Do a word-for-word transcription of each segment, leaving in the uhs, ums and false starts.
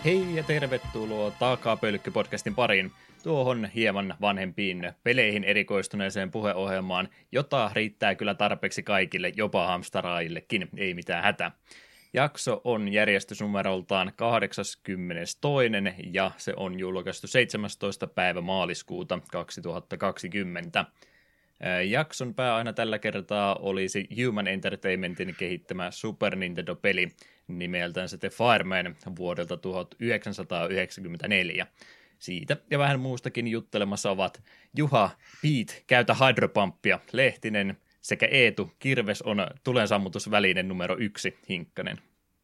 Hei ja tervetuloa Takapölkky-podcastin pariin, tuohon hieman vanhempiin peleihin erikoistuneeseen puheohjelmaan, jota riittää kyllä tarpeeksi kaikille, jopa hamstaraillekin, ei mitään hätä. Jakso on järjestysnumeroltaan kahdeksaskymmenestoinen ja se on julkaistu seitsemästoista päivä maaliskuuta kaksituhattakaksikymmentä. Jakson pääaina tällä kertaa olisi Human Entertainmentin kehittämä Super Nintendo-peli nimeltään The Fireman vuodelta tuhatyhdeksänsataayhdeksänkymmentäneljä. Siitä ja vähän muustakin juttelemassa ovat Juha, Pete, käytä hydropumppia, Lehtinen sekä Eetu, Kirves on tulensammutusväline numero yksi, Hinkkanen.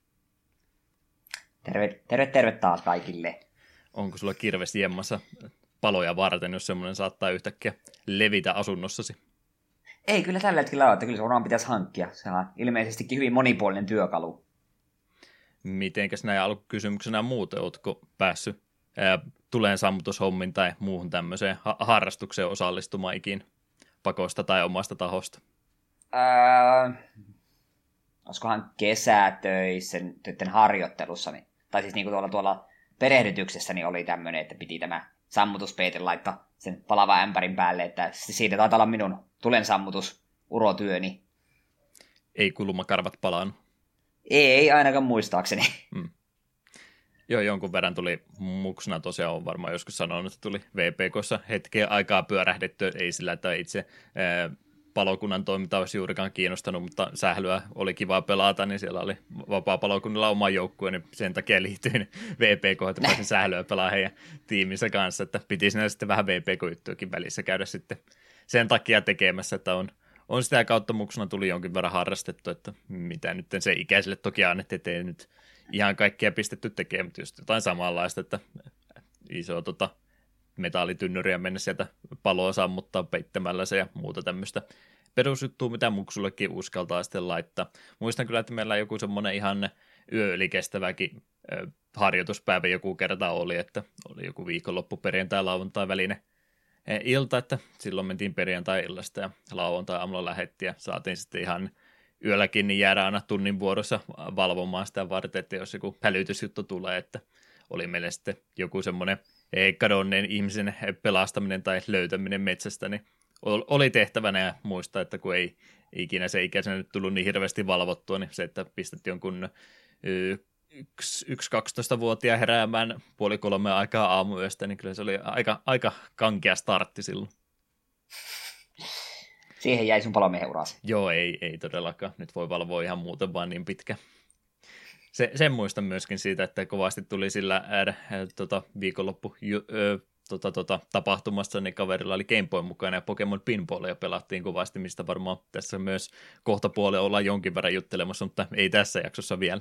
Terve, terve, terve taas kaikille. Onko sulla Kirves jemmassa paloja varten, jos semmoinen saattaa yhtäkkiä levitä asunnossasi? Ei, kyllä tällä hetkellä ole, että kyllä se varmaan pitäisi hankkia. Se on ilmeisestikin hyvin monipuolinen työkalu. Mitenkäs näin alkukysymyksenä muuten, ootko päässyt ää, tuleen sammutushommin tai muuhun tämmöiseen ha- harrastukseen osallistumaan ikin pakosta tai omasta tahosta? Öö, olisikohan kesätöissä tytten harjoittelussa, niin, tai siis niin kuin tuolla, tuolla perehdytyksessä niin oli tämmöinen, että piti tämä sammutuspeite laittaa sen palavan ämpärin päälle, että siitä taitaa olla minun tulen sammutus urotyöni. Ei kulmakarvat palannut. Ei ainakaan muistaakseni. Mm. Joo, jonkun verran tuli muksuna tosiaan, on varmaan joskus sanonut, että tuli V P K:ssa hetken aikaa pyörähdetty, ei sillä, että itse ää, palokunnan toiminta olisi juurikaan kiinnostanut, mutta sählyä oli kiva pelata, niin siellä oli vapaa-palokunnilla oma joukkue, niin sen takia liittyin V P K, että pääsin sählyä pelaamaan heidän tiiminsä kanssa, että piti siinä sitten vähän V P K-juttuakin välissä käydä sitten sen takia tekemässä, että on On sitä kautta muksuna tuli jonkin verran harrastettu, että mitä nyt se ikäiselle toki annettiin, ettei nyt ihan kaikkea pistetty tekemään, mutta just jotain samanlaista, että iso tota, metallitynnyriä mennä sieltä paloa sammuttaa peittämällä se ja muuta tämmöistä perusjuttua, mitä muksullekin uskaltaa sitten laittaa. Muistan kyllä, että meillä joku semmoinen ihan yö yli kestäväkin ö, harjoituspäivä joku kerta oli, että oli joku viikonloppu perjantai lauantai välinen ilta, että silloin mentiin perjantai-illasta ja lauantai-aamulla lähettiin ja saatiin sitten ihan yölläkin niin jäädä aina tunnin vuorossa valvomaan sitä varten, että jos joku hälytysjuttu tulee, että oli meille sitten joku semmoinen kadonneen ihmisen pelastaminen tai löytäminen metsästä, niin oli tehtävänä ja muistaa, että kun ei ikinä se ikäisenä nyt tullut niin hirveästi valvottua, niin se, että pistettiin jonkun yksi kaksitoista-vuotiaan heräämään puoli kolme aikaa aamuyöstä, niin kyllä se oli aika, aika kankea startti silloin. Siihen jäi sun palomiehen urasi. Joo, ei, ei todellakaan. Nyt voi valvoa ihan muuten vaan niin pitkä. Se, sen muistan myöskin siitä, että kovasti tuli sillä äädä, ää, tota, viikonloppu ju, ö, tota, tota, tapahtumassa, niin kaverilla oli Game Boy mukana ja Pokemon Pinballia pelattiin kovasti, mistä varmaan tässä myös kohta puolella ollaan jonkin verran juttelemassa, mutta ei tässä jaksossa vielä.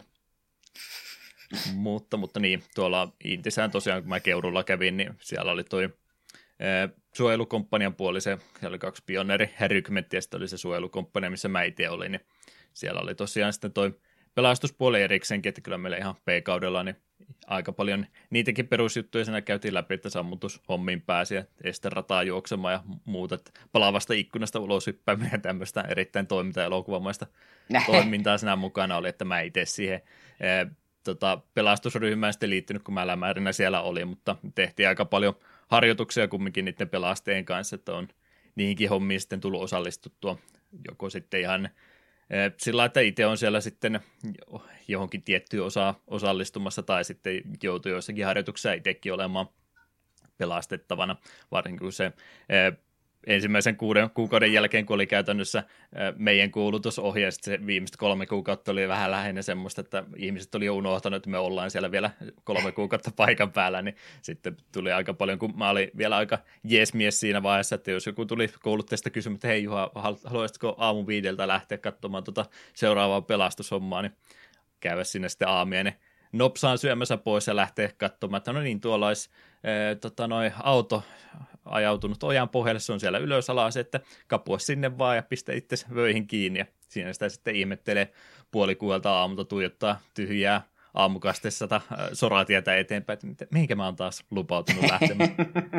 mutta, mutta niin, tuolla Intisään tosiaan, kun mä Keurulla kävin, niin siellä oli toi ää, suojelukomppanian puoli, se, siellä oli kaksi pioneerirykmenttiä, ja sitten oli se suojelukomppania, missä mä itse olin, niin siellä oli tosiaan sitten toi pelastuspuoli erikseenkin, että kyllä meillä ihan P-kaudella niin aika paljon niitäkin perusjuttuja siinä käytiin läpi, että sammutushommiin pääsi ja esterataa juoksemaan ja muuta, että palavasta ikkunasta ulos hyppäämään ja tämmöistä erittäin toiminta- ja elokuvamaista toimintaa siinä mukana oli, että mä itse siihen ää, tota, pelastusryhmään sitten liittynyt, kun mä lämäärinä siellä oli, mutta tehtiin aika paljon harjoituksia kumminkin niiden pelasteen kanssa, että on niihinkin hommiin sitten tullut osallistuttua, joko sitten ihan sillä, että itse on siellä sitten johonkin tiettyyn osaan osallistumassa tai sitten joutui joissakin harjoituksissa itsekin olemaan pelastettavana, varsinkin kun se ensimmäisen kuuden kuukauden jälkeen, kun oli käytännössä meidän kuulutusohje, se viimeiset kolme kuukautta oli vähän lähinnä semmoista, että ihmiset oli jo unohtanut, että me ollaan siellä vielä kolme kuukautta paikan päällä, niin sitten tuli aika paljon, kun mä olin vielä aika jeesmies siinä vaiheessa, että jos joku tuli koulutteesta kysymään, että hei Juha, haluaisitko aamu viideltä lähteä katsomaan tuota seuraavaa pelastushommaa, niin käydä sinne sitten aamia, niin nopsaan syömässä pois ja lähteä katsomaan, että no niin, tuolla olisi ee, tota, noi auto ajautunut ojan pohjalle, se on siellä ylös alas, että kapua sinne vaan ja pistä itse vöihin kiinni ja siinä sitä sitten ihmettelee puoli kuuelta aamulta tuijottaa tyhjää aamukastessa tai soratietä eteenpäin, että mihinkä mä oon taas lupautunut lähtemään.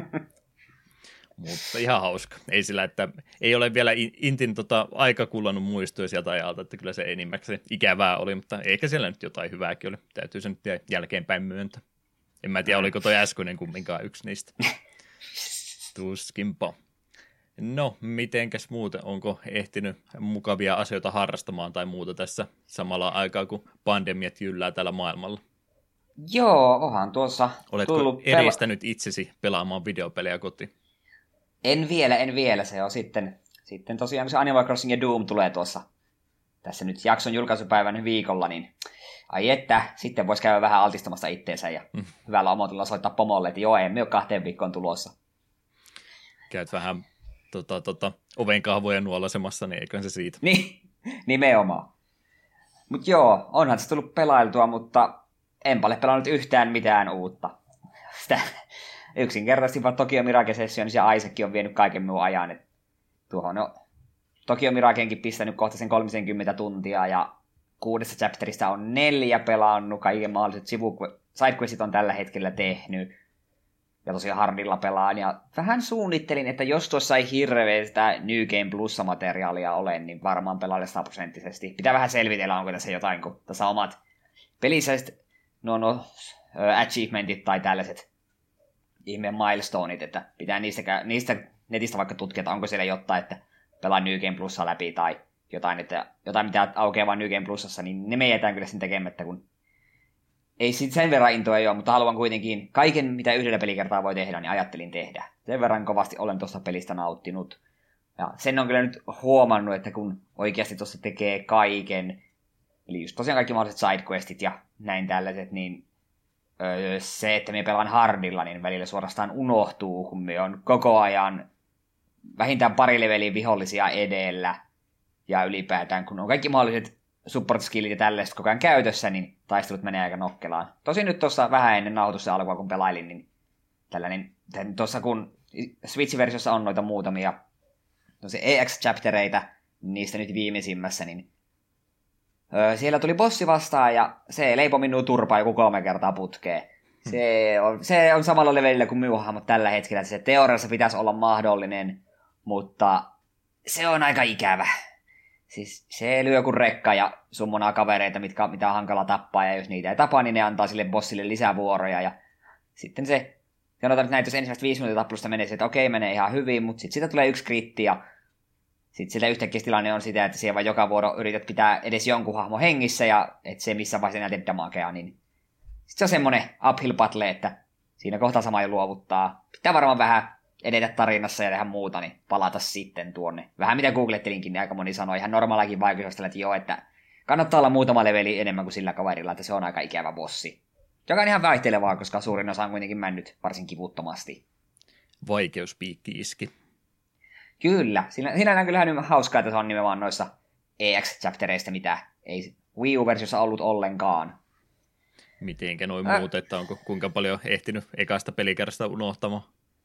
Mutta ihan hauska. Ei sillä, että ei ole vielä Intin tota, aika kullannut muistoja sieltä ajalta, että kyllä se enimmäkseen ikävää oli, mutta ehkä siellä nyt jotain hyvääkin oli. Täytyy se nyt jälkeenpäin myöntää. En mä tiedä, oliko toi äskeinen kumminkaan yksi niistä. Tuskinpa. No, mitenkäs muuten? Onko ehtinyt mukavia asioita harrastamaan tai muuta tässä samalla aikaa, kun pandemiat jyllää täällä maailmalla? Joo, onhan tuossa Oletko tullut eristänyt pela- itsesi pelaamaan videopelejä kotiin? En vielä, en vielä. Se on sitten, sitten tosiaan, kun se Animal Crossing ja Doom tulee tuossa tässä nyt jakson julkaisupäivän viikolla, niin ai että, sitten voisi käydä vähän altistamassa itteensä ja mm. hyvällä omotella soittaa pomolle, että joo, emme ole kahteen viikkoon tulossa. Käyt vähän tota, tota, ovenkahvoja nuolasemassa, niin eiköhän se siitä. Niin, nimenomaan. Mutta joo, onhan se tullut pelailtua, mutta enpä ole pelannut yhtään mitään uutta. Sitä yksinkertaisesti vaan Tokyo Mirage Session ja Isaac on vienyt kaiken minun ajan. Et tuohon no, Tokyo Miragenkin pistänyt kohta sen kolmekymmentä tuntia ja kuudesta chapterista on neljä pelannut. Kaiken mahdolliset sivu sidequestit on tällä hetkellä tehnyt. Ja tosiaan hardilla pelaan. Ja vähän suunnittelin, että jos tuossa ei hirveästä New Game Plus-materiaalia ole, niin varmaan pelailen sataprosenttisesti. Pitää vähän selvitellä, onko tässä jotain, kun tässä omat pelisäiset no, no, achievementit tai tällaiset ihme milestoneit, että pitää niistä, niistä netistä vaikka tutkia, että onko siellä jotain, että pelaa New Game Plussa läpi tai jotain, että jotain mitä aukeaa vain New Game Plusassa, niin ne me jätään kyllä sen tekemättä, kun ei sen verran intoa ei ole, mutta haluan kuitenkin kaiken, mitä yhdellä pelikertaa voi tehdä, niin ajattelin tehdä. Sen verran kovasti olen tuosta pelistä nauttinut. Ja sen on kyllä nyt huomannut, että kun oikeasti tuossa tekee kaiken, eli just tosiaan kaikki mahdolliset sidequestit ja näin tällaiset, niin öö, se, että me pelaan hardilla, niin välillä suorastaan unohtuu, kun me on koko ajan vähintään pari leveliä vihollisia edellä. Ja ylipäätään, kun on kaikki mahdolliset support-skillit ja tällaiset koko ajan käytössä, niin taistelut menee aika nokkelaan. Tosin nyt tuossa vähän ennen nauhoitusta alkua, kun pelailin, niin tällainen, tuossa kun Switch-versiossa on noita muutamia E X-chaptereita, niistä nyt viimeisimmässä, niin öö, siellä tuli bossi vastaan ja se leipoi minua turpaa joku kolme kertaa putkeen. Se on, se on samalla levelillä kuin minun hahmot tällä hetkellä, että se teoriassa pitäisi olla mahdollinen, mutta se on aika ikävä. Siis se lyö kuin rekka ja summonaa kavereita, mitkä, mitä on hankala tappaa, ja jos niitä ei tapa, niin ne antaa sille bossille lisävuoroja, ja sitten se, sanotaan, että näitä jos ensimmäistä viisi minuutin tappelusta menee, että okei, menee ihan hyvin, mutta sitten siitä tulee yksi kritti, ja sitten sillä yhtäkkiä tilanne on sitä, että siellä vaan joka vuoro yrität pitää edes jonkun hahmo hengissä, ja että se missä vaiheessa enää teet damakea, niin sitten se on semmoinen uphill battle, että siinä kohtaa sama jo luovuttaa. Pitää varmaan vähän edetä tarinassa ja tehdä muuta, niin palata sitten tuonne. Vähän mitä googlettelinkin, niin aika moni sanoi ihan normaalikin vaikeudesta, että joo, että kannattaa olla muutama leveli enemmän kuin sillä kaverilla, että se on aika ikävä bossi. Joka on ihan vaihtelevaa, koska suurin osa on kuitenkin mennyt varsin kivuttomasti. Vaikeuspiikki iski. Kyllä. Siinä, siinä on kyllä ihan hauskaa, että se on nimenomaan noissa E X-chaptereista, mitä ei Wii U-versiossa ollut ollenkaan. Mitenkä noin äh. muut, että onko kuinka paljon ehtinyt ekasta pelikerrasta unohtamaan?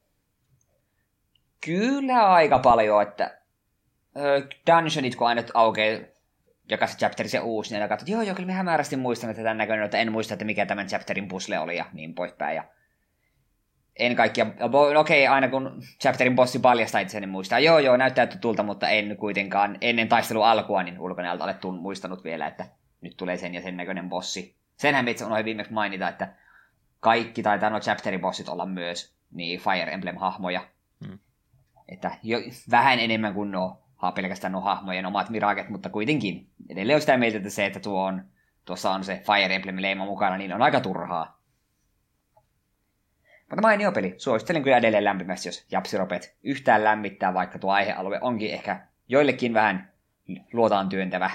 Kyllä aika paljon, että ö, dungeonit kun aina aukeaa jokaisessa chapterissa uusi, niin katsot, joo, joo, kyllä mä hämärästi muistan, että tämän näköinen, että en muista, että mikä tämän chapterin puzzle oli ja niin poispäin. Ja en kaikkia, no okei, okay, aina kun chapterin bossi paljastaa itseäni, niin muistaa, joo, joo, näyttää tutulta, mutta en kuitenkaan ennen taistelun alkua, niin ulkonäöltä ole muistanut vielä, että nyt tulee sen ja sen näköinen bossi. Senhän me itse unohdin viimeksi mainita, että kaikki taitaa nuo chapterin bossit olla myös niin Fire Emblem-hahmoja. Hmm. Että jo, vähän enemmän kuin nuo, pelkästään nuo hahmojen omat miraket, mutta kuitenkin edelleen on sitä mieltä, että se, että tuo on, tuossa on se Fire Emblem-leima mukana, niin on aika turhaa. Mutta mainio peli. Suosittelen kyllä edelleen lämpimästi, jos japsiropet yhtään lämmittää, vaikka tuo aihealue onkin ehkä joillekin vähän luotaan työntävä.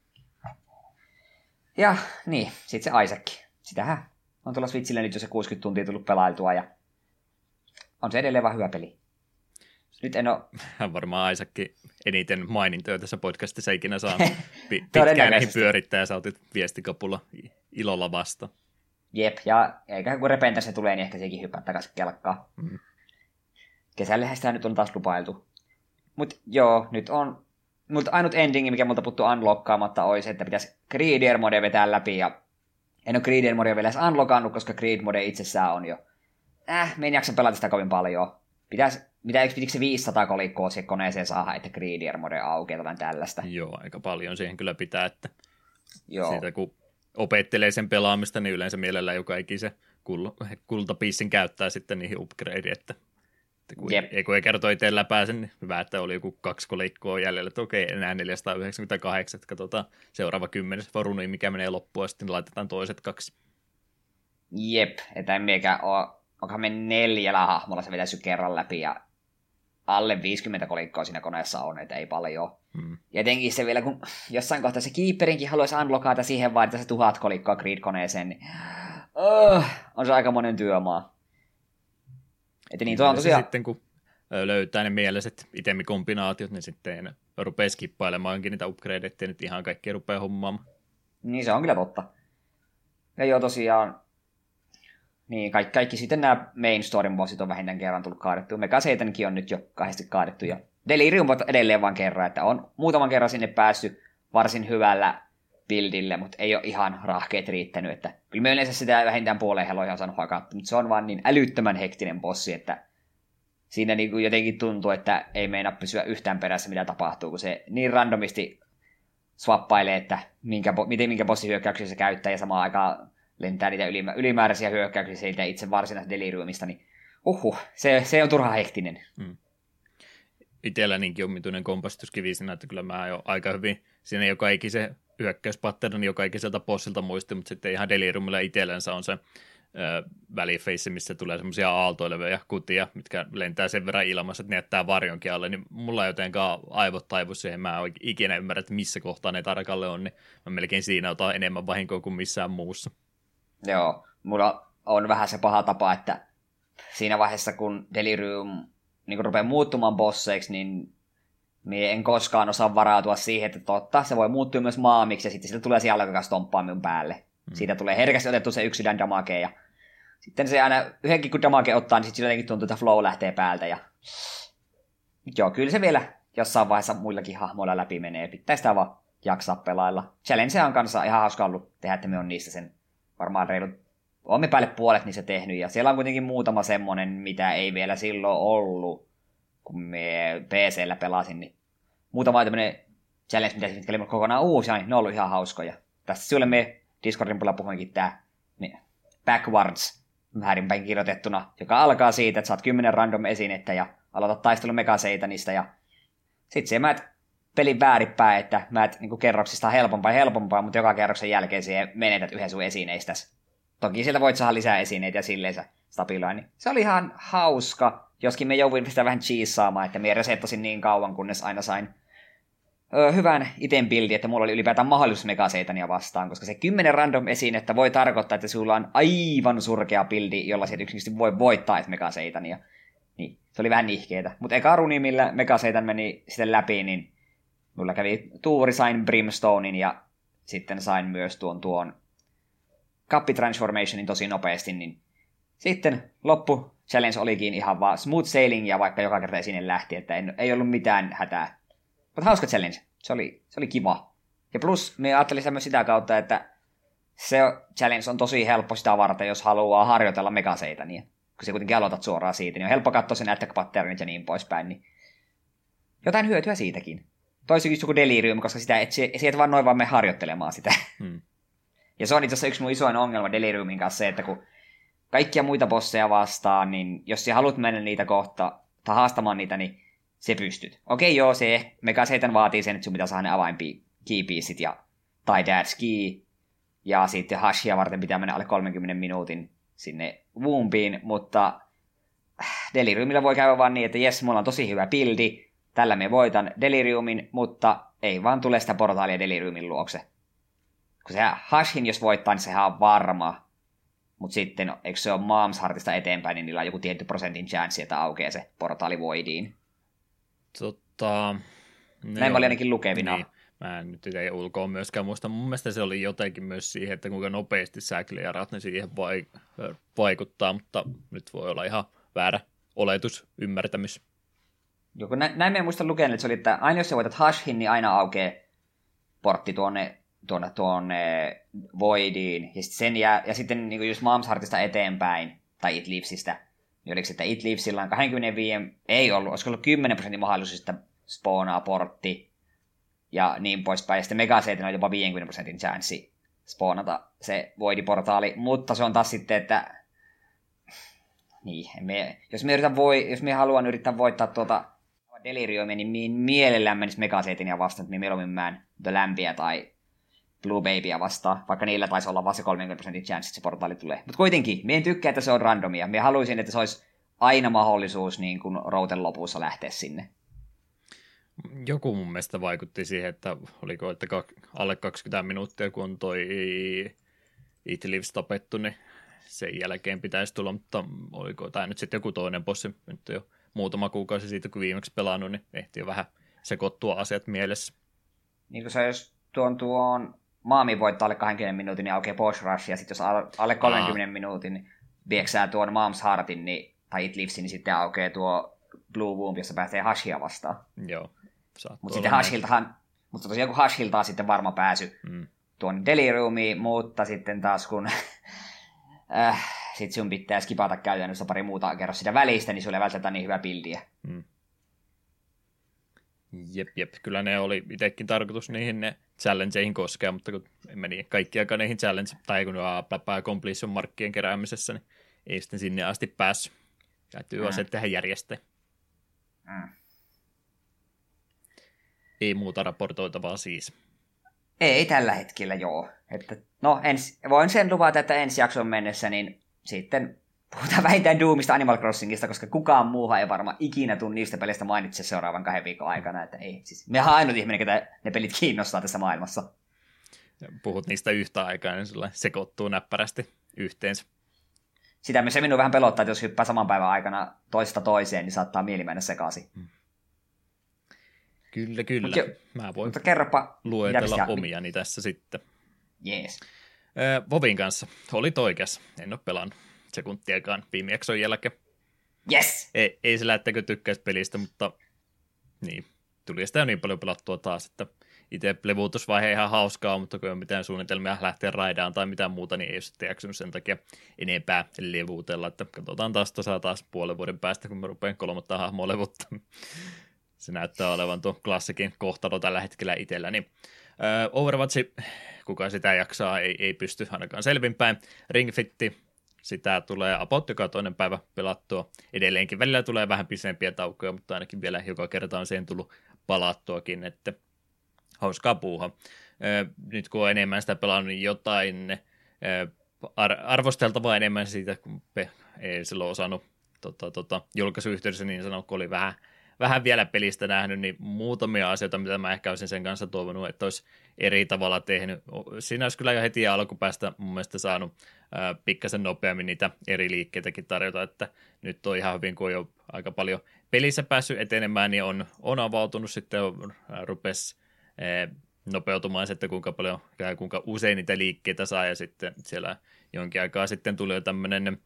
Ja niin, sitten se Isaac. Sitähän on tuolla Switchillä nyt jo se kuusikymmentä tuntia tullut pelailtua, ja on se edelleen vaan hyvä peli. Nyt en ole... Hän varmaan Isaac eniten mainintoja tässä podcastissa ikinä saanut. Pitkään näihin pyörittää ja sä otit viestikapulla ilolla vasta. Jep, ja eikä kun Repentance se tulee, niin ehkä sekin hyppää takaisin kelkkaan. Mm. Kesällehän sitä nyt on taas lupailtu. Mut joo, nyt on... Mutta ainut endingi, mikä multa puuttuu unlockkaamatta, olisi, että pitäisi Greedier mode vetää läpi, ja en ole Greedier modea vielä edes unlockannut, koska Greed mode itsessään on jo... Äh, me en jaksa pelata sitä kovin paljon. Pitäisi... Mitä eikö pitikö se viisisataa kolikkoa siihen koneeseen saada, että Greedier mode aukeaa tai tällaista? Joo, aika paljon siihen kyllä pitää, että joo. Siitä kun opettelee sen pelaamista, niin yleensä mielellään joka ikisen kul- kultapiissin käyttää sitten niihin upgradeihin, että, että kun, Jep. ei, kun ei kertoo itsellä pääse, niin hyvä, että oli joku kaksi kolikkoa jäljellä, että okei, enää neljäsataayhdeksänkymmentäkahdeksan, että katsotaan seuraava kymmenes varuni, mikä menee loppuun, ja sitten laitetaan toiset kaksi. Jep, että en miekään ole, onkohan me neljällä hahmolla se vetäisy kerran läpi, ja alle viisikymmentä kolikkoa siinä koneessa on, että ei paljon. Hmm. Ja etenkin se vielä, kun jossain kohtaa se Keeperinkin haluaisi unlockata siihen vaan, että se tuhat kolikkoa Creed-koneeseen, niin oh, on se aika monen työmaa. Että niin, tuo on tosiaan... Sitten kun löytää ne mieleiset itemikombinaatiot, niin sitten rupeaa skippailemaankin niitä upgradeja, ettei nyt ihan kaikki rupeaa hommaamaan. Niin, se on kyllä totta. Ja joo, tosiaan... Niin, kaikki, kaikki sitten nämä main storyn bossit on vähintään kerran tullut kaadettua. Mega Satankin on nyt jo kahdesti kaadettu. Ja Delirium on edelleen vaan kerran, että on muutaman kerran sinne päässyt varsin hyvällä buildille, mutta ei ole ihan rahkeet riittänyt. Että kyllä me yleensä sitä vähintään puoleen heloihin on saanut hakattu, mutta se on vaan niin älyttömän hektinen bossi, että siinä niin kuin jotenkin tuntuu, että ei meinaa pysyä yhtään perässä, mitä tapahtuu, kun se niin randomisti swappailee, että minkä, miten minkä bossihyökkäyksiä se käyttää, ja samaan aikaan lentää niitä ylimä, ylimääräisiä hyökkäyksiä siitä itse varsinaisesta Deliriumista, niin uhuh, se, se on turha hektinen. Hmm. Itsellä niinkin omituinen kompastuskivi siinä, että kyllä mä jo aika hyvin, siinä ei joka ikisen hyökkäyspatterni joka ikiseltä bossilta muisti, mutta sitten ihan Deliriumilla itsellensä on se ö, välifeissi, missä tulee semmoisia aaltoilevia kutia, mitkä lentää sen verran ilmassa, että ne jättää varjonkin alle, niin mulla ei jotenkaan aivot taivu siihen, mä en ikinä ymmärrä, että missä kohtaa ne tarkalle on, niin mä melkein siinä otan enemmän vahinkoa kuin missään muussa. Joo, mulla on vähän se paha tapa, että siinä vaiheessa, kun Delirium niin kun rupeaa muuttumaan bosseiksi, niin minä en koskaan osaa varautua siihen, että totta, se voi muuttua myös maamiksi, ja sitten siitä tulee siellä alkaa stomppaa minun päälle. Hmm. Siitä tulee herkästi otettu se yksi sydän damage, ja sitten se aina yhdenkin kun damage ottaa, niin sitten jotenkin tuntuu, että flow lähtee päältä, ja joo, kyllä se vielä jossain vaiheessa muillakin hahmoilla läpi menee, pitää sitä vaan jaksaa pelailla. Challenge on kanssa ihan hauska ollut tehdä, että me on niistä sen varmaan reilut, olemme päälle puolet niissä tehnyt, ja siellä on kuitenkin muutama semmonen, mitä ei vielä silloin ollut, kun me P C:llä pelasin, niin muutama tämmönen challenge, mitä sitten oli kokonaan uusia, niin ne on ollut ihan hauskoja. Tässä sinulle me Discordin puolella puhuinkin tää niin Backwards väärinpäin kirjoitettuna, joka alkaa siitä, että saat kymmenen random esinettä ja aloitat taistelun Mega Satanista, ja sit se määt pelin väärinpäin, että määt niin kerroksista helpompaa ja helpompaa, mutta joka kerroksen jälkeen siihen menetät yhden sun esineistäsi. Toki sieltä voit saada lisää esineitä ja silleen se stabiloin. Niin se oli ihan hauska, joskin me jouduin sitä vähän cheesaamaan, että me resettasin niin kauan, kunnes aina sain öö, hyvän item buildin, että mulla oli ylipäätään mahdollisuus Mega Satania vastaan, koska se kymmenen random esinettä voi tarkoittaa, että sulla on aivan surkea buildi, jolla sieltä yksinkertaisesti voi voittaa Mega Satania. Niin, se oli vähän nihkeetä. Mutta eka runi, millä Mega Satan meni sitten läpi, niin mulla kävi tuuri, sain Brimstonein ja sitten sain myös tuon tuon Kappi Transformationin tosi nopeasti, niin sitten loppu challenge olikin ihan vaan smooth sailingia, vaikka joka kerta sinne lähti, että en, ei ollut mitään hätää. Mutta hauska challenge, se oli, se oli kiva. Ja plus, me ajattelin sitä myös sitä kautta, että se challenge on tosi helppo sitä varten, jos haluaa harjoitella Mega Satania. Kun sä kuitenkin aloitat suoraan siitä, niin on helppo katsoa sen attack patternit ja niin poispäin, niin jotain hyötyä siitäkin. Toisinkin joku Delirium, koska sitä et, et vaan noin vaan me harjoittelemaan sitä. Hmm. Ja se on itse asiassa yksi mun isoin ongelma Deliriumin kanssa se, että kun kaikkia muita bosseja vastaan, niin jos sä haluat mennä niitä kohta, tai haastamaan niitä, niin se pystyt. Okei joo, se Mega Satan vaatii sen, että sun pitää saada ne avainkiipiisit ja tai Dad's Key, ja sitten Hashia varten pitää mennä alle kolmenkymmenen minuutin sinne Wombiin, mutta Deliriumilla voi käydä vaan niin, että jes, mulla on tosi hyvä buildi, tällä me voitan Deliriumin, mutta ei vaan tule sitä portaalia Deliriumin luokse. Kun se Hashin, jos voittaa, niin sehän on varma. Mutta sitten, eikö se ole Mom's Heartista eteenpäin, niin niillä on joku tietty prosentin chanssi, että aukeaa se portaali Voidiin. Totta. Näin mä olin ainakin lukevina. Niin. Mä en nyt itse ulkoa myöskään muista. Mun mielestä se oli jotenkin myös siihen, että kuinka nopeasti sä clearaat, niin siihen vaikuttaa, mutta nyt voi olla ihan väärä oletus, ymmärtämys. Joku, nä- näin mä en muista lukenut, että se oli, että aina jos sä voitat Hashin, niin aina aukeaa portti tuonne, tuonne, tuonne Voidiin. Ja, sen jää, ja sitten niin just Mom's Heartista eteenpäin, tai It Leavesistä, niin oliko se, että It Leavesilla on kaksikymmentäviisi, ei ollut, olisiko ollut kymmenen prosentin mahdollisuus, että spoonaa portti, ja niin poispäin. Ja sitten Mega Satan on jopa viisikymmentä prosentin chanssi spoonata se Voidiportaali, mutta se on taas sitten, että Niin, me, jos, me yritän voi, jos me haluan yrittää voittaa tuota Deliriumia, niin minä mielellään menisi Megaseetinia vastaan, että minä mieluummin mään The Lambia tai Blue Babyä vastaan, vaikka niillä taisi olla vasta se kolmekymmentä prosentin chance, että se portaali tulee. Mutta kuitenkin, minä en tykkää, että se on randomia. Minä haluaisin, että se olisi aina mahdollisuus niin kuin routen lopussa lähteä sinne. Joku mun mielestä vaikutti siihen, että oliko, että alle kaksikymmentä minuuttia, kun on toi It Lives tapettu, niin sen jälkeen pitäisi tulla, mutta oliko tämä nyt sitten joku toinen bossi, nyt jo muutama kuukausi siitä, kun viimeksi pelannut, niin ehti jo vähän sekoittua asiat mielessä. Niin kuin se, jos tuon tuon Maami voittaa alle kaksikymmentä minuutin, niin aukeaa boss rush, ja sitten jos alle kolmenkymmenen Aa. minuutin niin vieksää tuon Mom's Heartin niin, tai It Livesin, niin sitten aukeaa tuo Blue Womb, jossa pääsee Hashia vastaan. Joo. Mutta sitten Hashiltahan, mutta tosiaan kun Hashilta on sitten varma pääsy mm. tuon Deliriumiin, mutta sitten taas kun äh, sit sun pitää skipata käytännössä pari muuta kerran sitä välistä, niin sulle ei välttämättä niin hyvä bildiä. Mm. Jep, jep. Kyllä ne oli itsekin tarkoitus niihin ne challengeihin koskea, mutta kun en meni kaikkiakaan niihin challenge, tai kun läpää completion markkien keräämisessä, niin ei sitten sinne asti päässyt. Täytyy mm. asiat tehdä järjestää. Mm. Ei muuta raportoitavaa siis. Ei tällä hetkellä, joo. Että, no, ens, voin sen luvata, että ensi jakson mennessä, niin sitten puhutaan vähintään Doomista, Animal Crossingista, koska kukaan muuhan ei varmaan ikinä tule niistä pelistä mainitse seuraavan kahden viikon aikana. Että ei, siis, mehän on ainut ihminen, ketä ne pelit kiinnostaa tässä maailmassa. Puhut niistä yhtä aikaa, niin sulla sekoittuu näppärästi yhteensä. Sitä myös se minun vähän pelottaa, että jos hyppää saman päivän aikana toista toiseen, niin saattaa mieli mennä sekaisin. Hmm. Kyllä, kyllä. Jo, mä voin kerropa, luetella omiani tässä sitten. Jees. Äh, Vovin kanssa. Olit oikeassa. En ole pelannut sekuntiakaan viime jakson jälkeen. Yes! Ei, ei sillä, etteikö tykkäisi pelistä, mutta niin, tuli sitä jo niin paljon pelattua taas, että itse levuutusvaihe ihan hauskaa, mutta kun ei ole mitään suunnitelmia lähteä raidaan tai mitään muuta, niin ei ole sitten jaksanut sen takia enempää levuutella, että katsotaan taas tosiaan taas puolen vuoden päästä, kun mä rupean kolmatta hahmoa levuttaa. Se näyttää olevan tuo klassikin kohtalo tällä hetkellä itselläni. Öö, Overwatch, kuka sitä jaksaa, ei, ei pysty ainakaan selvinpäin. Ring Fitti, sitä tulee about joka toinen päivä pelattua. Edelleenkin välillä tulee vähän pisempiä taukoja, mutta ainakin vielä joka kerta on siihen tullut palattuakin, että hauskaa puuha. Öö, nyt kun on enemmän sitä pelannut, niin jotain öö, ar- arvosteltavaa enemmän siitä, kun pe- ei silloin osannut tota, tota, julkaisuyhteydessä niin sanoa, kun oli vähän vähän vielä pelistä nähnyt, niin muutamia asioita, mitä mä ehkä olisin sen kanssa toivonut, että olisi eri tavalla tehnyt. Siinä olisi kyllä jo heti alkupäästä mun mielestä saanut ää, pikkasen nopeammin niitä eri liikkeitäkin tarjota, että nyt on ihan hyvin, kun on jo aika paljon pelissä päässyt etenemään, niin on, on avautunut sitten, ää, rupesi ää, nopeutumaan se, että kuinka paljon, kuinka usein niitä liikkeitä saa, ja sitten siellä jonkin aikaa sitten tuli jo tämmöinen,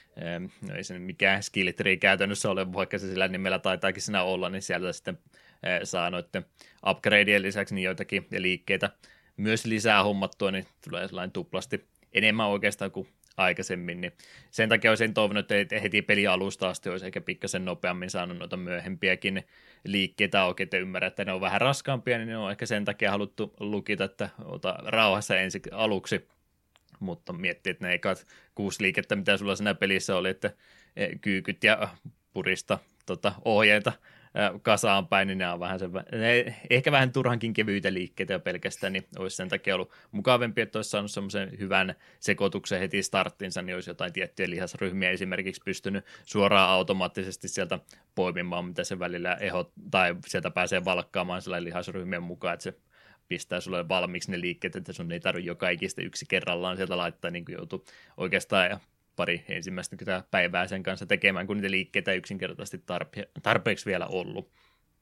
no ei se mikään skill tree käytännössä ole, vaikka se sillä nimellä taitaakin siinä olla, niin sieltä sitten saa noiden upgradeien lisäksi niin joitakin liikkeitä myös lisää hommattua, niin tulee sellainen tuplasti enemmän oikeastaan kuin aikaisemmin, niin sen takia olisin toivonut, että heti peli alusta asti olisi ehkä pikkasen nopeammin saanut noita myöhempiäkin liikkeitä auki, että ymmärrä, että ne on vähän raskaampia, niin ne on ehkä sen takia haluttu lukita, että ota rauhassa ensi aluksi, mutta miettii, että ne ekat kuusi liikettä, mitä sulla siinä pelissä oli, että kyykyt ja purista tota, ohjeita kasaan päin, niin nämä on vähän sen, ne, ehkä vähän turhankin kevyitä liikkeitä jo pelkästään, niin olisi sen takia ollut mukavampi, että olisi saanut semmoisen hyvän sekoituksen heti starttinsa, niin olisi jotain tiettyjä lihasryhmiä esimerkiksi pystynyt suoraan automaattisesti sieltä poimimaan, mitä se välillä eho, tai sieltä pääsee valkkaamaan sellainen lihasryhmien mukaan, että se pistää sulle valmiiksi ne liikkeet, että sun ei tarvitse joka ikistä yksi kerrallaan sieltä laittaa, niin kuin joutuu oikeastaan pari ensimmäistä päivää sen kanssa tekemään, kun niitä liikkeitä ei yksinkertaisesti tarpe- tarpeeksi vielä ollut.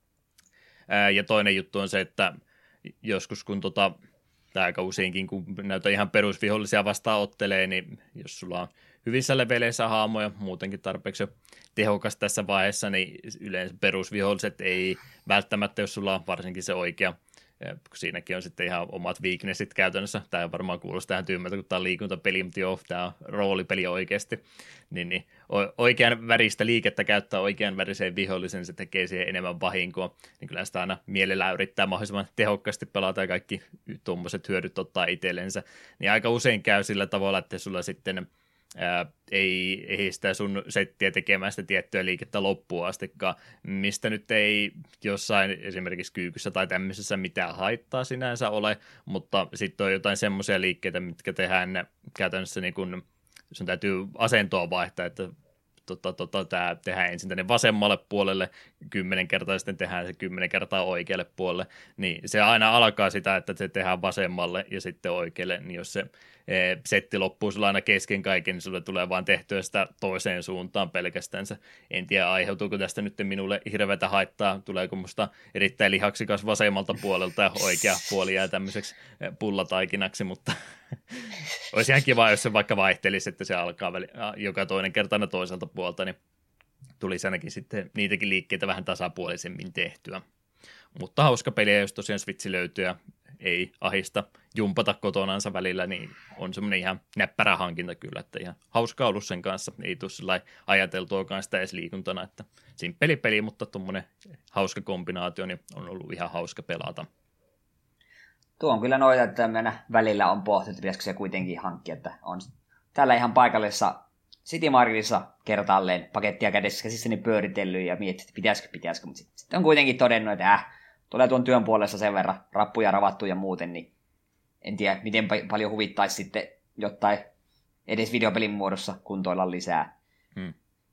Ää, ja toinen juttu on se, että joskus kun tota, tai aika useinkin, kun näitä ihan perusvihollisia vastaan ottelee, niin jos sulla on hyvissä leveleissä haamoja, muutenkin tarpeeksi jo tehokas tässä vaiheessa, niin yleensä perusviholliset ei välttämättä, jos sulla on varsinkin se oikea, kun siinäkin on sitten ihan omat weaknessit käytännössä. Tämä varmaan kuulostaa tähän tyhmältä, kun tämä on liikuntapeli, mutta joo, tämä on roolipeli oikeasti. Niin, niin oikean väristä liikettä käyttää oikean väriseen vihollisen, se tekee siihen enemmän vahinkoa. Niin kyllä sitä aina mielellään yrittää mahdollisimman tehokkaasti pelata ja kaikki tuommoiset hyödyt ottaa itsellensä. Niin aika usein käy sillä tavalla, että sulla sitten ää, ei, ei sitä sun settiä tekemään sitä tiettyä liikettä loppuun astikaan, mistä nyt ei jossain esimerkiksi kyykyssä tai tämmöisessä mitään haittaa sinänsä ole, mutta sitten on jotain semmoisia liikkeitä, mitkä tehdään käytännössä niin kuin, sun täytyy asentoa vaihtaa, että Tota, tota, tämä tehdään ensin tänne vasemmalle puolelle kymmenen kertaa, ja sitten tehdään se kymmenen kertaa oikealle puolelle, niin se aina alkaa sitä, että se tehdään vasemmalle ja sitten oikealle, niin jos se e, setti loppuu sulla aina kesken kaiken, niin sulle tulee vaan tehtyä sitä toiseen suuntaan pelkästään. En tiedä, aiheutuuko tästä nyt minulle hirveätä haittaa, tuleeko musta erittäin lihaksikas vasemmalta puolelta ja oikea puoli jää tämmöiseksi pullataikinaksi, mutta olisi ihan kiva, jos se vaikka vaihtelisi, että se alkaa väli, joka toinen kerta toiselta puolta, niin tulisi ainakin sitten niitäkin liikkeitä vähän tasapuolisemmin tehtyä. Mutta hauska peli, jos tosiaan Switch löytyy ja ei ahista jumpata kotonansa välillä, niin on semmoinen ihan näppärä hankinta kyllä, että ihan hauska ollut sen kanssa. Ei tule sillä ajateltuakaan sitä edes liikuntana, että simppeli peli, mutta tuommoinen hauska kombinaatio, niin on ollut ihan hauska pelata. Tuo on kyllä noita, että meidän välillä on pohtinut, että pitäisikö se kuitenkin hankkia, että on täällä ihan paikallisessa City Marketissa kertaalleen pakettia kädessä käsissäni pyöritellyt ja miettinyt, että pitäisikö, pitäisikö, mutta sitten on kuitenkin todennut, että äh, tulee tuon työn puolesta sen verran rappuja ravattu ja muuten, niin en tiedä, miten paljon huvittaisi sitten jotain edes videopelin muodossa kuntoilla lisää. Hmm.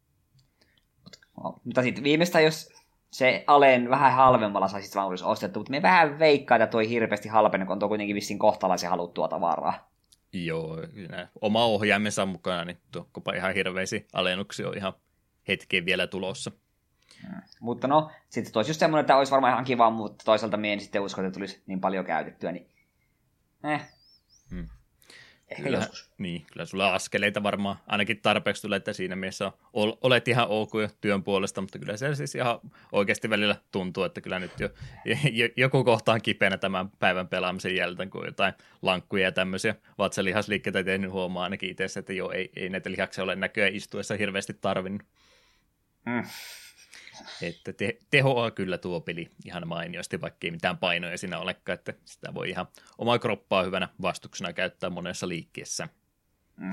No, mutta sitten viimeistään, jos se Aleen vähän halvemmalla saisi vaan olisi ostettu, mutta me vähän veikkaa, että toi hirveästi halpenee, kun on tuo kuitenkin vissiin kohtalaisen haluttua tavaraa. Joo, oma ohjaimensa mukana, niin tuokkopa ihan hirveisiä alennuksia on ihan hetken vielä tulossa. Hmm. Mutta no, sitten toisi just semmoinen, että olisi varmaan ihan kiva, mutta toisaalta mie en sitten usko, että tulisi niin paljon käytettyä, niin eh. Hmm. Ehkä kyllä, joskus. Niin, kyllä sulla askeleita varmaan ainakin tarpeeksi tulee, että siinä mielessä on, olet ihan ok jo työn puolesta, mutta kyllä se siis ihan oikeasti välillä tuntuu, että kyllä nyt jo, jo joku kohta on kipeänä tämän päivän pelaamisen jälkeen, kun jotain lankkuja ja tämmöisiä vatsalihasliikkeitä tehnyt huomaa ainakin itse, että joo, ei, ei näitä lihaksia ole näköjään istuessa hirveästi tarvinnut. Mm. Että te, tehoaa kyllä tuo peli ihan mainiosti, vaikka ei mitään painoja siinä olekaan, että sitä voi ihan omaa kroppaa hyvänä vastuksena käyttää monessa liikkeessä. Mm.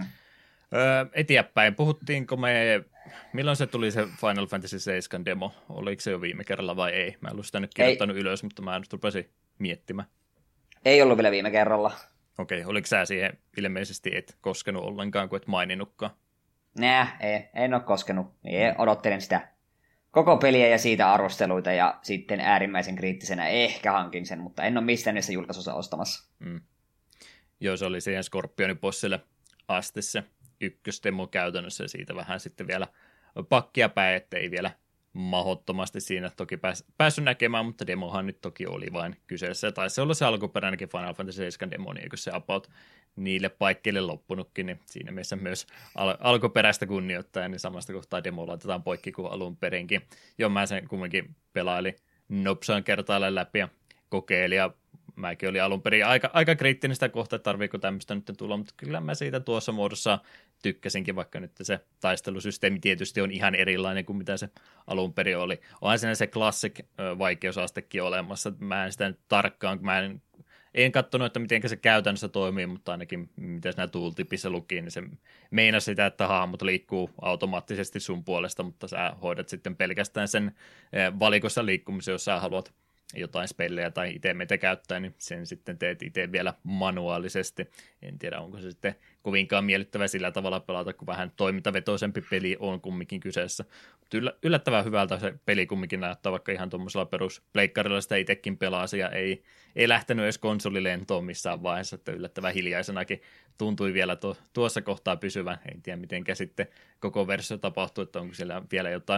Öö, eteenpäin, puhuttiinko me, milloin se tuli se Final Fantasy seitsemän demo? Oliko se jo viime kerralla vai ei? Mä en ollut sitä nyt kirjoittanut ei. ylös, mutta mä nyt rupesin miettimään. Ei ollut vielä viime kerralla. Okei, okay, oliko sä siihen ilmeisesti et koskenut ollenkaan, kun et maininnutkaan? Nää, ei, en ole koskenut. Ei, odottelen sitä koko peliä ja siitä arvosteluita ja sitten äärimmäisen kriittisenä ehkä hankin sen, mutta en ole missään niissä julkaisussa ostamassa. Mm. Joo, se oli siihen Scorpionibossille asti se ykkösdemo käytännössä ja siitä vähän sitten vielä pakkia päin, ettei vielä mahdottomasti siinä toki pääs, päässyt näkemään, mutta demohan nyt toki oli vain kyseessä. Tai se olla se alkuperäinenkin Final Fantasy seitsemän demo, niin eikö se about niille paikkeille loppunutkin, niin siinä mielessä myös al- alkuperäistä kunnioittaa, niin samasta kohtaa demo laitetaan poikki kuin alun perinkin. Jo mä sen kumminkin pelailin nopsaan kertaalleen läpi ja kokeilin, ja mäkin olin alun perin aika, aika kriittinen sitä kohtaa, että tarviiko tämmöistä nyt tulla, mutta kyllä mä siitä tuossa muodossa tykkäsinkin, vaikka nyt se taistelusysteemi tietysti on ihan erilainen kuin mitä se alun perin oli. Onhan siinä se classic vaikeusastekin olemassa, mä en sitä nyt tarkkaan, mä en, en katsonut, että miten se käytännössä toimii, mutta ainakin mitä siinä tooltipissä luki, niin se meinasi sitä, että hahmot liikkuu automaattisesti sun puolesta, mutta sä hoidat sitten pelkästään sen valikossa liikkumisen, jos sä haluat jotain spellejä tai itemeitä käyttää, niin sen sitten teet itse vielä manuaalisesti. En tiedä, onko se sitten kovinkaan miellyttävä sillä tavalla pelata, kun vähän toimintavetoisempi peli on kumminkin kyseessä. Mutta yllättävän hyvältä se peli kumminkin näyttää, vaikka ihan tuommoisella peruspleikkarilla sitä itsekin pelasi ja ei, ei lähtenyt edes konsolilentoon missään vaiheessa, että yllättävän hiljaisenakin tuntui vielä tuo, tuossa kohtaa pysyvän. En tiedä, miten sitten koko versio tapahtuu, että onko siellä vielä jotain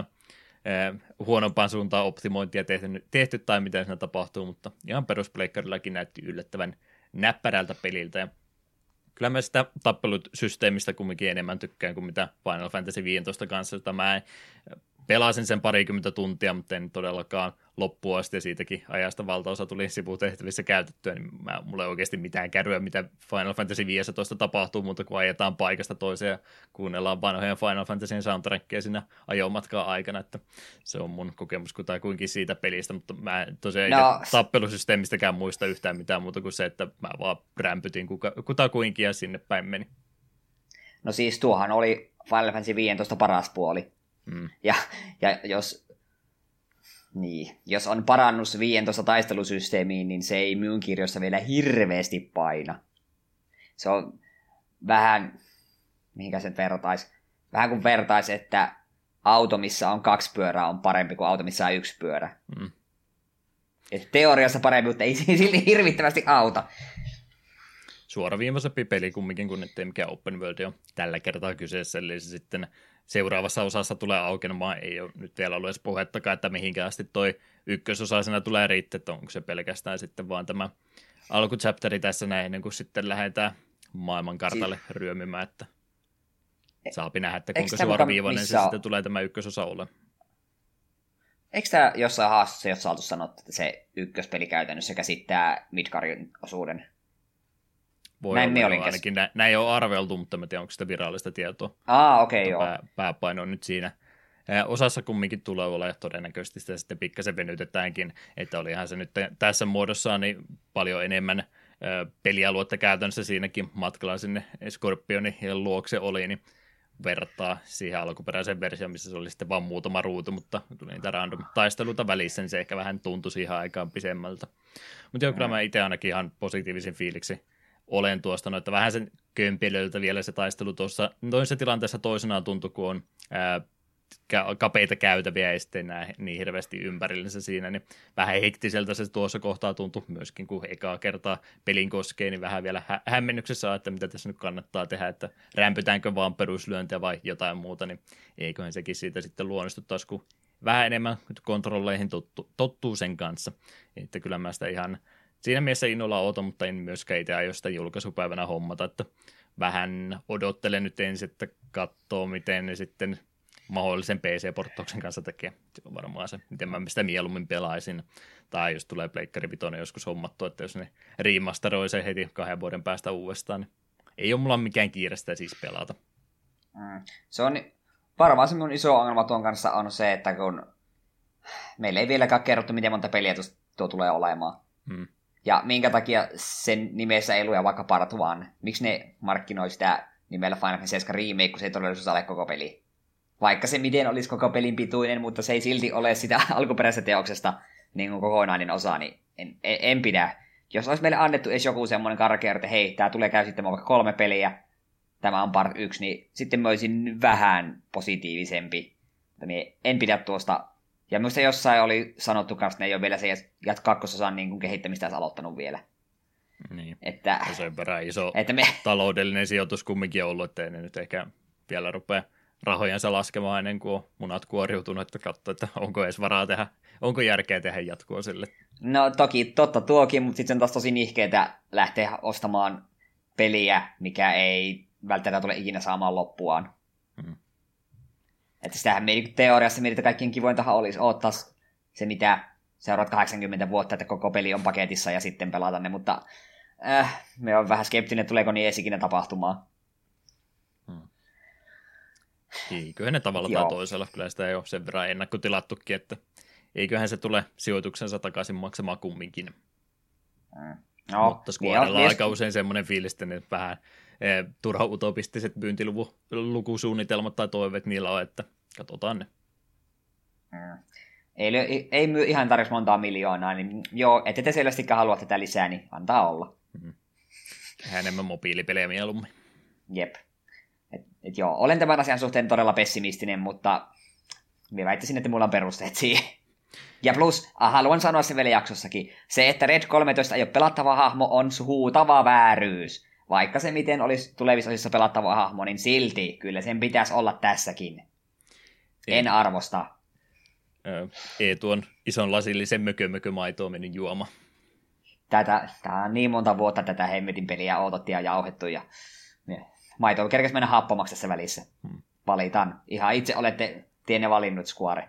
huonompaan suuntaan optimointia tehty, tehty tai miten siinä tapahtuu, mutta ihan peruspleikkarillakin näytti yllättävän näppärältä peliltä. Ja kyllä mä sitä tappelusysteemistä kumminkin enemmän tykkään kuin mitä Final Fantasy viisitoista kanssa, jota mä pelasin sen parikymmentä tuntia, mutta en todellakaan loppuun asti ja siitäkin ajasta valtaosa tuli sivutehtävissä käytettyä, niin mä, mulla ei oikeasti mitään kärryä, mitä Final Fantasy viisitoista tapahtuu, mutta kun ajetaan paikasta toiseen ja kuunnellaan vanhojen Final Fantasyn soundtrackia siinä ajomatkaa aikana, että se on mun kokemus kutakuinkin siitä pelistä, mutta mä en tosiaan no. tappelusysteemistäkään muista yhtään mitään muuta kuin se, että mä vaan rämpytin kuka, kutakuinkin ja sinne päin meni. No siis tuohan oli Final Fantasy viisitoista paras puoli. Mm. Ja, ja jos, niin, jos on parannus viisitoista taistelusysteemiin, niin se ei minun kirjoissa vielä hirveästi paina. Se on vähän, mihinkä sen vertais, vähän kuin vertais, että auto, missä on kaksi pyörää, on parempi kuin auto, missä on yksi pyörä. Mm. Et teoriassa parempi, mutta ei silti hirvittävästi auta. Suoraviivaisempi peli kumminkin, kun ettei mikään open world on tällä kertaa kyseessä, eli se sitten seuraavassa osassa tulee aukenemaan. Ei ole nyt vielä ollut edes puhettakaan, että mihinkään asti toi ykkösosa siinä tulee riittää, että onko se pelkästään sitten vaan tämä alkuchapteri tässä näin, ennen kuin sitten lähdetään maailmankartalle si- ryömimään, että saapi nähdä, että kuinka suoraviivainen se on... sitten tulee tämä ykkösosa ole. Eikö tämä jossain haasteessa, jos saatu sanoa, että se ykköspeli käytännössä käsittää Midgarin osuuden? Voi näin olla, olla ainakin. Nä, näin on arveltu, mutta mä tiedän, onko sitä virallista tietoa. Aa, okei, okay, Pää, joo. Pääpaino on nyt siinä. Ää, osassa kumminkin tulee olla, ja todennäköisesti sitä sitten pikkasen venytetäänkin, että olihan se nyt tässä muodossaan niin paljon enemmän ää, pelialuetta käytännössä siinäkin matkalla sinne Scorpionin luokse oli, niin vertaa siihen alkuperäiseen versioon, missä se oli sitten vain muutama ruutu, mutta tuli niitä random taisteluita välissä, niin se ehkä vähän tuntui siihen aikaan pisemmältä. Mutta joo, kyllä mä itse ainakin ihan positiivisen fiiliksi olen tuosta, no, että vähän sen kömpelöltä vielä se taistelu tuossa toisessa tilanteessa toisenaan tuntui, kun on ää, kapeita käytäviä ja sitten nää, niin hirveästi ympärillensä siinä, niin vähän hektiseltä se tuossa kohtaa tuntui myöskin, kun ekaa kertaa pelin koskee, niin vähän vielä hä- hämmennyksessä on, että mitä tässä nyt kannattaa tehdä, että rämpytäänkö vaan peruslyöntiä vai jotain muuta, niin eiköhän sekin siitä sitten luonnistu taas, kun vähän enemmän kontrolleihin tottu, tottuu sen kanssa, että kyllä mä sitä ihan siinä mielessä innolla odotan, mutta en myöskään itse aio sitä julkaisupäivänä hommata, että vähän odottelen nyt ensin, että katsoo, miten ne sitten mahdollisen P C-porttauksen kanssa tekee. Se on varmaan se, miten mä sitä mieluummin pelaisin. Tai jos tulee Pleikkari Vitoinen joskus hommattu, että jos ne remasteroi se heti kahden vuoden päästä uudestaan, niin ei ole mulla mikään kiire sitä siis pelata. Mm. Se on varmaan se minun iso ongelma tuon kanssa on se, että kun meillä ei vieläkään kerrottu, miten monta peliä tuo tulee olemaan. Mm. Ja minkä takia sen nimessä ei lue vaikka Part One. Miksi ne markkinoi sitä nimellä Final Fantasy seitsemän Remake, kun se ei todellisuudessa ole koko peli. Vaikka se miten olisi koko pelin pituinen, mutta se ei silti ole sitä alkuperäisestä teoksesta niin kuin kokonainen osa, niin en, en, en pidä. Jos olisi meille annettu edes joku semmoinen karkea, että hei, tämä tulee käsittämään vaikka kolme peliä, tämä on part yksi, niin sitten mä olisin vähän positiivisempi. Niin en pidä tuosta. Ja minusta jossain oli sanottu kanssa, että ne ei ole vielä se jat kakkososan niin kuin kehittämistä olisi aloittanut vielä. Niin, että, ja sen verran iso että me... taloudellinen sijoitus kumminkin ollut, että ei ne nyt ehkä vielä rupea rahojansa laskemaan ennen kuin on munat kuoriutunut, että katso, että onko edes varaa tehdä, onko järkeä tehdä jatkoa sille. No toki totta tuokin, mutta sitten on taas tosi nihkeetä lähteä ostamaan peliä, mikä ei välttämättä tule ikinä saamaan loppuaan. Hmm. Että sitähän me teoriassa mitä kaikkien kivointahan olisi odottaa se, mitä seuraat kahdeksankymmentä vuotta, että koko peli on paketissa ja sitten pelata ne, mutta äh, me on vähän skeptinen, tuleeko niin edes ikinä tapahtumaan. Hmm. Eiköhän ne tavalla Joo. tai toisella, kyllä sitä ei ole sen verran ennakkotilattukin, että eiköhän se tule sijoituksensa takaisin maksamaan kumminkin. Mm. No, mutta Squarella on aika usein semmoinen fiilis, että ne vähän eh, turha utopistiset myyntilukusuunnitelmat tai toiveet niillä on, että katsotaan ne. Mm. Ei, ei, ei myy ihan tarvitse montaa miljoonaa, niin joo, ette te selvästikään halua tätä lisää, niin antaa olla. Mm. Enemmän mobiilipelejä mieluummin. Jep. Et, et joo, olen tämän asian suhteen todella pessimistinen, mutta minä väittäisin, että mulla on perusteet siihen. Ja plus, haluan sanoa sen vielä jaksossakin, se, että Red kolmetoista ei ole pelattava hahmo, on huutava vääryys. Vaikka se miten olisi tulevissa osissa pelattava hahmo, niin silti kyllä sen pitäisi olla tässäkin. Ei. En arvosta. Ei tuon ison lasillisen mökö-mökö-maitoa mennyt juoma. Tätä, tämä on niin monta vuotta tätä hemmetin peliä odotettiin ja jauhettu ja maito kerkesi mennä happomaksi tässä välissä. Hmm. Valitan. Ihan itse olette tienne valinnut Square.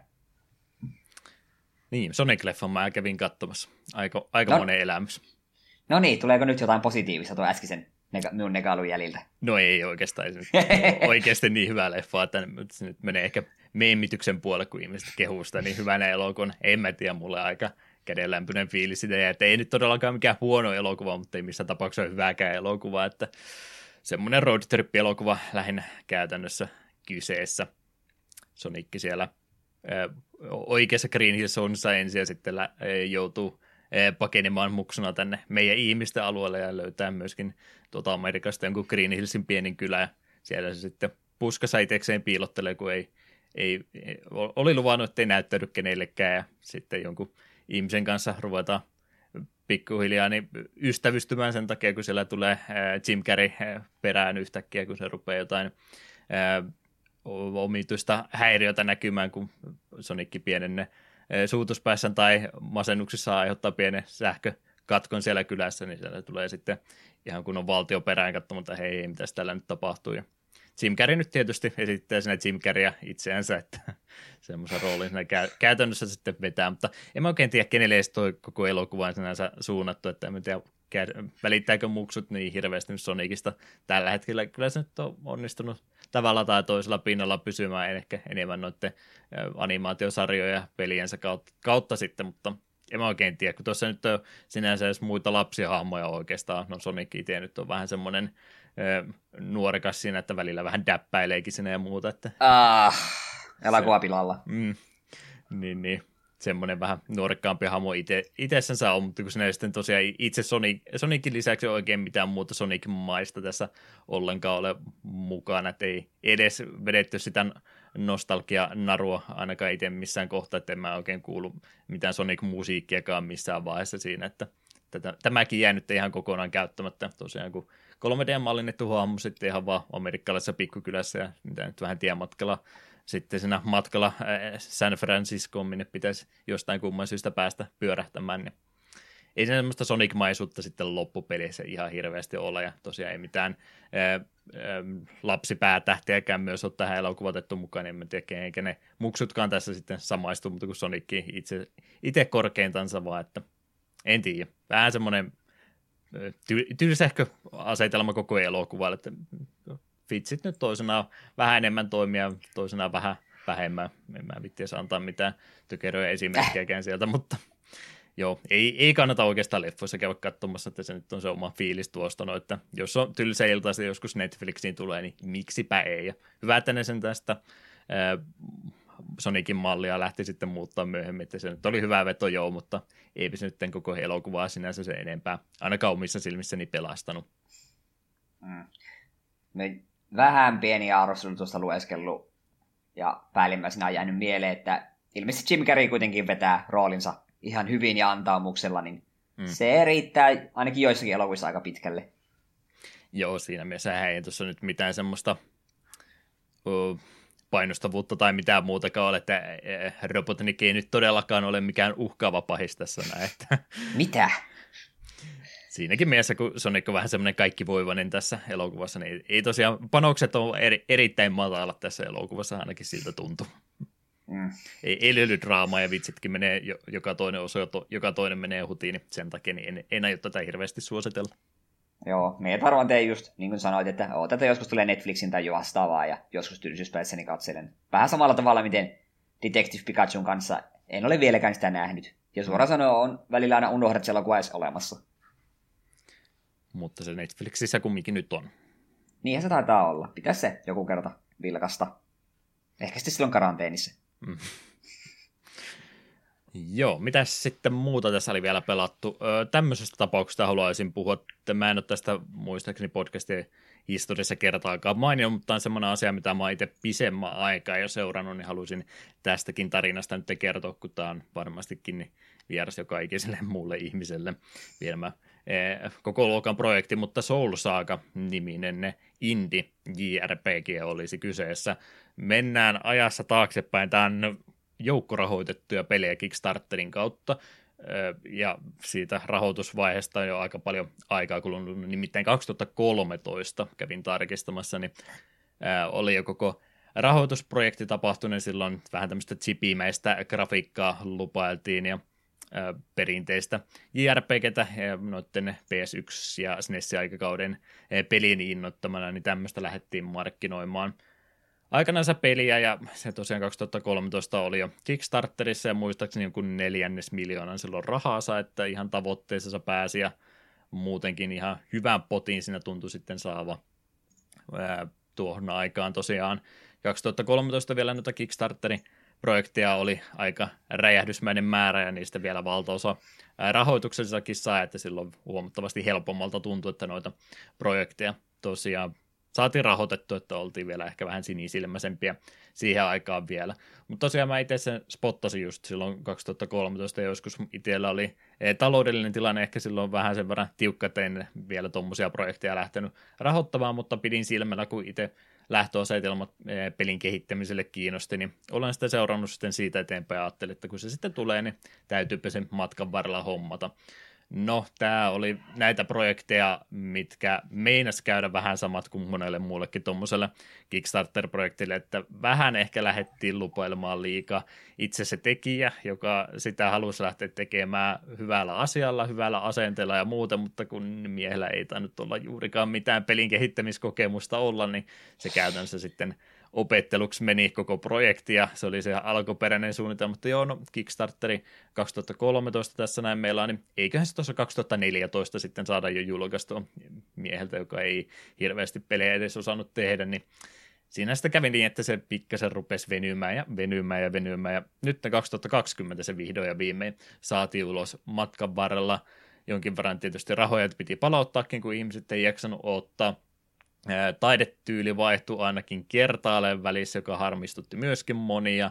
Niin, Sonic-leffan mä kävin katsomassa. Aika, aika no, monen elämys. No niin, tuleeko nyt jotain positiivista tuon äskeisen nega- minun negailun jäljiltä? No ei oikeastaan. Oikeasti niin hyvä leffa, että se nyt menee ehkä meemityksen puolelle, kun ihmiset kehuu sitä niin hyvänä elokuvan. En mä tiedä, mulle aika kädenlämpöinen fiilis sitä, että ei nyt todellakaan mikään huono elokuva, mutta ei missään tapauksessa hyvääkään elokuva, että semmoinen road trip-elokuva lähinnä käytännössä kyseessä. Sonic siellä ää, oikeassa Green Hill Zonessa ensin ja sitten lä- joutuu ää, pakenemaan muksuna tänne meidän ihmisten alueelle ja löytää myöskin tuota Amerikasta jonkun Green Hillsin pienin kylä ja siellä se sitten puskassa itsekseen piilottelee, kun ei, ei, oli luvannut, että ei näyttäydy kenellekään ja sitten jonkun ihmisen kanssa ruvetaan pikkuhiljaa niin ystävystymään sen takia, kun siellä tulee ää, Jim Carrey ää, perään yhtäkkiä, kun se rupeaa jotain ää, omituista häiriötä näkymään, kun Sonicki pienenne suutuspäässä tai masennuksissa aiheuttaa pienen sähkökatkon siellä kylässä, niin siellä tulee sitten ihan kun on valtio perään katsomaan, että hei, hei mitäs täällä nyt tapahtuu. Ja Jim Carrey nyt tietysti esittää sinne Jim Carreyä itseänsä, että semmoisen roolin siinä käytännössä sitten vetää, mutta en mä oikein tiedä, kenelle edes toi koko elokuva on sinänsä suunnattu, että en tiedä, välittääkö muksut niin hirveästi Sonicista tällä hetkellä. Kyllä se nyt on onnistunut tavalla tai toisella pinnalla pysymään ehkä enemmän noiden animaatiosarjoja ja peliensä kautta, kautta sitten, mutta en mä oikein tiedä, kun tuossa nyt on sinänsä edes muita lapsihahmoja oikeastaan. No Sonic itse nyt on vähän semmoinen ö, nuorekas siinä, että välillä vähän däppäileekin sinne ja muuta. Että ah, elokuvapilalla. Mm, niin, niin. Semmoinen vähän nuorekkaampi hamo ite, itsessänsä on, mutta kun sinä sitten tosiaan itse Sonic, Sonicin lisäksi oikein mitään muuta Sonic-maista tässä ollenkaan ole mukana, että ei edes vedetty sitä nostalgia-narua ainakaan itse missään kohtaa, että en mä oikein kuulu mitään Sonic-musiikkiakaan missään vaiheessa siinä, että tätä, tämäkin jää nyt ihan kokonaan käyttämättä tosiaan, kun kolme D-mallinnettu hahmo sitten ihan vaan amerikkalaisessa pikkukylässä ja mitä nyt vähän tiematkalla sitten siinä matkalla San Franciscoon, minne pitäisi jostain kumman syystä päästä pyörähtämään, niin ei se semmoista Sonic-maisuutta sitten loppupelissä ihan hirveästi ole, ja tosiaan ei mitään ää, ää, lapsipäätähtiäkään myös ole tähän elokuvatettu mukaan, niin en tiedä, eikä ne muksutkaan tässä sitten samaistu, mutta kuin Sonickin itse, itse korkeintansa vaan, että en tiedä. Vähän semmoinen ty- tylsähkö asetelma koko elokuvalle, että vitsit nyt toisenaan vähän enemmän toimia, toisenaan vähän vähemmän. En mä vittiä antaa mitään tökeröjä esimerkkejäkään sieltä, mutta joo, ei, ei kannata oikeastaan leffoissa käydä katsomassa, että se nyt on se oma fiilis tuosta, no, että jos on tylsä ilta, se joskus Netflixiin tulee, niin miksipä ei. Ja hyvä, että ne sen tästä ää, Sonicin mallia lähti sitten muuttaa myöhemmin, että se nyt oli hyvä veto, joo, mutta eipä se nyt koko elokuvaa sinänsä se enempää, ainakaan omissa silmissäni pelastanut. Mm. Me vähän pieniä arvosteluja tuosta lueskellut, ja päällimmäisenä on jäänyt mieleen, että ilmeisesti Jim Carrey kuitenkin vetää roolinsa ihan hyvin ja antaumuksella, niin mm. se riittää ainakin joissakin elokuvissa aika Joo, siinä mielessä ei tuossa nyt mitään semmoista uh, painostavuutta tai mitään muutakaan ole, että uh, Robotnik ei nyt todellakaan ole mikään uhkaava pahis tässä näin. Että mitä? Siinäkin mielessä, kun Sonic on vähän semmoinen kaikkivoivainen tässä elokuvassa, niin ei tosiaan panokset on eri, erittäin matalat tässä elokuvassa, ainakin siltä tuntuu. Mm. Ei, ei löydy draamaa ja vitsitkin menee, joka toinen osa, joka toinen menee hutiin, niin sen takia niin en, en aio tätä hirveästi suositella. Joo, me varmaan tee just, niin kuin sanoit, että oo, tätä joskus tulee Netflixin tai jo vastaavaa, ja joskus tylsyyspäissäni katselen. Vähän samalla tavalla, miten Detective Pikachun kanssa en ole vieläkään sitä nähnyt. Ja suoraan sanoen on välillä aina unohdat se elokuva edes olemassa. Mutta se Netflixissä kumminkin nyt on. Niinhän se taitaa olla. Pitäisi se joku kerta vilkasta. Ehkä sitten silloin karanteenissa. Mm. Joo, mitäs sitten muuta tässä oli vielä pelattu? Öö, tämmöisestä tapauksesta haluaisin puhua, että mä en ole tästä muistaakseni podcastien historiassa kertaakaan maininnut, mutta on semmoinen asia, mitä mä oon itse pisemmän aikaa jo seurannut, niin halusin tästäkin tarinasta nyt kertoa, kun tämä on varmastikin vieras joka ikiselle muulle ihmiselle vielä koko luokan projekti, mutta Soul Saga-niminen indie J R P G olisi kyseessä. Mennään ajassa taaksepäin, tämä on joukkorahoitettuja pelejä Kickstarterin kautta, ja siitä rahoitusvaiheesta on jo aika paljon aikaa kulunut, nimittäin kaksituhattakolmetoista kävin tarkistamassa, niin oli jo koko rahoitusprojekti tapahtunut, silloin vähän tämmöistä chipimäistä grafiikkaa lupailtiin, ja perinteistä J R P G:tä noiden P S yksi ja S N E S-aikakauden pelin innoittamana, niin tämmöistä lähdettiin markkinoimaan aikanaan peliä, ja se tosiaan kaksituhattakolmetoista oli jo Kickstarterissa, ja muistaakseni jonkun neljännes miljoonan silloin rahaa, että ihan tavoitteessa pääsi, ja muutenkin ihan hyvän potin siinä tuntui sitten saava. ää, tuohon aikaan tosiaan. kaksituhattakolmetoista vielä noita Kickstarterin projekteja oli aika räjähdysmäinen määrä ja niistä vielä valtaosa rahoituksensakin saa, että silloin huomattavasti helpommalta tuntui, että noita projekteja tosiaan saatiin rahoitettu, että oltiin vielä ehkä vähän sinisilmäisempiä siihen aikaan vielä. Mutta tosiaan mä itse sen spottasin just silloin kaksituhattakolmetoista, ja joskus itsellä oli taloudellinen tilanne ehkä silloin vähän sen verran tiukka, että en vielä tuommoisia projekteja lähtenyt rahoittamaan, mutta pidin silmällä, kun itse lähtöasetelmat pelin kehittämiselle kiinnosti, niin olen sitä seurannut sitten siitä eteenpäin ja ajattelin, että kun se sitten tulee, niin täytyypä sen matkan varrella hommata. No, tämä oli näitä projekteja, mitkä meinas käydä vähän samat kuin monelle muullekin tuommoiselle Kickstarter-projektille, että vähän ehkä lähdettiin lupailemaan liikaa itse se tekijä, joka sitä halusi lähteä tekemään hyvällä asialla, hyvällä asenteella ja muuta, mutta kun miehellä ei tainnut olla juurikaan mitään pelin kehittämiskokemusta olla, niin se käytännössä sitten opetteluksi meni koko projekti, ja se oli se alkuperäinen suunnitelma, mutta joo, no Kickstarteri kaksituhattakolmetoista tässä näin meillä on, niin eiköhän se tuossa kaksituhattaneljätoista sitten saada jo julkaistua mieheltä, joka ei hirveästi pelejä edes osannut tehdä, niin siinä sitä kävi niin, että se pikkasen rupesi venymään ja venymään ja venymään, ja nyt kaksituhattakaksikymmentä se vihdoin ja viimein saatiin ulos matkan varrella. Jonkin verran tietysti rahoja piti palauttaakin, kun ihmiset ei jaksanut odottaa. Taidetyyli vaihtui ainakin kertaalleen välissä, joka harmistutti myöskin monia.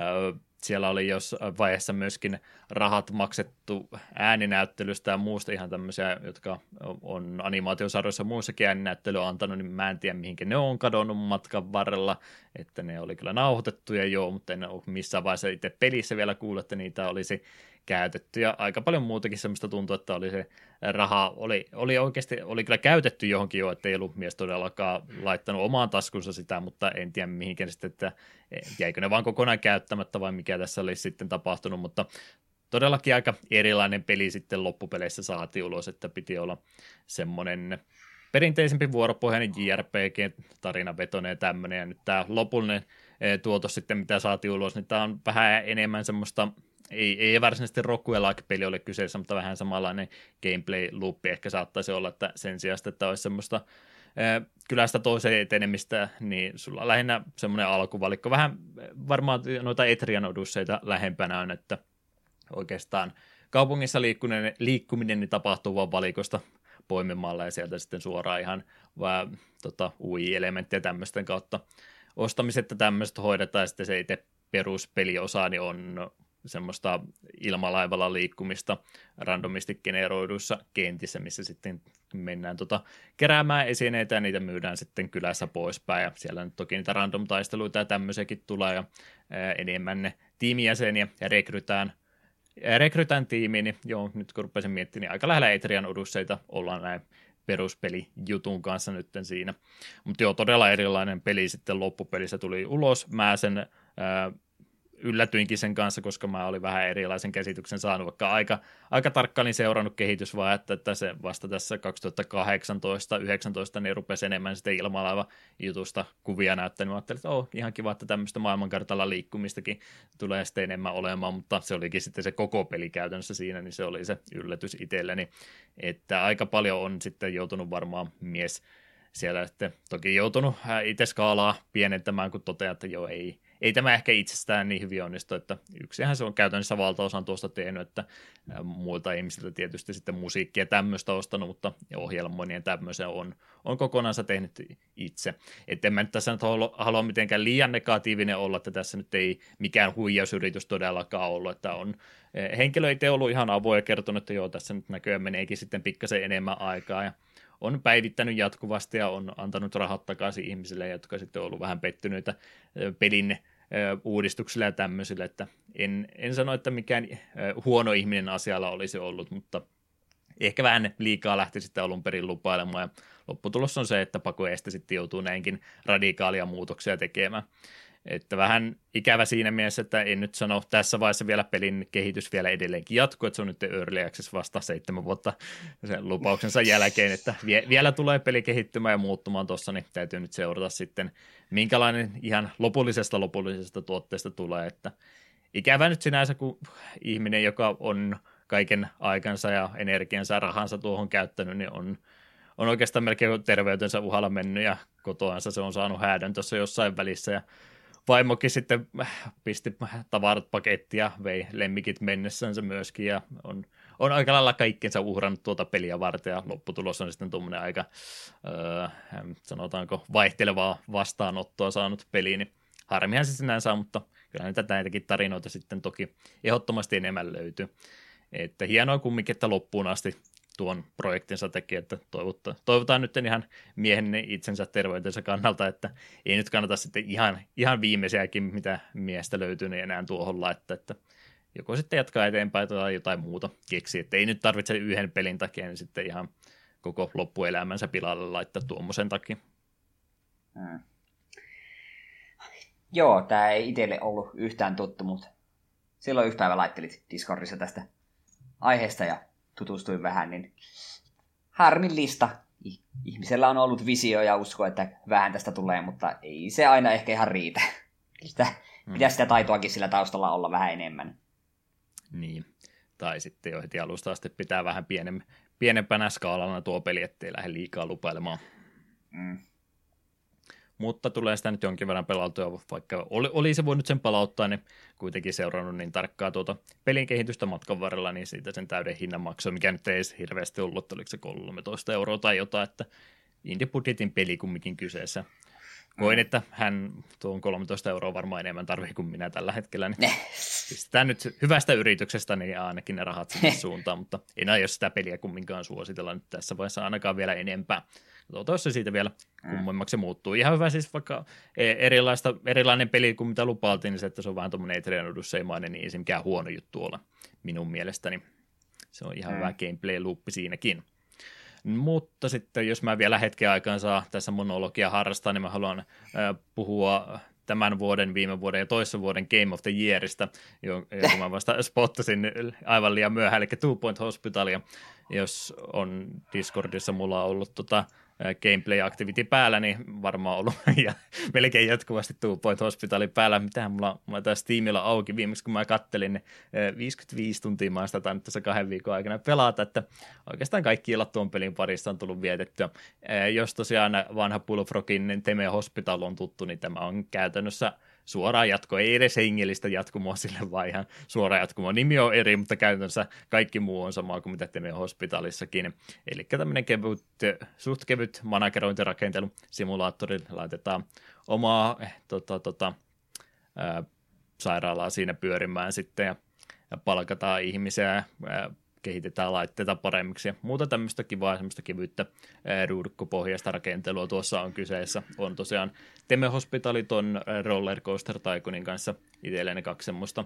Siellä oli jossain vaiheessa myöskin rahat maksettu ääninäyttelystä ja muusta ihan tämmöisiä, jotka on animaatiosarjoissa muissakin ääninäyttelyä antanut, niin mä en tiedä mihinkä ne on kadonnut matkan varrella, että ne oli kyllä nauhoitettuja joo, mutta en ole missään vaiheessa itse pelissä vielä kuullut, että niitä olisi käytetty, ja aika paljon muutakin semmoista tuntuu, että oli se raha, oli, oli oikeasti, oli kyllä käytetty johonkin jo, että ei ollut mies todellakaan laittanut omaan taskunsa sitä, mutta en tiedä mihinkä sitten, että jäikö ne vaan kokonaan käyttämättä vai mikä tässä olisi sitten tapahtunut, mutta todellakin aika erilainen peli sitten loppupeleissä saatiin ulos, että piti olla semmoinen perinteisempi vuoropohjainen J R P G, tarinavetoinen ja tämmöinen, ja nyt tämä lopullinen tuotos sitten, mitä saatiin ulos, niin tämä on vähän enemmän semmoista. Ei, ei varsinaisesti roguelike-peli ole kyseessä, mutta vähän samanlainen gameplay-loopi ehkä saattaisi olla, että sen sijaan, että olisi semmoista ää, kylästä toiseen etenemistä, niin sulla on lähinnä semmoinen alkuvalikko. Vähän varmaan noita Etrian odusseita lähempänä on, että oikeastaan kaupungissa liikkuminen, liikkuminen niin tapahtuu vaan valikosta poimimalla ja sieltä sitten suoraan ihan vaan, tota, U I-elementtejä tämmöisten kautta ostamiset ja tämmöistä hoidetaan, ja sitten se itse peruspeliosa niin on semmoista ilmalaivalla liikkumista randomisti generoiduissa kentissä, missä sitten mennään tota keräämään esineitä ja niitä myydään sitten kylässä poispäin, ja siellä nyt toki niitä random-taisteluita ja tämmöisiäkin tulee, ja ää, enemmän ne tiimijäseniä ja rekrytään, ja rekrytään tiimiin, niin joo, nyt kun rupesin miettimään, niin aika lähellä Etrian odusseita ollaan näin peruspelijutun kanssa nyt siinä, mutta joo, todella erilainen peli sitten loppupelissä tuli ulos, mä sen ää, yllätyinkin sen kanssa, koska mä olin vähän erilaisen käsityksen saanut, vaikka aika, aika tarkkaan seurannut kehitysvaihetta, että se vasta tässä kaksituhattakahdeksantoista yhdeksäntoista niin rupesi enemmän sitten ilmalaiva jutusta kuvia näyttänyt. Mä ajattelin, että oh, ihan kiva, että tämmöistä maailmankartalla liikkumistakin tulee sitten enemmän olemaan, mutta se olikin sitten se koko peli käytännössä siinä, niin se oli se yllätys itselleni, että aika paljon on sitten joutunut varmaan mies siellä sitten toki joutunut itse skaalaa pienentämään, kun toteaa, että joo, ei, ei tämä ehkä itsestään niin hyvin onnistu, että yksihän se on käytännössä valtaosan tuosta tehnyt, että muilta ihmisiltä tietysti sitten musiikkia tämmöistä ostanut, mutta ohjelmoinnin tämmöisen on, on kokonaansa tehnyt itse. Että en mä nyt tässä nyt halua mitenkään liian negatiivinen olla, että tässä nyt ei mikään huijausyritys todellakaan ollut, että on henkilö itse ollut ihan avoin ja kertonut, että joo, tässä nyt näköjään meneekin sitten pikkasen enemmän aikaa, ja on päivittänyt jatkuvasti ja on antanut rahat takaisin ihmisille, jotka sitten on ollut vähän pettyneitä pelin uudistuksille ja tämmöisille, että en, en sano, että mikään huono ihminen asialla olisi ollut, mutta ehkä vähän liikaa lähti sitten alun perin lupailemaan, ja lopputulos on se, että pakoeesta sitten joutuu näinkin radikaalia muutoksia tekemään. Että vähän ikävä siinä mielessä, että en nyt sano tässä vaiheessa vielä pelin kehitys vielä edelleenkin jatkuu, että se on nyt early access vasta seitsemän vuotta sen lupauksensa jälkeen, että vie, vielä tulee peli kehittymään ja muuttumaan tuossa, niin täytyy nyt seurata sitten, minkälainen ihan lopullisesta lopullisesta tuotteesta tulee, että ikävä nyt sinänsä, kun ihminen, joka on kaiken aikansa ja energiansa ja rahansa tuohon käyttänyt, niin on on oikeastaan melkein terveytensä uhalla mennyt ja kotoansa se on saanut häädön tuossa jossain välissä ja vaimokin sitten pisti tavarat pakettia ja vei lemmikit mennessänsä myöskin ja on, on aika lailla kaikkensa uhrannut tuota peliä varten ja lopputulos on sitten tuommoinen aika öö, sanotaanko vaihtelevaa vastaanottoa saanut peli, niin harmihan se sinänsä, mutta kyllä niitä näitäkin tarinoita sitten toki ehdottomasti enemmän löytyy. Että hienoa kumminkin, että loppuun asti tuon projektinsa teki, että toivotaan, toivotaan nyt ihan miehen itsensä terveytensä kannalta, että ei nyt kannata sitten ihan, ihan viimeisiäkin, mitä miestä löytyy, niin enää tuohon laittaa, että joko sitten jatkaa eteenpäin tai jotain muuta keksi, että ei nyt tarvitse yhden pelin takia, niin sitten ihan koko loppuelämänsä pilalle laittaa tuommoisen takia. Hmm. Joo, tämä ei itselle ollut yhtään tuttu, mutta silloin yksi päivä laittelit Discordissa tästä aiheesta ja tutustuin vähän, niin harmillista. Ihmisellä on ollut visio ja usko, että vähän tästä tulee, mutta ei se aina ehkä ihan riitä. Sitä, hmm. Pitäisi sitä taitoakin sillä taustalla olla vähän enemmän. Niin, tai sitten jo heti alusta asti pitää vähän pienem, pienempänä skaalana tuo peli, ettei lähde liikaa lupailemaan. Hmm. Mutta tulee sitä nyt jonkin verran pelautua, vaikka oli, oli se voinut sen palauttaa, niin kuitenkin seurannut niin tarkkaa tuota pelin kehitystä matkan varrella, niin siitä sen täyden hinnan maksoi, mikä nyt ei edes hirveästi ollut, oliko se kolmetoista euroa tai jotain, että indie-budjetin peli kumminkin kyseessä. Koin, mm. että hän tuon kolmetoista euroa varmaan enemmän tarvii kuin minä tällä hetkellä, niin pistetään nyt hyvästä yrityksestä niin ainakin ne rahat sinne suuntaan, mutta en aio sitä peliä kumminkaan suositella nyt tässä vaiheessa ainakaan vielä enempää. Toivottavasti siitä vielä kummemmaksi se muuttuu. Ihan hyvä siis vaikka erilaista, erilainen peli kuin mitä lupailtiin, niin se, että se on vähän tuommoinen Etrian Odyssey-mainen, niin ei se mikään huono juttu ole minun mielestäni. Se on ihan mm. hyvä gameplay-loopi siinäkin. Mutta sitten jos mä vielä hetken aikaan saa tässä monologia harrastaa, niin mä haluan äh, puhua tämän vuoden, viime vuoden ja toisen vuoden Game of the Yearista, jonka mä vasta spottasin aivan liian myöhään, eli Two Point Hospitalia, jos on Discordissa mulla on ollut tota gameplay activity päällä, niin varmaan ollut ja melkein jatkuvasti Two Point Hospitali päällä. Mitähän mulla, mulla tässä Steamilla auki viimeksi, kun mä kattelin, niin viisikymmentäviisi tuntia mä sitä nyt tässä kahden viikon aikana pelata, että oikeastaan kaikki illat tuon pelin parissa on tullut vietettyä. Jos tosiaan vanha Bullfrogin Teme Hospital on tuttu, niin tämä on käytännössä suoraan jatko, ei edes hengellistä jatkumoa sille, vaan ihan suoraan jatkumoa. Nimi on eri, mutta käytännössä kaikki muu on samaa kuin mitä Teme Hospitalissakin. Eli tämmöinen kevyt, suht kevyt managerointirakentelu simulaattorille laitetaan omaa eh, tota, tota, ää, sairaalaa siinä pyörimään sitten ja, ja palkataan ihmisiä ää, kehitetään laitteita paremmiksi ja muuta tämmöistä kivaa, semmoista kivyyttä ruudukkopohjaista rakentelua tuossa on kyseessä. On tosiaan Teme Hospitali ton Roller Coaster Tycoonin kanssa itselleni kaksi semmoista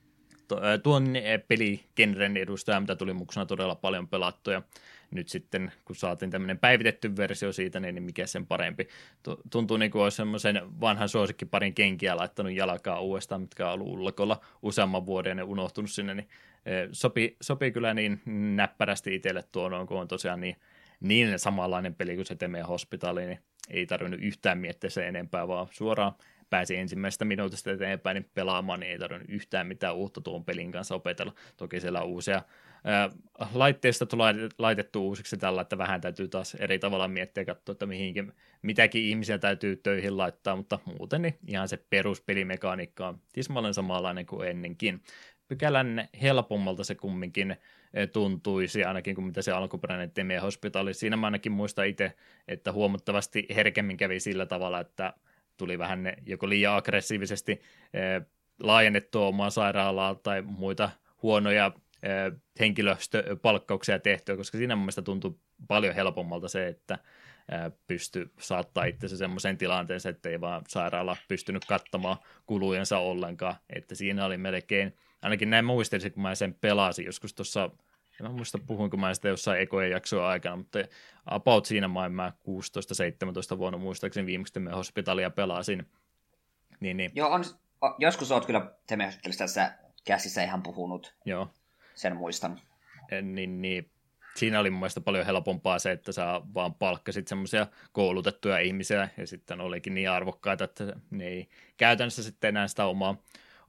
tuon peligenren edustajaa, mitä tuli muksena todella paljon pelattuja. Nyt sitten, kun saatiin tämmöinen päivitetty versio siitä, niin mikä sen parempi. Tuntuu niin kuin olisi semmoisen vanhan suosikkiparin kenkiä laittanut jalkaa uudestaan, mitkä on ollut ullakolla useamman vuoden ja unohtunut sinne, niin sopii, sopii kyllä niin näppärästi itselle tuonoon, kun on tosiaan niin, niin samanlainen peli kuin se Teme Hospitali, niin ei tarvinnut yhtään miettiä se enempää, vaan suoraan pääsi ensimmäisestä minuutista eteenpäin niin pelaamaan, niin ei tarvinnut yhtään mitään uutta tuon pelin kanssa opetella. Toki siellä on uusia ää, laitteista tulee laitettu uusiksi tällä, että vähän täytyy taas eri tavalla miettiä ja katsoa, että mihinkin, mitäkin ihmisiä täytyy töihin laittaa, mutta muuten niin ihan se peruspelimekaniikka on tismalleen samanlainen kuin ennenkin. Pykälän helpommalta se kumminkin tuntuisi, ainakin kuin mitä se alkuperäinen Teme Hospitali. Siinä mä ainakin muistan itse, että huomattavasti herkemmin kävi sillä tavalla, että tuli vähän ne, joko liian aggressiivisesti eh, laajennettua omaa sairaalaa tai muita huonoja eh, henkilöstöpalkkauksia tehtyä, koska siinä mun mielestä tuntui paljon helpommalta se, että eh, pystyi saattaa itsensä semmoiseen tilanteeseen, että ei vaan sairaala pystynyt kattamaan kulujensa ollenkaan, että siinä oli melkein, ainakin näin muistelisin, kun mä sen pelasin joskus tuossa, en mä muista puhuinko mä sitä jossain ekojen jaksoa aikana, mutta about siinä mä kuusitoista seitsemäntoista vuonna muistaakseni viimeksi Teme Hospitalia pelasin. Niin, niin. Joo, on, joskus oot kyllä Teme Hospitalista tässä käsissä ihan puhunut. Joo. Sen muistan. Niin, niin. Siinä oli mun mielestä paljon helpompaa se, että sä vaan palkkasit semmoisia koulutettuja ihmisiä ja sitten olikin niin arvokkaita, että ne ei käytännössä sitten enää sitä omaa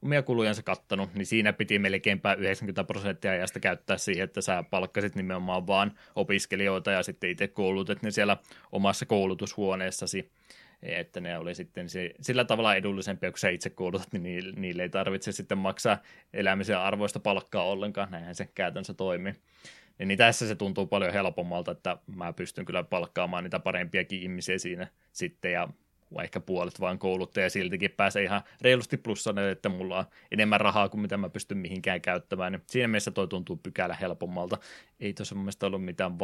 omia kulujansa kattanut, niin siinä piti melkeinpä yhdeksänkymmentä prosenttia ajasta käyttää siihen, että sä palkkasit nimenomaan vaan opiskelijoita ja sitten itse koulutet ne siellä omassa koulutushuoneessasi, että ne oli sitten sillä tavalla edullisempia, kun sä itse koulutat, niin niille ei tarvitse sitten maksaa elämisen arvoista palkkaa ollenkaan, näinhän se käytännössä toimii. Niin tässä se tuntuu paljon helpommalta, että mä pystyn kyllä palkkaamaan niitä parempiakin ihmisiä siinä sitten, ja ehkä puolet vaan kouluttaja siltikin pääsee ihan reilusti plussalle, että mulla on enemmän rahaa kuin mitä mä pystyn mihinkään käyttämään. Niin siinä mielessä toi tuntuu pykälä helpommalta. Ei tuossa mun mielestä ollut mitään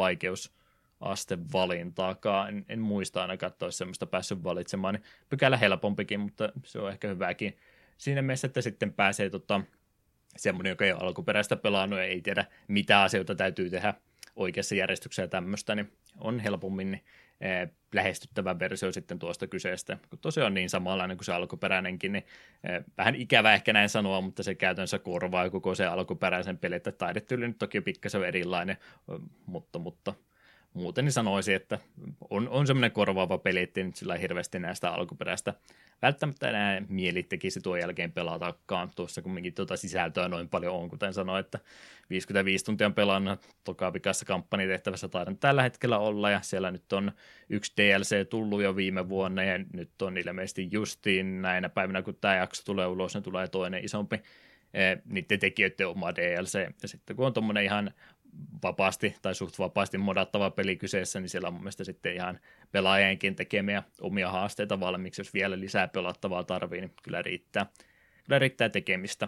vaikeusastevalintaakaan. En, en muista ainakaan, että olisi semmoista päässyt valitsemaan. Niin pykälä helpompikin, mutta se on ehkä hyväkin. Siinä mielessä, että sitten pääsee tota, semmoinen, joka ei ole alkuperäistä pelannut ja ei tiedä, mitä asioita täytyy tehdä oikeassa järjestyksessä ja tämmöistä, niin on helpommin niin, eh, lähestyttävä versio sitten tuosta kyseestä. Kun tosiaan on niin samanlainen kuin se alkuperäinenkin, niin eh, vähän ikävä ehkä näin sanoa, mutta se käytännössä korvaa koko se alkuperäisen peli, että taidetyyli nyt toki pikkasen erilainen, mutta, mutta muuten niin sanoisin, että on, on semmoinen korvaava peli, ettei nyt sillä hirveästi näistä alkuperäistä välttämättä enää mieli tekisi tuon jälkeen pelatakaan. Tuossa kumminkin tuota sisältöä noin paljon on, kuten sanoin, että viisikymmentäviisi tuntia on pelannut toka pikassa kampanjatehtävässä taidan tällä hetkellä olla, ja siellä nyt on yksi D L C tullut jo viime vuonna, ja nyt on ilmeisesti justiin näinä päivinä, kun tämä jakso tulee ulos, ne tulee toinen isompi niiden tekijöiden oma D L C, ja sitten kun on tuommoinen ihan vapaasti tai suht vapaasti modattava peli kyseessä, niin siellä on mun mielestä sitten ihan pelaajienkin tekemiä omia haasteita valmiiksi, jos vielä lisää pelattavaa tarvii, niin kyllä riittää, kyllä riittää tekemistä.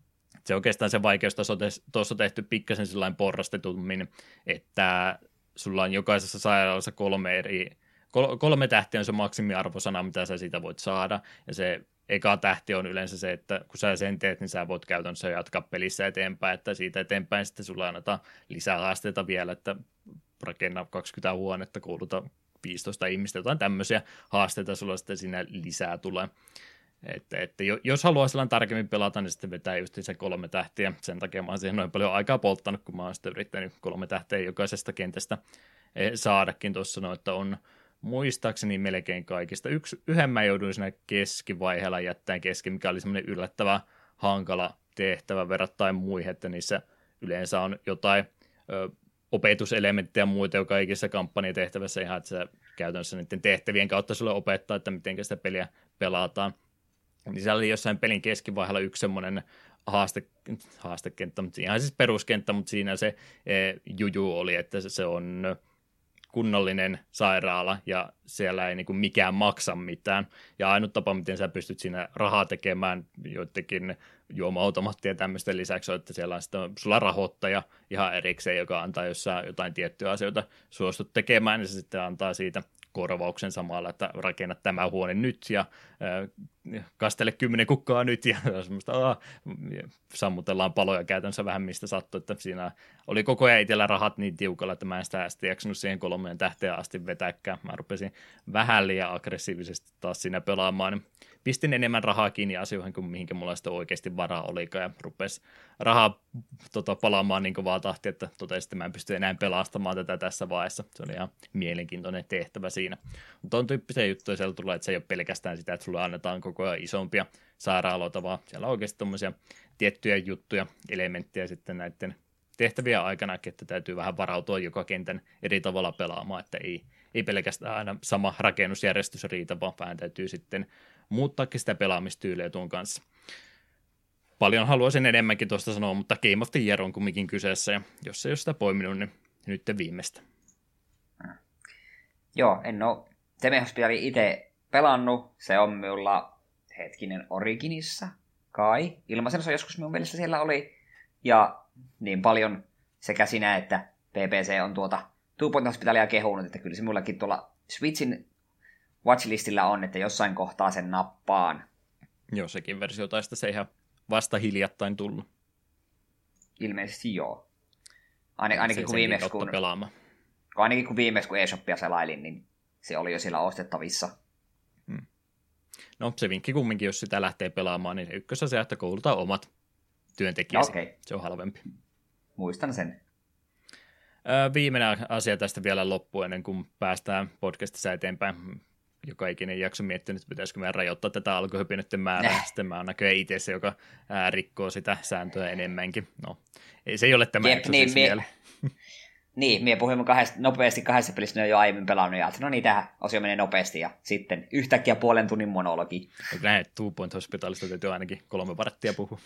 Se oikeastaan se vaikeustaso tuossa tehty pikkasen sellainen porrastetummin, että sulla on jokaisessa sairaalassa kolme eri, kolme tähtiä on se maksimiarvosana, mitä sä siitä voit saada, ja se eka tähti on yleensä se, että kun sä sen teet, niin sä voit käytännössä jatkaa pelissä eteenpäin, että siitä eteenpäin sitten sulla annetaan lisää haasteita vielä, että rakenna kaksikymmentä huonetta, kouluta viisitoista ihmistä, jotain tämmöisiä haasteita sulla sitten siinä lisää tulee. Että, että jos haluaa sellainen tarkemmin pelata, niin sitten vetää just se kolme tähtiä. Sen takia mä oon siihen noin paljon aikaa polttanut, kun mä oon sitten yrittänyt kolme tähteä jokaisesta kentästä saadakin. Tuossa no, että on muistaakseni melkein kaikista. Yksi, yhden mä jouduin siinä keskivaiheella jättämään kesken, mikä oli semmoinen yllättävä hankala tehtävä verrattain muihin, että niissä yleensä on jotain ö, opetuselementtejä ja muita jo kaikissa kampanjatehtävässä ihan, että se käytännössä niiden tehtävien kautta sulle opettaa, että miten sitä peliä pelataan. Niin siellä oli jossain pelin keskivaiheella yksi semmoinen haaste, haastekenttä, mutta ihan siis peruskenttä, mutta siinä se e, juju oli, että se, se on kunnollinen sairaala ja siellä ei niin kuin mikään maksa mitään. Ja ainut tapa, miten sä pystyt siinä rahaa tekemään joidenkin juoma-automaattien ja tämmöisten lisäksi on, että siellä on sitten sulla rahoittaja ihan erikseen, joka antaa, jos sä jotain tiettyjä asioita suostut tekemään, niin se sitten antaa siitä korvauksen samalla, että rakennat tämä huone nyt ja äh, kastele kymmenen kukkaa nyt ja semmoista, aah, sammutellaan paloja käytännössä vähän mistä sattui, että siinä oli koko ajan itsellä rahat niin tiukalla, että mä en sitä asti jaksanut siihen kolmeen tähteen asti vetääkään. Mä rupesin vähän liian aggressiivisesti taas siinä pelaamaan, niin pistin enemmän rahaa kiinni asioihin kuin mihinkä mulla sitten oikeasti varaa olikaan ja rupesi rahaa tota, palaamaan niin kovaa tahtia, että totesin, että mä en pysty enää pelastamaan tätä tässä vaiheessa. Se oli ihan mielenkiintoinen tehtävä siinä. Mutta on tyyppisiä juttuja siellä tulee, että se ei ole pelkästään sitä, että sulle annetaan koko ajan isompia sairaaloita, vaan siellä on oikeasti tommosia tiettyjä juttuja, elementtejä sitten näiden tehtäviä aikana, että täytyy vähän varautua joka kentän eri tavalla pelaamaan, että ei, ei pelkästään aina sama rakennusjärjestys riitä, vaan vähän täytyy sitten muuttaakin sitä pelaamistyyliä tuon kanssa. Paljon haluaisin enemmänkin tuosta sanoa, mutta Game of the Year on kumminkin kyseessä, ja jos ei ole sitä poiminut, niin nyt viimeistä. Joo, en ole Temehospia itse pelannut. Se on minulla hetkinen Originissa, kai. Ilmaisen se joskus minun mielestä siellä oli. Ja niin paljon sekä sinä että P P C on tuota Two Point Hospitalia kehunut, että kyllä se mullakin tuolla Switchin watchlistillä on, että jossain kohtaa sen nappaan. Joo, sekin versio taista se ihan vasta hiljattain tullut. Ilmeisesti joo. Aine, ainakin, kun viimeksi, kun, ainakin kun viimeksi kun eShopia selailin, niin se oli jo siellä ostettavissa. Hmm. No se vinkki kumminkin, jos sitä lähtee pelaamaan, niin ykkössä että koulutaan omat työntekijäsi. Okay. Se on halvempi. Muistan sen. Öö, viimeinen asia tästä vielä loppuun, ennen kuin päästään podcastissa eteenpäin. joka ikinen jakso miettinyt, että pitäisikö meidän rajoittaa tätä alkuhypinöiden määrää. Sitten mä oon näköjään itse se, joka ää, rikkoo sitä sääntöä enemmänkin. No, ei, se ei ole tämä Jep, jakso niin, siis mie- vielä. Niin, minä puhuin kahdesta, nopeasti kahdessa pelissä, ne on jo aiemmin pelannut, ja no niin, tähän osio menee nopeasti, ja sitten yhtäkkiä puolen tunnin monologi. Näin, Two Point Hospitalista täytyy ainakin kolme varttia puhua.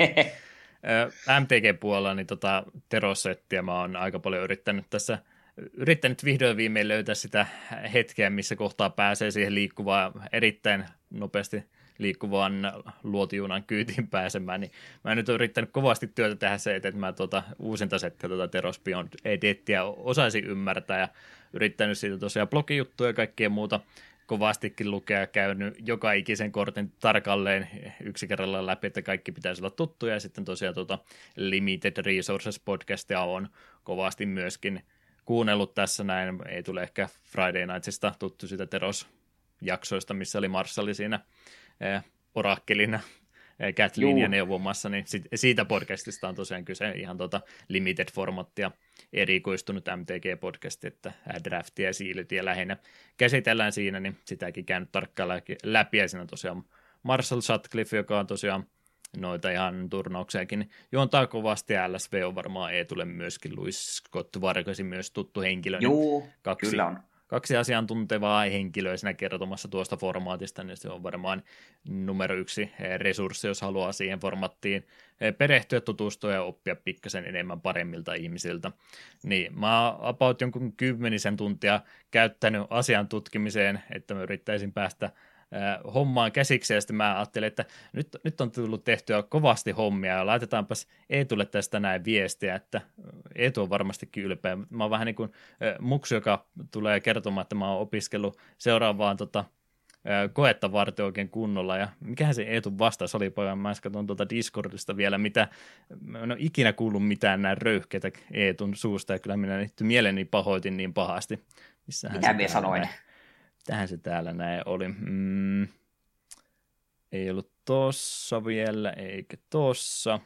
M T G-puolella niin tota Teros-settiä mä oon aika paljon yrittänyt tässä, yrittänyt vihdoin viimein löytää sitä hetkeä, missä kohtaa pääsee siihen liikkuvaan, erittäin nopeasti liikkuvaan luotijunan kyytiin pääsemään, niin mä nyt oon yrittänyt kovasti työtä tehdä se, että mä tuota uusinta settiä, tuota Teros Beyond Edettiä osaisin ymmärtää, ja yrittänyt siitä tosiaan blogijuttuja ja kaikkea muuta kovastikin lukea ja käynyt joka ikisen kortin tarkalleen yksi kerrallaan läpi, että kaikki pitäisi olla tuttuja, ja sitten tosiaan tuota Limited Resources podcastia on kovasti myöskin kuunnellut tässä näin, ei tule ehkä Friday Nightsista tuttu sitä Teros-jaksoista, missä oli Marshalli siinä eh, orakkelina Cathleenia neuvomassa, niin sit, siitä podcastista on tosiaan kyse ihan tuota limited-formattia erikoistunut M T G-podcasti, että draftia ja siilityä lähinnä käsitellään siinä, niin sitäkin käynyt tarkkaan läpi, ja siinä on tosiaan Marshall Sutcliffe, joka on tosiaan noita ihan turnauksiakin juontaa kovasti, ja L S V on varmaan Eetulle myöskin, Louis Scott Vargasi myös tuttu henkilö. Joo, niin kaksi, kyllä on. Kaksi asiantuntevaa henkilöä siinä kertomassa tuosta formaatista, niin se on varmaan numero yksi resurssi, jos haluaa siihen formattiin perehtyä, tutustua ja oppia pikkasen enemmän paremmilta ihmisiltä. Niin, mä oon about jonkun kymmenisen tuntia käyttänyt asian tutkimiseen, että mä yrittäisin päästä hommaan käsiksi, ja sitten mä ajattelin, että nyt, nyt on tullut tehtyä kovasti hommia, ja laitetaanpas Eetulle tästä näin viestiä, että Eetu on varmastikin ylpeä. Mä oon vähän niin kuin muksu, joka tulee kertomaan, että mä oon opiskellut seuraavaan tota, koetta varten oikein kunnolla, ja mikähän se Eetun vastaus oli, pojan, mä katson tuolta Discordista vielä, mitä, mä en ole ikinä kuullut mitään näin röyhkeitä Eetun suusta, ja kyllä minä nyt mieleni pahoitin niin pahasti. Missähän mitä minä sanoin? Näin? Tähän se täällä näin oli. Mm, ei ollut tossa vielä, eikä tossa.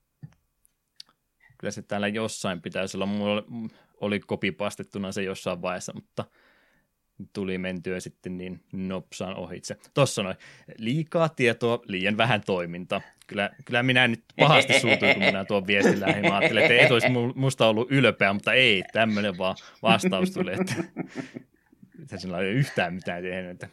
Kyllä se täällä jossain pitäisi olla. Mulla oli kopipastettuna se jossain vaiheessa, mutta tuli mentyä sitten niin nopsaan ohitse. Tossa noin. Liikaa tietoa, liian vähän toiminta. Kyllä, kyllä minä nyt pahasti suutuin, kun minä tuon viestin lähdin. Mä ajattelin, että ei olisi musta ollut ylpeä, mutta ei, tämmöinen vaan vastaus tuli, että että sillä ei ole yhtään mitään tehnyt, että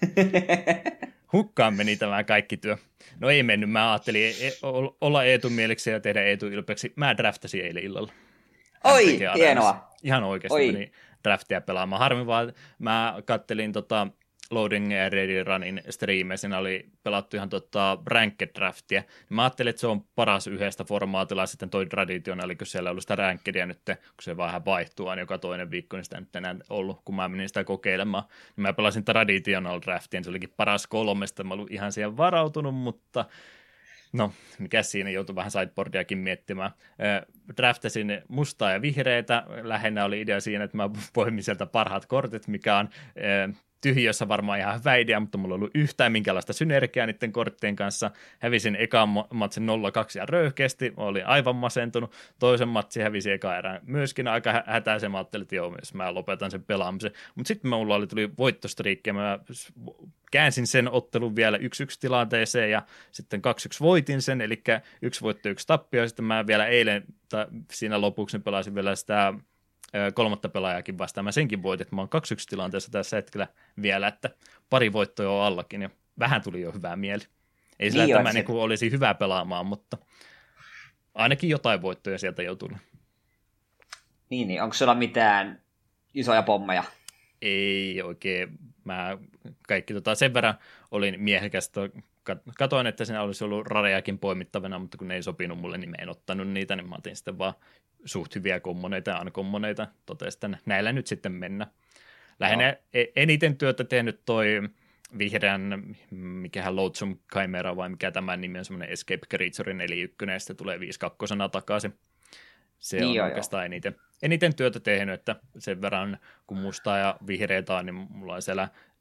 hukkaan meni tämä kaikki työ. No ei mennyt, mä ajattelin olla Eetun mieleksi ja tehdä Eetun ylpeäksi. Mä draftasin eilen illalla. Oi, hienoa. Ihan oikeasti meni draftia pelaamaan. Harmi vaan, mä kattelin tota Loading Ready Runin striimejä, siinä oli pelattu ihan tota ranked draftia. Mä ajattelin, että se on paras yhdestä formaatilla, ja sitten toi traditionaali, kun siellä ollut sitä rankedia nyt, kun se vähän vaihtuu aina joka toinen viikko, niin sitä nyt enää ollut, kun mä menin sitä kokeilemaan. Niin mä pelasin traditional draftia, se olikin paras kolmesta, mä olin ihan siihen varautunut, mutta no, mikä siinä joutui vähän sideboardiakin miettimään. Draftasin mustaa ja vihreitä, lähinnä oli idea siinä, että mä poimin sieltä parhaat kortit, mikä on tyhjössä varmaan ihan hyvä idea, mutta mulla ei ollut yhtään minkäänlaista synergiaa niiden korttien kanssa. Hävisin ekan matsin nolla kaksi ja röyhkeästi, olin aivan masentunut. Toisen matsin hävisin eka erään myöskin aika hätäisen. Mä ajattelin, että joo, jos mä lopetan sen pelaamisen. Mutta sitten mulla oli, tuli voittostriikki ja mä käänsin sen ottelun vielä yksi yksi tilanteeseen ja sitten kaksi yksi voitin sen, eli yksi voitto, yksi tappio. Ja sitten mä vielä eilen, tai siinä lopuksi pelasin vielä sitä kolmatta pelaajakin vastaan. Mä senkin voitin, että mä oon kaksi yksi tilanteessa tässä hetkellä vielä, että pari voittoa on allakin, ja vähän tuli jo hyvää mieli. Ei sillä, niin että mä se... niin olisi hyvä pelaamaan, mutta ainakin jotain voittoja sieltä jo tuli. Niin, niin. Onko sulla mitään isoja pommeja? Ei oikein. Mä kaikki tota, sen verran olin miehekästä. Katoin, että siinä olisi ollut rarejakin poimittavana, mutta kun ne ei sopinut mulle, niin mä en ottanut niitä, niin mä otin sitten vaan suht hyviä kommoneita ja unkommoneita. Totesin, että näillä nyt sitten mennä. Lähinnä no. eniten työtä tehnyt toi vihreän, mikähän Loathsome Chimera vai mikä tämä nimi on, semmoinen Escape Creature eli ykkönen, ja sitten tulee viisi kakkosena takaisin. Se niin on jo, oikeastaan jo. eniten, eniten työtä tehnyt, että sen verran kun mustaa ja vihreitä on, niin mulla on siellä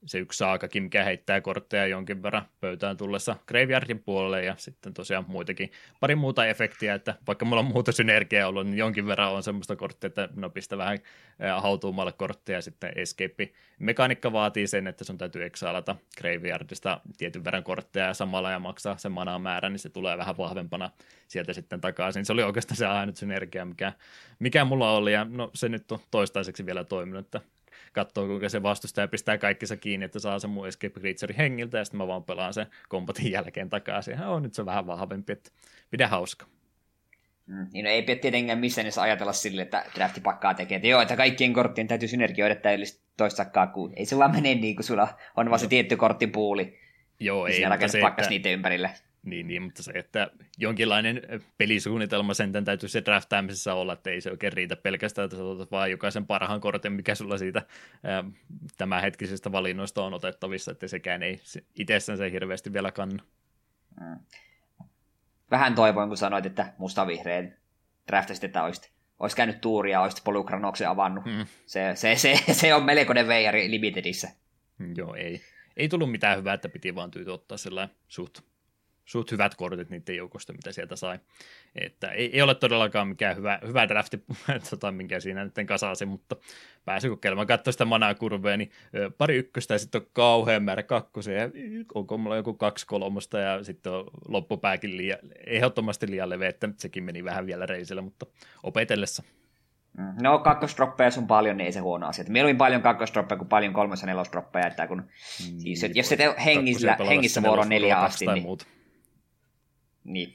se yksi saakakin, mikä heittää kortteja jonkin verran pöytään tullessa graveyardin puolelle, ja sitten tosiaan muitakin, pari muuta efektiä, että vaikka mulla on muuta synergiaa ollut, niin jonkin verran on semmoista korttia, että no pistä vähän hautuumalle kortteja, ja sitten escape-mekaniikka vaatii sen, että sun täytyy exalata graveyardista tietyn verran kortteja ja samalla ja maksaa sen manaa määrä, niin se tulee vähän vahvempana sieltä sitten takaisin. Se oli oikeastaan se ainut synergia, mikä, mikä mulla oli, ja no se nyt on toistaiseksi vielä toiminut, että katsoo, kuinka se vastustaja pistää kaikkinsa kiinni, että saa sen mun escape creaturein hengiltä, ja sitten mä vaan pelaan sen kombatin jälkeen takaisin. Ja on nyt se vähän vahvempi, että pidä hauska. Mm, niin no ei pidä tietenkään missään niissä ajatella sille, että draftipakkaa tekee, että joo, että kaikkien korttien täytyy synergioida, että ei olisi toistakaan kuin. Ei se vaan mene niin, kun sulla on vaan se tietty korttipuuli. Joo, ei. Mutta se, pakkas että... niiden ympärille. Niin, niin, mutta se, että jonkinlainen pelisuunnitelma senten täytyy se draftaamisessa olla, että ei se oikein riitä pelkästään, että sä otat vaan jokaisen parhaan kortin, mikä sulla siitä ää, tämänhetkisestä valinnoista on otettavissa, että sekään ei itsessään se hirveästi vielä kanna. Mm. Vähän toivoin, kun sanoit, että musta-vihreän draftasit, että olisit, olisi käynyt tuuria ja olisit Polykranoksen avannut. Mm. Se, se, se, se on melkoinen veijari Limitedissä. Joo, ei. Ei tullut mitään hyvää, että piti vaan tyyty ottaa sellainen suht suht hyvät kortit niiden joukosta, mitä sieltä sai. Että ei, ei ole todellakaan mikään hyvä, hyvä drafti, tota, minkä siinä nyt kasasi, mutta pääsin kokeilemaan. Katsoin sitä manaa-kurvea, niin pari ykköstä ja sitten on kauhean määrä kakkosia, ja onko mulla joku kaksi kolmosta, ja sitten on loppupääkin liian, ehdottomasti liian leveä, että sekin meni vähän vielä reisillä, mutta opetellessa. No kakkosdroppeja sun paljon, niin ei se huono asia. Mieluummin paljon kakkosdroppeja kuin paljon kolmos- ja nelosdroppeja, että kun, mm, siis, niin, jos se hengissä, hengissä vuoro neljä asti, niin... Muuta. Niin.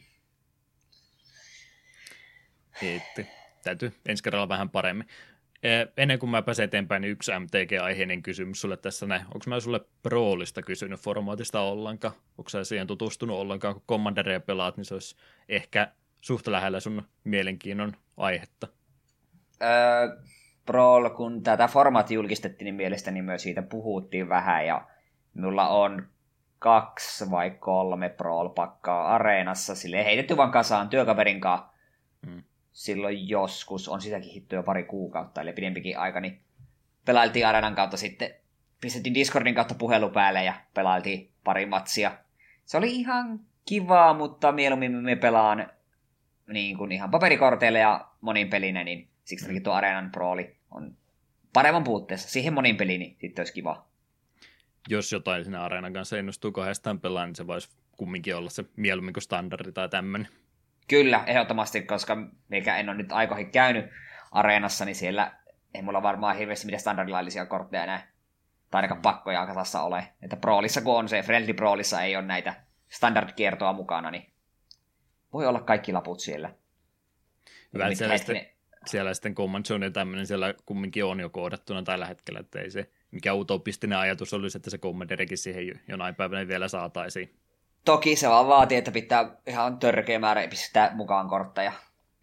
Että, täytyy ensi kerralla vähän paremmin. Ennen kuin mä pääsen eteenpäin, niin yksi M T G-aiheinen kysymys sulle tässä näin. Onko mä sulle Brawlista kysynyt formaatista ollenkaan? Onko sä siihen tutustunut ollenkaan, kun Commanderia pelaat, niin se olisi ehkä suht lähellä sun mielenkiinnon aihetta. Öö, Brawl, kun tätä formaatti julkistettiin, niin mielestäni myös siitä puhuttiin vähän, ja minulla on kaksi vai kolme Brawl-pakkaa areenassa, silleen heitetty vaan kasaan työkaverin kanssa. Hmm. Silloin joskus, on sitäkin hittu jo pari kuukautta, eli pidempikin aika, niin pelailtiin areenan kautta sitten, pistettiin Discordin kautta puhelu päälle ja pelailtiin pari matsia. Se oli ihan kivaa, mutta mieluummin me pelaan niin kuin ihan paperikorteille ja monin pelinä, niin siksi hmm. tuo areenan Brawli on paremman puutteessa. Siihen monin peliin, niin sitten olisi kiva. Jos jotain siinä areenan kanssa innostuu kahdestaan pelaa, niin se voisi kumminkin olla se mieluummin kuin standardi tai tämmöinen. Kyllä, ehdottomasti, koska mikä en ole nyt aikoihin käynyt areenassa, niin siellä ei mulla varmaan hirveästi mitään standardilaillisia kortteja enää, tai ainakaan pakkoja kasassa ole. Että Brawlissa, kun on se Friendly Brawlissa, ei ole näitä standard-kiertoa mukana, niin voi olla kaikki laput siellä. Hyvä, että siellä, sitten, siellä sitten Command Zone ja tämmöinen siellä kumminkin on jo koodattuna tällä hetkellä, että ei se mikä utopistinen ajatus olisi, että se Commanderikin siihen jonain päivänä vielä saataisiin. Toki se vaan vaatii, että pitää ihan törkeä määrä pistää mukaan kortteja.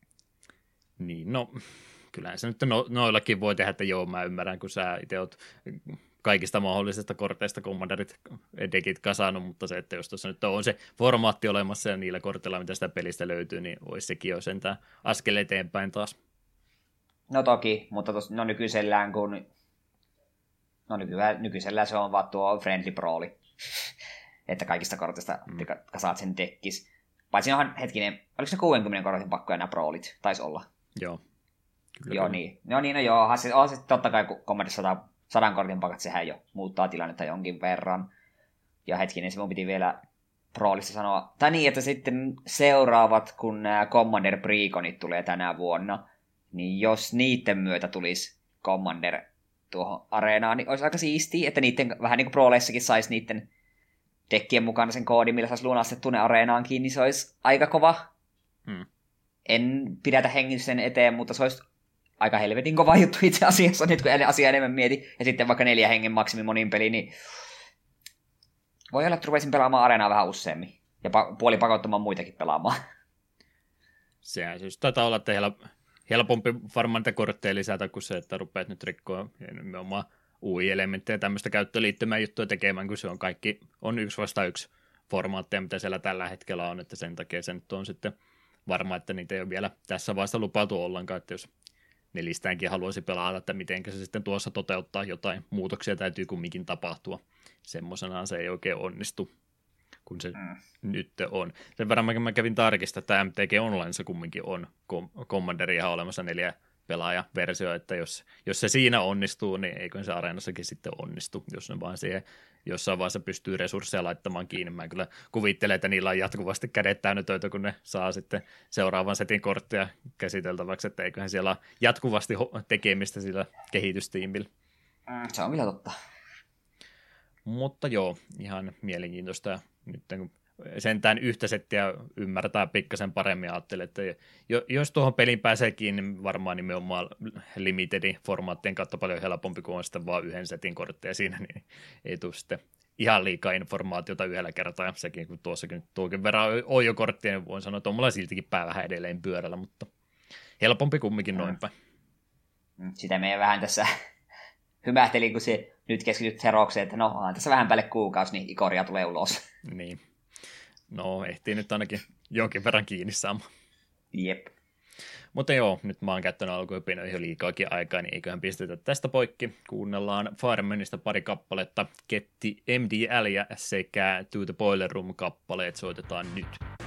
Niin, no kyllähän se nyt no, noillakin voi tehdä, että joo, mä ymmärrän, kun sä itse oot kaikista mahdollisista korteista Commanderit dekit kasannut, mutta se, että jos tuossa nyt on se formaatti olemassa ja niillä korteilla, mitä sitä pelistä löytyy, niin olisi sekin jo sentään askel eteenpäin taas. No toki, mutta tos, no nykyisellään kun No nykyään, nykyisellä se on vaan tuo Friendly Brawli, että kaikista kortista mm. kasaat sen dekkis. Paitsi onhan hetkinen, oliko se kuudenkymmenen kortin pakkoja nämä Brawlit? Taisi olla. Joo. Kyllä joo, niin. No niin, no joo, onhan se, onhan se totta kai, kun Commandissa sadan kortin pakat, sehän jo muuttaa tilannetta jonkin verran. Ja hetkinen, se mun piti vielä Brawlista sanoa. Tai niin, että sitten seuraavat, kun nämä Commander Preconit tulee tänä vuonna, niin jos niiden myötä tulisi Commander tuohon areenaan, niin olisi aika siistiä, että niiden, vähän niin kuin Brawleissakin saisi niiden dekkien mukana sen koodin, millä saisi lunastettua ne areenaankin, niin se olisi aika kova. Hmm. En pidätä hengissä sen eteen, mutta se olisi aika helvetin kova juttu itse asiassa, nyt kun asiaa enemmän mieti. Ja sitten vaikka neljä hengen maksimi monin peli, niin voi olla, että ruvaisin pelaamaan areenaa vähän useammin. Ja pa- puoli pakottamaan muitakin pelaamaan. Sehän siis taitaa olla, että helpompi varmaan niitä kortteja lisätä kuin se, että rupeat nyt rikkoa nimenomaan U I-elementtejä ja tämmöistä käyttöliittymää juttuja tekemään, kun se on kaikki, on yksi vasta yksi formaatteja, mitä siellä tällä hetkellä on, että sen takia se nyt on sitten varma, että niitä ei ole vielä tässä vaiheessa lupailtu ollenkaan, että jos nelistäänkin haluaisi pelata, että miten se sitten tuossa toteuttaa jotain. Muutoksia täytyy kumminkin tapahtua. Semmoisenaan se ei oikein onnistu, kun se mm. nyt on. Sen verran mä kävin tarkistaa, että M T G Onlinessa kumminkin on Commanderi ihan olemassa neljä pelaajaversio, että jos, jos se siinä onnistuu, niin eikö se areenassakin sitten onnistu, jos ne vaan siihen jossain vaiheessa pystyy resursseja laittamaan kiinni. Mä kyllä kuvittelen, että niillä on jatkuvasti kädet täynnä töitä, kun ne saa sitten seuraavan setin korttia käsiteltäväksi, että eiköhän siellä ole jatkuvasti tekemistä sillä kehitystiimillä. Mm, se on kyllä totta. Mutta joo, ihan mielenkiintoista. Nyt kun sentään yhtä settiä ymmärtää pikkasen paremmin, ajattelin, että jos tuohon pelin pääseekin, niin varmaan nimenomaan limitedin formaattien kautta paljon helpompi, kuin on sitten vaan yhden setin kortteja siinä, niin ei tule sitten ihan liikaa informaatiota yhdellä kertaa, ja sekin kun tuossakin tuokin verran on jo korttia, niin voin sanoa, että on mulla siltikin pää vähän edelleen pyörällä, mutta helpompi kumminkin mm. noin päin. Sitä meidän vähän tässä hymähtelin, kun se nyt keskityt Herokseen, että no, on tässä vähän päälle kuukausi, niin Ikoria tulee ulos. Niin. No, ehtii nyt ainakin jonkin verran kiinni saamaan. Jep. Mutta joo, nyt mä oon käyttänyt alkuopinnoihin jo liikaakin aikaa, niin eiköhän pistetä tästä poikki. Kuunnellaan Firemanista pari kappaletta, Ketti M D L ja sekä To the Boiler Room kappaleet soitetaan nyt.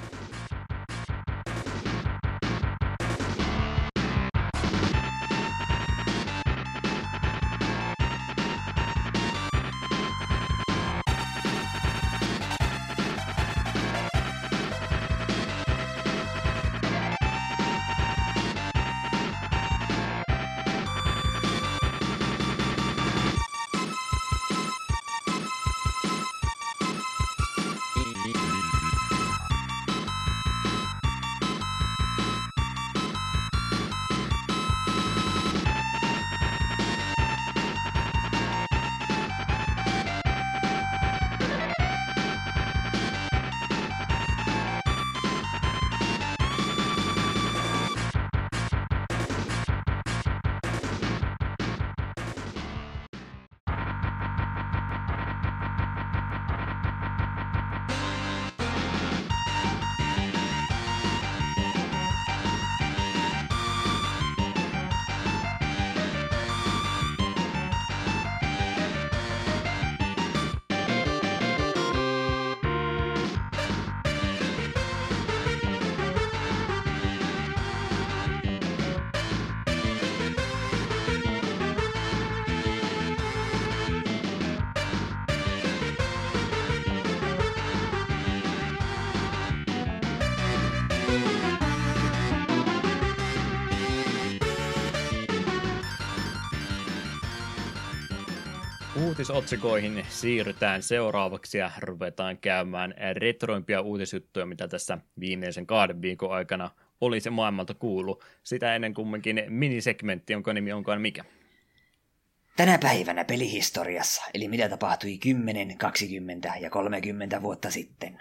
Uutisotsikoihin siirrytään seuraavaksi ja ruvetaan käymään retroimpia uutisjuttuja, mitä tässä viimeisen kahden viikon aikana olisi maailmalta kuullut. Sitä ennen kumminkin minisegmentti, jonka nimi onkaan mikä? Tänä päivänä pelihistoriassa, eli mitä tapahtui kymmenen, kaksikymmentä ja kolmekymmentä vuotta sitten.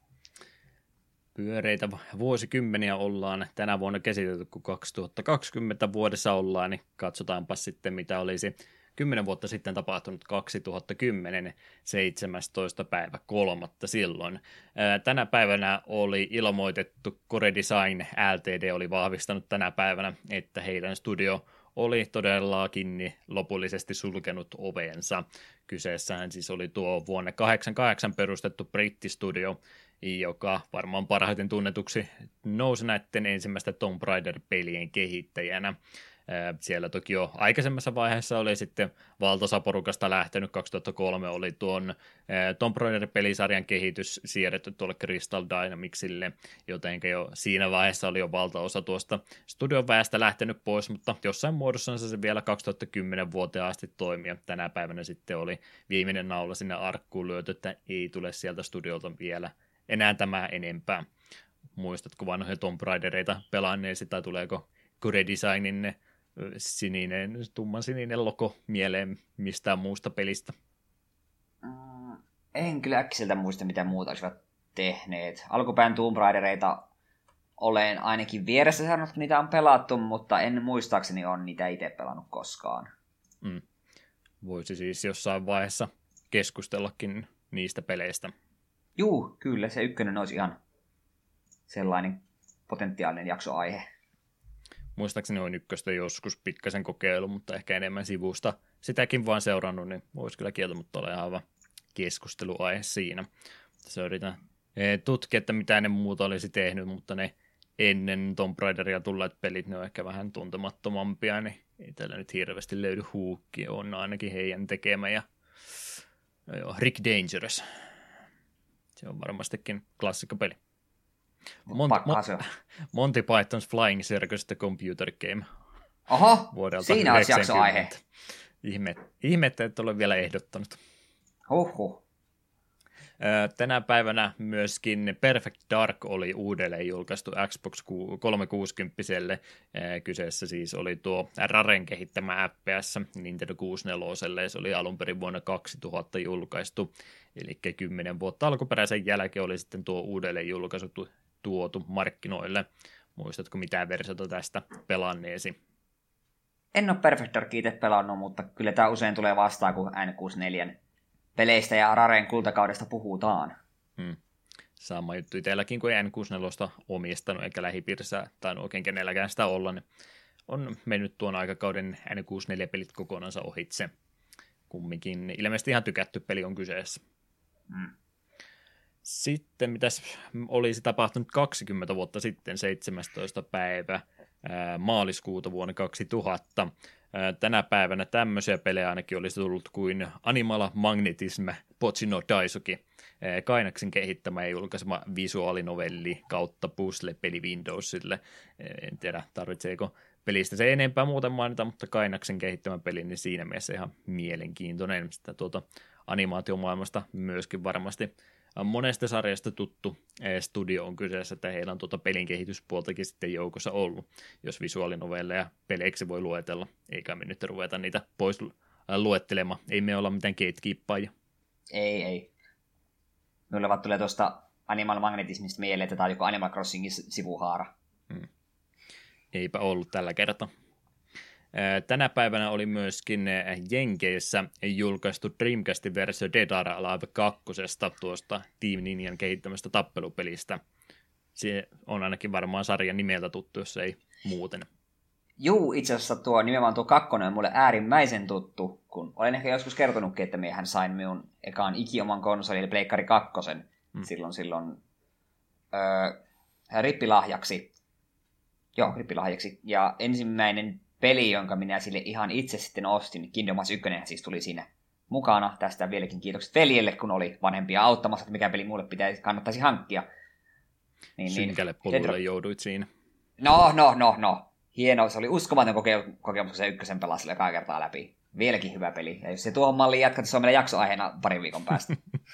Pyöreitä vuosikymmeniä ollaan tänä vuonna käsitelty, kun kaksituhattakaksikymmentä vuodessa ollaan, niin katsotaanpa sitten, mitä olisi kymmenen vuotta sitten tapahtunut kaksituhattakymmenen, seitsemästoista päivä kolmatta silloin. Tänä päivänä oli ilmoitettu, Core Design Ltd oli vahvistanut tänä päivänä, että heidän studio oli todellakin lopullisesti sulkenut ovensa. Kyseessähän siis oli tuo vuonna kahdeksankymmentäkahdeksan perustettu brittistudio, joka varmaan parhaiten tunnetuksi nousi näiden ensimmäisten Tomb Raider-pelien kehittäjänä. Siellä toki jo aikaisemmassa vaiheessa oli sitten valtaosa porukasta lähtenyt, kaksituhattakolme oli tuon Tomb Raider-pelisarjan kehitys siirretty tuolle Crystal Dynamicsille, joten jo siinä vaiheessa oli jo valtaosa tuosta studion väestä lähtenyt pois, mutta jossain muodossa se vielä kaksituhattakymmenen vuoteen asti toimia. Tänä päivänä sitten oli viimeinen naula sinne arkkuun lyöty, että ei tule sieltä studiolta vielä enää tämä enempää. Muistatko vanhoja Tomb Raidereita pelanneesi, tai tuleeko Core Designin sininen, tumman sininen logo mieleen mistään muusta pelistä? Mm, en kyllä äkkiseltä muista, mitä muuta olisivat tehneet. Alkupään Tomb Raidereita olen ainakin vieressä sanonut, että niitä on pelattu, mutta en muistaakseni ole niitä itse pelannut koskaan. Mm. Voisi siis jossain vaiheessa keskustellakin niistä peleistä. Juu, kyllä. Se ykkönen olisi ihan sellainen potentiaalinen jaksoaihe. muistaakseni on ykköstä joskus pikkasen kokeilu, mutta ehkä enemmän sivusta sitäkin vaan seurannut, niin voisi kyllä kieltämättä olla ihan aivan keskusteluaihe siinä. Se yritän tutkia, että mitä ne muuta olisi tehnyt, mutta ne ennen Tomb Raideria tulleet pelit, ne on ehkä vähän tuntemattomampia, niin ei täällä nyt hirveästi löydy huukki, on ainakin heidän tekemä, ja no joo, Rick Dangerous. Se on varmastikin klassikkopeli. Monty, Mon- Monty Python's Flying Circus The Computer Game. Oho, siinä olisi jaksoaihe. Ihme, ihmettä, että olen vielä ehdottanut. Huhhuh. Tänä päivänä myöskin Perfect Dark oli uudelleen julkaistu Xbox kolmesataakuusikymmentä. Kyseessä siis oli tuo Raren kehittämä F P S Nintendo kuusikymmentäneljä. Se oli alun perin vuonna kaksituhatta julkaistu. Eli kymmenen vuotta alkuperäisen jälkeen oli sitten tuo uudelleen julkaisu tuotu markkinoille. Muistatko mitään versiota tästä pelanneesi? En ole Perfect Dark itse pelannut, mutta kyllä tämä usein tulee vastaan, kun N kuusikymmentäneljä peleistä ja Raren kultakaudesta puhutaan. Hmm. Sama juttu itselläkin, kun ei N kuusikymmentäneljä omistanut, eikä lähipiirissä tai oikein kenelläkään sitä olla, niin on mennyt tuon aikakauden N kuusikymmentäneljä-pelit kokonansa ohitse. Kumminkin ilmeisesti ihan tykätty peli on kyseessä. Hmm. Sitten mitäs olisi tapahtunut kaksikymmentä vuotta sitten, seitsemästoista päivä ää, maaliskuuta vuonna kaksituhatta. Ää, tänä päivänä tämmöisiä pelejä ainakin olisi tullut kuin Animal Magnetism Bocchi no Daisuki, ää, Kainaksen kehittämä ja julkaisema visuaalinovelli kautta puzzle-peli Windowsille. En tiedä, tarvitseeko pelistä se enempää muuten mainita, mutta Kainaksen kehittämä peli, niin siinä mielessä ihan mielenkiintoinen. Sitä tuota animaatiomaailmasta myöskin varmasti monesta sarjasta tuttu studio on kyseessä, että heillä on tuota pelin kehityspuoltakin sitten joukossa ollut, jos visuaalinovelleja peleiksi voi luetella, eikä me nyt ruveta niitä pois luettelemaan. Ei me olla mitään gatekeeppaajia. Ei, ei. Minulle vaan tulee tuosta Animal Magnetismista mieleen, että tämä on joku Animal Crossingin sivuhaara. Hmm. Eipä ollut tällä kertaa. Tänä päivänä oli myöskin Jenkeissä julkaistu Dreamcastin versio Dead or Alive kaksi tuosta Team Ninjan kehittämästä tappelupelistä. Se on ainakin varmaan sarjan nimeltä tuttu, jos ei muuten. Juu, itse asiassa tuo nimenomaan tuo kakkonen on mulle äärimmäisen tuttu, kun olen ehkä joskus kertonutkin, että miehän sain minun ekaan ikioman konsolin, eli Pleikkari kakkosen, hmm. silloin, silloin öö, rippilahjaksi. Joo, rippilahjaksi. Ja ensimmäinen peli, jonka minä sille ihan itse sitten ostin, Kingdom Hearts yksi siis tuli siinä mukana. Tästä vieläkin kiitokset veljelle, kun oli vanhempia auttamassa, että mikä peli mulle pitäisi, kannattaisi hankkia. Niin, Synkälle niin, polulle Dead... jouduit siinä. No, no, no, no. Hieno, se oli uskomaton koke- kokemus, kun se ykkösen pelasi sille kai kertaa läpi. Vieläkin hyvä peli. Ja jos se tuohon malliin jatkat, se on meillä jaksoaiheena parin viikon päästä.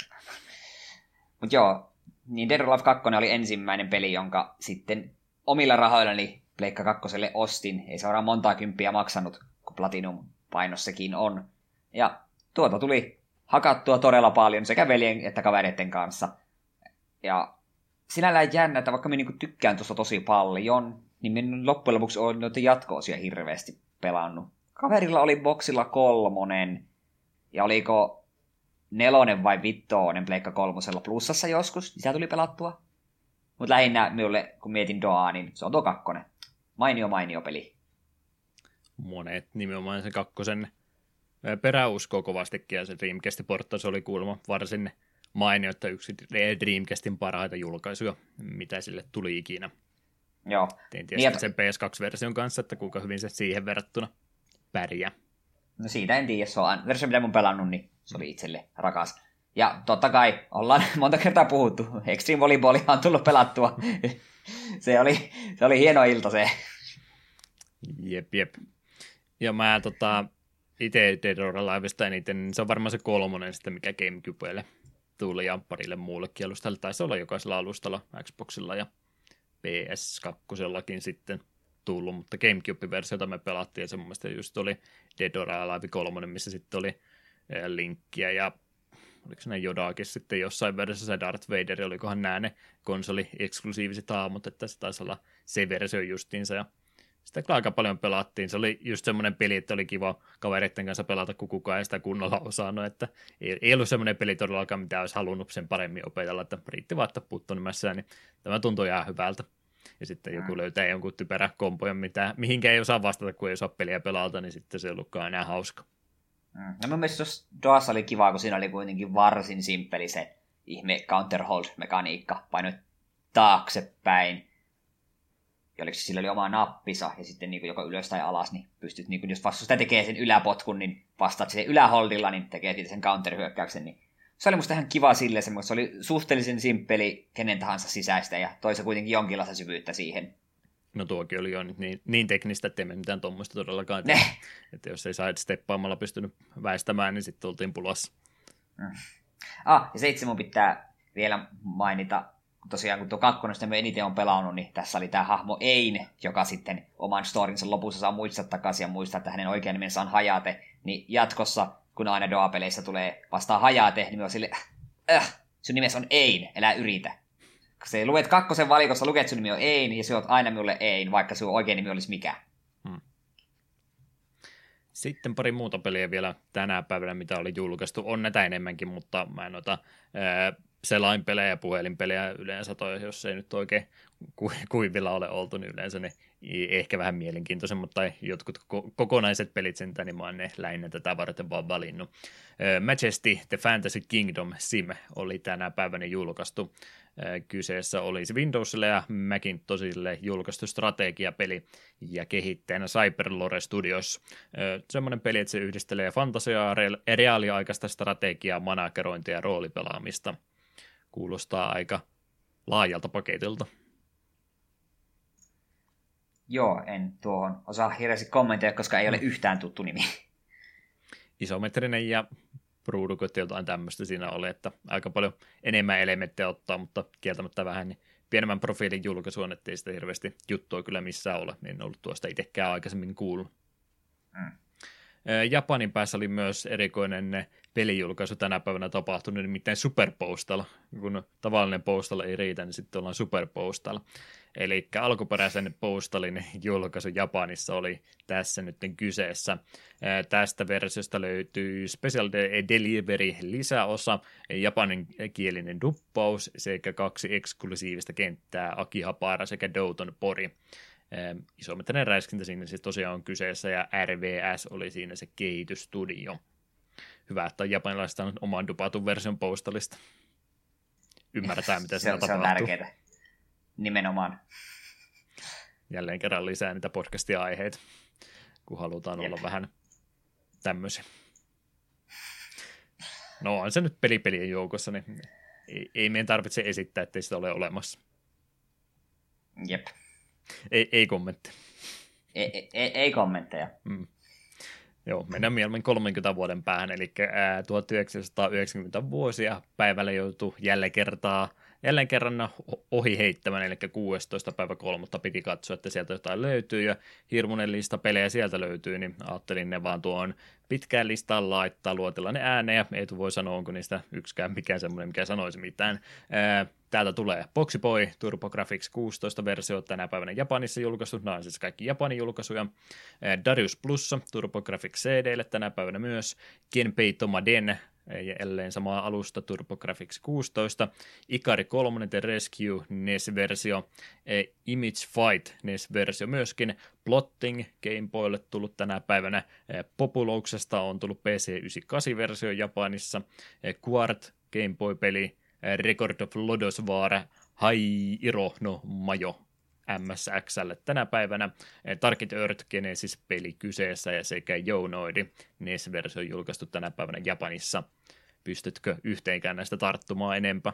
Mutta joo, niin Dead or Alive kaksi oli ensimmäinen peli, jonka sitten omilla rahoillani Pleikka kakkoselle ostin. Ei se varmaan montaa kymppiä maksanut, kun Platinum-painossakin on. Ja tuota tuli hakattua todella paljon sekä veljen että kavereiden kanssa. Ja sinällään jännä, että vaikka minä niinku tykkään tuosta tosi paljon, niin minä loppujen lopuksi olen noita jatko-osia hirveästi pelannut. Kaverilla oli boksilla kolmonen, ja oliko nelonen vai vittonen Pleikka kolmosella plussassa joskus, sitä tuli pelattua. Mutta lähinnä minulle, kun mietin Doaa, niin se on tuo kakkonen. Mainio, mainio peli. Monet nimenomaan sen kakkosen peräuskoo kovastikin, ja se Dreamcast-porttaus oli kuulemma varsin mainio, että yksi Dreamcastin parhaita julkaisuja, mitä sille tuli ikinä. Joo. Tein tietysti niin, sen P S kaksi -version kanssa, että kuinka hyvin se siihen verrattuna pärjää. No siitä en tiedä, se on versio, mitä mun pelannut, niin se oli itselle rakas. Ja totta kai, ollaan monta kertaa puhuttu, Extreme Volleyballia on tullut pelattua. se, oli, se oli hieno ilta se. Jep, jep. Ja mä tota, itse Dead or Alivesta eniten, se on varmaan se kolmonen sitten, mikä GameCubelle tuli ja parille muullekin alustalle. Taisi olla jokaisella alustalla, Xboxilla ja P S kaksi sitten tullut, mutta GameCube-versiota me pelattiin ja se mun mielestä just oli Dead or Alive kolme, missä sitten oli linkkiä ja oliko se ne Jodaakin sitten jossain versiossa se Darth Vader, olikohan nämä ne konsoli-eksklusiiviset aamut, että se taisi olla se versio justiinsa ja sitä kyllä aika paljon pelattiin. Se oli just semmoinen peli, että oli kiva kavereiden kanssa pelata, kun kukaan ei sitä kunnolla osannut, että ei, ei ollut semmoinen peli todellakaan, mitä olisi halunnut sen paremmin opetella, että riitti vaan, että puuttu nimässään, niin tämä tuntui ihan hyvältä. ja sitten joku mm. löytää jonkun typerä kompo, mitä, mihinkä ei osaa vastata, kun ei osaa peliä pelata, niin sitten se ei ollutkaan enää hauska. Mm. No mun mielestä tuossa Doassa oli kiva, kun siinä oli kuitenkin varsin simppeli se ihme counter hold-mekaniikka, painoit taaksepäin, ja oliko sillä oli oma nappisa, ja sitten niin joko ylös tai alas, niin pystyt, niin jos vastustaja tekee sen yläpotkun, niin vastaat sen yläholdilla, niin tekee sen counter-hyökkäyksen, niin se oli musta ihan kiva silleen, se oli suhteellisen simppeli kenen tahansa sisäistä, ja toi se kuitenkin jonkinlaista syvyyttä siihen. No tuokin oli jo nyt niin, niin teknistä, että ei me mitään tuommoista todellakaan tehdä. Että jos ei side-steppaamalla pystynyt väistämään, niin sitten oltiin pulassa. Mm. Ah, ja se itse mun pitää vielä mainita, tosiaan kun tuo kakkonen, sitä me eniten on pelannut, niin tässä oli tämä hahmo Ein, joka sitten oman storinsa lopussa saa muistaa takaisin ja muistaa, että hänen oikein nimensä on Hayate, niin jatkossa, kun aina Doa-peleissä tulee vastaan Hayate, niin me on sille, äh, sun nimesi on Ein, älä yritä. Kun se luet kakkosen valikossa, luket sun nimi on Ein, ja se oot aina minulle Ein, vaikka sun oikein nimi olisi mikä. Hmm. Sitten pari muuta peliä vielä tänä päivänä, mitä oli julkaistu. On näitä enemmänkin, mutta mä en ota ää, selainpelejä ja puhelinpelejä yleensä, toi, jos ei nyt oikein ku- kuivilla ole oltu, niin yleensä ne ehkä vähän mielenkiintoisemmat, tai jotkut ko- kokonaiset pelit sentään, niin mä oon ne lähinnä tätä varten vaan valinnut. Ää, Majesty The Fantasy Kingdom Sim oli tänä päivänä julkaistu. Kyseessä olisi Windowsille ja Macintosille julkaistu strategiapeli ja kehittäjänä Cyberlore Studios. Semmoinen peli, että se yhdistelee fantasiaa, reaaliaikaista strategiaa, managerointia ja roolipelaamista. Kuulostaa aika laajalta paketilta. Joo, en tuohon osaa hirveästi kommentoida, koska ei ole yhtään tuttu nimi. Isometrinen ja ruudukot jotain tämmöistä siinä oli, että aika paljon enemmän elementtejä ottaa, mutta kieltämättä vähän niin pienemmän profiilin julkaisuun, ettei sitä hirveästi juttua kyllä missään ole, niin en ollut tuosta itsekään aikaisemmin kuullut. Mm. Japanin päässä oli myös erikoinen pelijulkaisu tänä päivänä tapahtunut, nimittäin Super Postal. Kun tavallinen Postal ei riitä, niin sitten ollaan Super Postal. Eli alkuperäisen Postalin julkaisu Japanissa oli tässä nyt kyseessä. Tästä versiosta löytyy Special Delivery lisäosa, japaninkielinen duppaus sekä kaksi eksklusiivista kenttää, Akihabara sekä Douton Pori. Isometrinen räiskintä siinä siis tosiaan on kyseessä, ja R V S oli siinä se kehitysstudio. Hyvä, että japanilaiset on oman dupatun version Postalista. Ymmärretään, mitä siinä tapahtuu. Se on tärkeää. Nimenomaan. Jälleen kerran lisää niitä podcastia-aiheita, kun halutaan Jep. olla vähän tämmöisiä. No on se nyt pelipelien joukossa, niin ei, ei meidän tarvitse esittää, ettei sitä ole olemassa. Jep. Ei, ei kommentti. Ei, ei, ei kommentteja. Mm. Joo, mennään mieluummin kolmenkymmenen vuoden päähän, eli ää, tuhatyhdeksänsataayhdeksänkymmentä vuosia päivällä joutui jälleen kertaa Jälleen kerran ohi heittämään, eli kuudestoista päivä kolmotta piti katsoa, että sieltä jotain löytyy, ja hirmuinen lista pelejä sieltä löytyy, niin ajattelin ne vaan tuon pitkään listaan laittaa, luotella ne ääneen, ja ei voi sanoa, onko niistä yksikään mikään semmoinen, mikä sanoisi mitään. Ää, täältä tulee Boxy Boy, TurboGrafx kuusitoista versio, tänä päivänä Japanissa julkaistu, nämä on siis kaikki Japanin julkaisuja. Ää, Darius Plus, TurboGrafx C D:lle tänä päivänä myös, Genpei Tomaden, jälleen samaa alusta TurboGrafx kuusitoista, Ikari kolme The Rescue N E S-versio, Image Fight N E S-versio myöskin, Plotting Game Boylle tullut tänä päivänä, Populouksesta on tullut P C yhdeksänkymmentäkahdeksan-versio Japanissa, Quart Game Boy-peli, Record of Lodosvar, Hairo no Majo M S X:lle tänä päivänä, Target Earth Genesis-peli kyseessä ja sekä Jounoidi N E S-versio julkaistu tänä päivänä Japanissa. Pystytkö yhteenkään näistä tarttumaan enempää?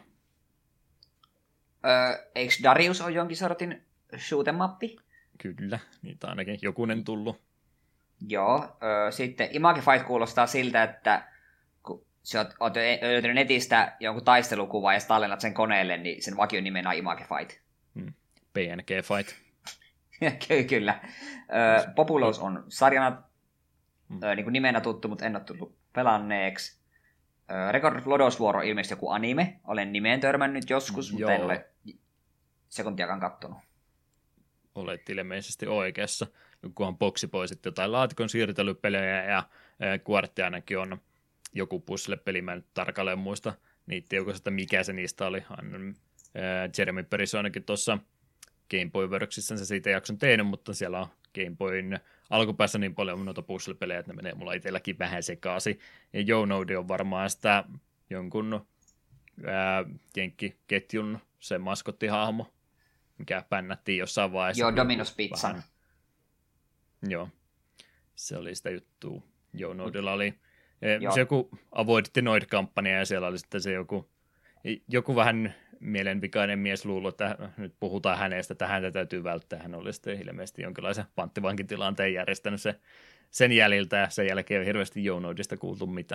Öö, eikö Darius ole jonkin sortin shoot-em-mappi? Kyllä, niitä ainakin jokunen tullut. Joo, öö, sitten Image Fight kuulostaa siltä, että kun sä oot, oot löytänyt netistä jonkun taistelukuvan ja sä tallennat sen koneelle, niin sen vakion nimenä on Image Fight. Hmm. P N G Fight. Kyllä. Öö, Populous on sarjana hmm. öö, niin kuin nimenä tuttu, mutta en ole tullut pelanneeksi. Öö, Record of Lodos War on ilmeisesti joku anime. Olen nimeen törmännyt joskus, hmm, mutta joo. En ole sekuntiakaan kattonut. Olet ilmeisesti oikeassa. Kunhan Boxy Boy sitten jotain laatikon siirtelypelejä ja Quartti ainakin on joku puzzle-peli, mä en tarkalleen muista niitä joukossa, että mikä se niistä oli. Jeremy Peris ainakin tuossa Game Boy Worksissa se siitä jakson tehnyt, mutta siellä on Game Boyn alkupäässä niin paljon noita puzzle-pelejä, että ne menee mulla itselläkin vähän sekaisin. Ja Jounodi on varmaan sitä jonkun ää, jenkkiketjun se maskottihahmo, mikä pännättiin jossain vaiheessa. Joo, Domino's Pizzan. Joo, se oli sitä juttua. Jounodilla oli Joo. se joku Avoid the Noid-kampanja, ja siellä oli sitten se joku, joku vähän mielenvikainen mies luulo, että nyt puhutaan hänestä, että häntä täytyy välttää. Hän oli sitten ilmeisesti jonkinlaisen panttivankitilanteen järjestänyt se, sen jäljiltä, ja sen jälkeen ei hirveästi Jounodista kuultu mitään.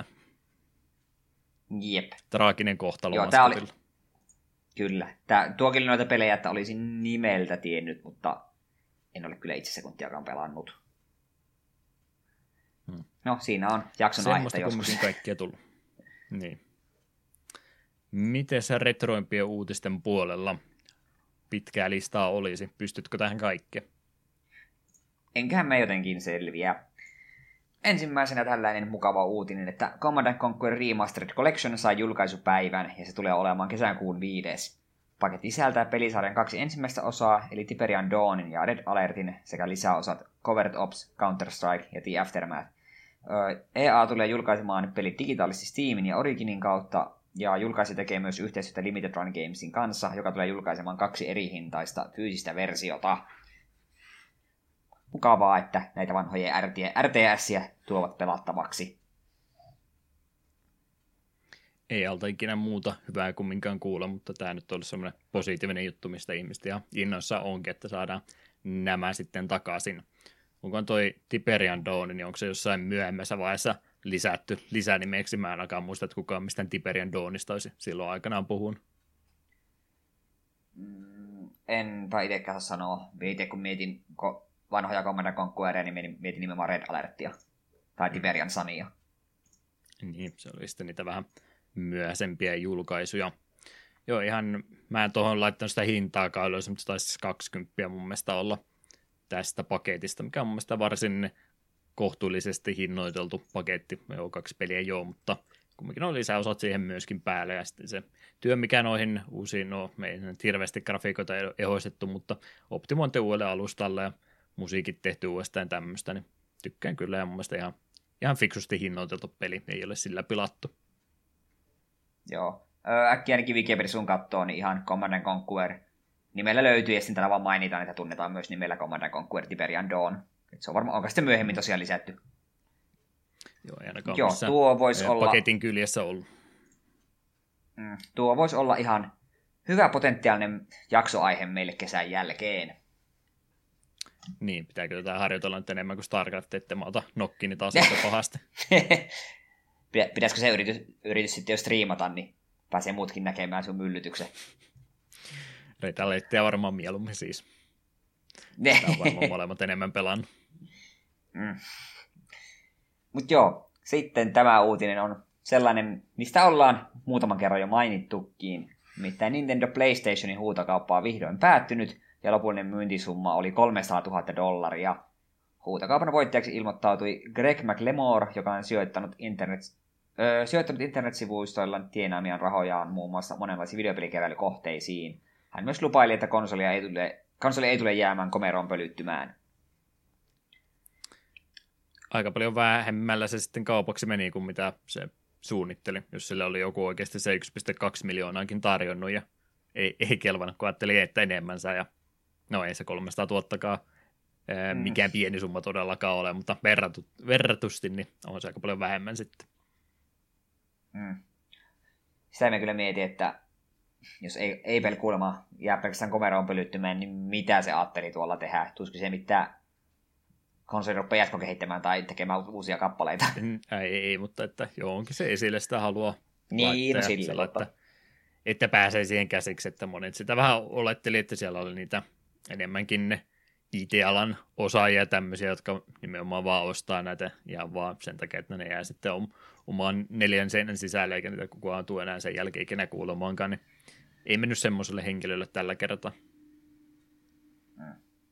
Jep. Traaginen kohtalo. Joo, tää oli... Kyllä. Tää, tuokin noita pelejä, että olisin nimeltä tiennyt, mutta en ole kyllä itse sekuntiakaan pelannut. Hmm. No, siinä on jakson aihetta joskus. Semmoista kaikkea tullut. Niin. Miten se retroimpien uutisten puolella pitkää listaa olisi? Pystytkö tähän kaikkeen? Enköhän me jotenkin selviä. Ensimmäisenä tällainen mukava uutinen, että Command and Conquer Remastered Collection sai julkaisupäivän, ja se tulee olemaan kesäkuun viides. Paketti sisältää pelisarjan kaksi ensimmäistä osaa, eli Tiberian Dawnin ja Red Alertin, sekä lisäosat Covert Ops, Counter-Strike ja The Aftermath. E A tulee julkaisemaan pelit digitaalisesti Steamin ja Originin kautta, ja julkaisi tekee myös yhteistyötä Limited Run Gamesin kanssa, joka tulee julkaisemaan kaksi eri hintaista fyysistä versiota. Mukavaa, että näitä vanhoja R T S:iä tuovat pelattavaksi. Ei alta ikinä muuta hyvää kumminkaan kuulla, mutta tämä nyt olisi semmoinen positiivinen juttu, mistä ihmiset ihan innoissa onkin, että saadaan nämä sitten takaisin. Onko toi Tiberian Dawn, niin onko se jossain myöhemmässä vaiheessa lisätty lisänimeksi? Mä en ainakaan muista, että kukaan mistään Tiberian Dawnista olisi silloin aikanaan puhunut. Mm, enpä itsekään sanoa. Itse kun mietin vanhoja Command and Conqueria, niin mietin nimenomaan Red Alertia. Tai Tiberian Sunia. Niin, se oli sitten niitä vähän myöhäisempiä julkaisuja. Joo, ihan, mä en tuohon laittanut sitä hintaakaan ylös, mutta se taisi kaksikymmentä mun mielestä olla tästä paketista, mikä on mun mielestä varsin kohtuullisesti hinnoiteltu paketti. Joo, kaksi peliä joo, mutta kumminkin on lisäosat siihen myöskin päälle, ja sitten se työ, mikä noihin uusiin, no me ei nyt hirveästi grafiikoita ehoistettu, mutta optimointi uudelle alustalle ja musiikit tehty uudestaan tämmöistä, niin tykkään kyllä, ja mun mielestä ihan, ihan fiksusti hinnoiteltu peli, ei ole sillä pilattu. Joo, äkkiä ainakin Wikipedia sun kattoo, niin ihan Command and Conquer nimellä löytyy, ja sitten täällä vaan mainitaan, että tunnetaan myös nimellä Command and Conquer Tiberian Dawn. Et se on varmaan, onko sitten myöhemmin tosiaan lisätty? Joo, ei ainakaan Joo, tuo voisi olla... paketin kyljessä ollut. Mm, tuo voisi olla ihan hyvä potentiaalinen jaksoaihe meille kesän jälkeen. Niin, pitääkö tätä harjoitella nyt enemmän kuin StarCraft, että mä ota nokkini taas aika pahasti. Pitäisikö se yritys, yritys sitten jo striimata, niin pääsee muutkin näkemään sun myllytyksen. Retaleitteja varmaan mieluummin siis. Sitä on varmaan molemmat enemmän pelannut. Mm. Mutta joo, sitten tämä uutinen on sellainen, mistä ollaan muutaman kerran jo mainittukin. Nimittäin Nintendo PlayStationin huutokauppa on vihdoin päättynyt, ja lopullinen myyntisumma oli kolmesataatuhatta dollaria. Huutokaupan voittajaksi ilmoittautui Greg McLemore, joka on sijoittanut, internet, öö, sijoittanut internetsivuistoilla tienaamiaan rahojaan muun muassa monenlaisiin videopelikeräilykohteisiin. Hän myös lupaili, että konsoli ei tule, konsoli ei tule jäämään komeroon pölyttymään. Aika paljon vähemmällä se sitten kaupaksi meni kuin mitä se suunnitteli, jos sillä oli joku oikeasti se yksi pilkku kaksi miljoonaakin tarjonnut ja ei, ei kelvannut, kun ajatteli, että enemmänsä. Ja no ei se kolmesataatuhattakaan mm. mikään pieni summa todellakaan ole, mutta verratu, verratusti niin on se aika paljon vähemmän sitten. Mm. Sitä me kyllä mietin, että jos ei, ei pel kuulemma jää pelkästään komeroon pölyttymään, niin mitä se ajatteli tuolla tehdä? Tuskin se mitään konsoli rupeaa jatko kehittämään tai tekemään uusia kappaleita. Ei, ei mutta että johonkin se esille sitä haluaa niin, laittaa. Niin, sillä että, että pääsee siihen käsiksi, että monet sitä vähän oletteli, että siellä oli niitä enemmänkin ne I T-alan osaajia tämmöisiä, jotka nimenomaan vaan ostaa näitä ihan vaan sen takia, että ne jää sitten omaan neljän seinän sisälle, eikä niitä kukaan tule enää sen jälkeen ikinä kuulemaankaan, niin ei mennyt semmoiselle henkilölle tällä kertaa. Hmm.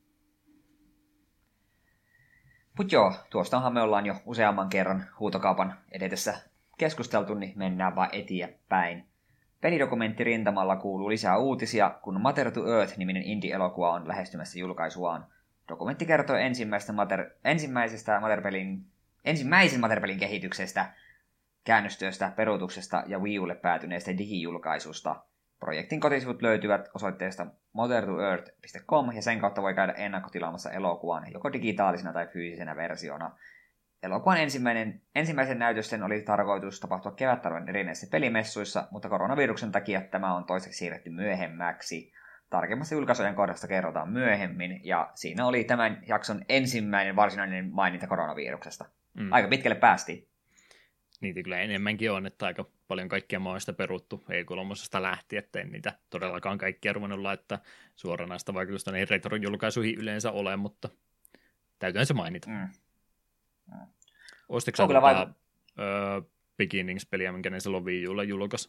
Mutta joo, tuostahan me ollaan jo useamman kerran huutokaupan edetessä keskusteltu, niin mennään vaan eteenpäin. Pelidokumenttirintamalla kuuluu lisää uutisia, kun Matter to Earth-niminen indie-elokuva on lähestymässä julkaisuaan. Dokumentti kertoo ensimmäisestä, mater- ensimmäisestä Matter-pelin, ensimmäisen Matter-pelin kehityksestä, käännöstyöstä, peruutuksesta ja Wii Ulle päätyneestä digijulkaisusta. Projektin kotisivut löytyvät osoitteesta matter to earth piste com ja sen kautta voi käydä ennakkotilaamassa elokuvan joko digitaalisena tai fyysisenä versiona. Elokuvan ensimmäinen, ensimmäisen näytösten oli tarkoitus tapahtua kevättalven erinäisissä pelimessuissa, mutta koronaviruksen takia tämä on toiseksi siirretty myöhemmäksi. Tarkemmasta julkaisujen kohdasta kerrotaan myöhemmin, ja siinä oli tämän jakson ensimmäinen varsinainen maininta koronaviruksesta. Mm. Aika pitkälle päästiin. Niitä kyllä enemmänkin on, että aika paljon kaikkia maista peruttu E kolme lähti, ettei niitä todellakaan kaikkia ruvennut laittaa suoranaista vaikutusta näihin retro-julkaisuihin yleensä ole, mutta täytyy se mainita. Mm. Mm. Ostitko sä tätä vaik- öö, Beginnings-peliä, minkä ne silloin Wii Ulla julkaisi?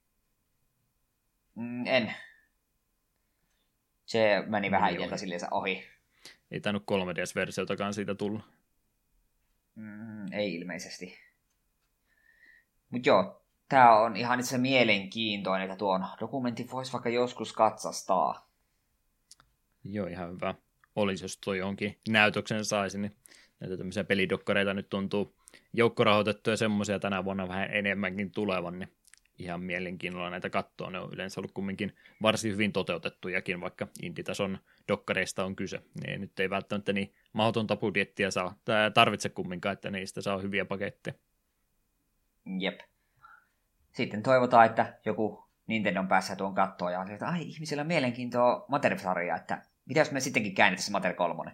Mm, en. Se meni vähän itseltä silleen ohi. Ei tainnut kolme D S-versiotakaan siitä tulla. Mm, ei ilmeisesti. Mutta joo, tää on ihan itse mielenkiintoinen, että tuon dokumentin voisi vaikka joskus katsastaa. Joo, ihan hyvä. Olisi, jos toi jonkin näytöksen saisi, niin näitä tämmöisiä pelidokkareita nyt tuntuu joukkorahoitettuja semmoisia tänä vuonna vähän enemmänkin tulevan, niin ihan mielenkiinnolla näitä katsoa. Ne on yleensä ollut kumminkin varsin hyvin toteutettujakin, vaikka inditason dokkareista on kyse. Ne nyt ei välttämättä niin mahdotonta budjettia saa, tarvitse kumminkaan, että niistä saa hyviä paketteja. Jep. Sitten toivotaan, että joku Nintendon päässä tuon kattoon ja on että ai, ihmisillä on mielenkiintoa Mater-sarjaa, että mitä jos me sittenkin käännetä se Mater kolme?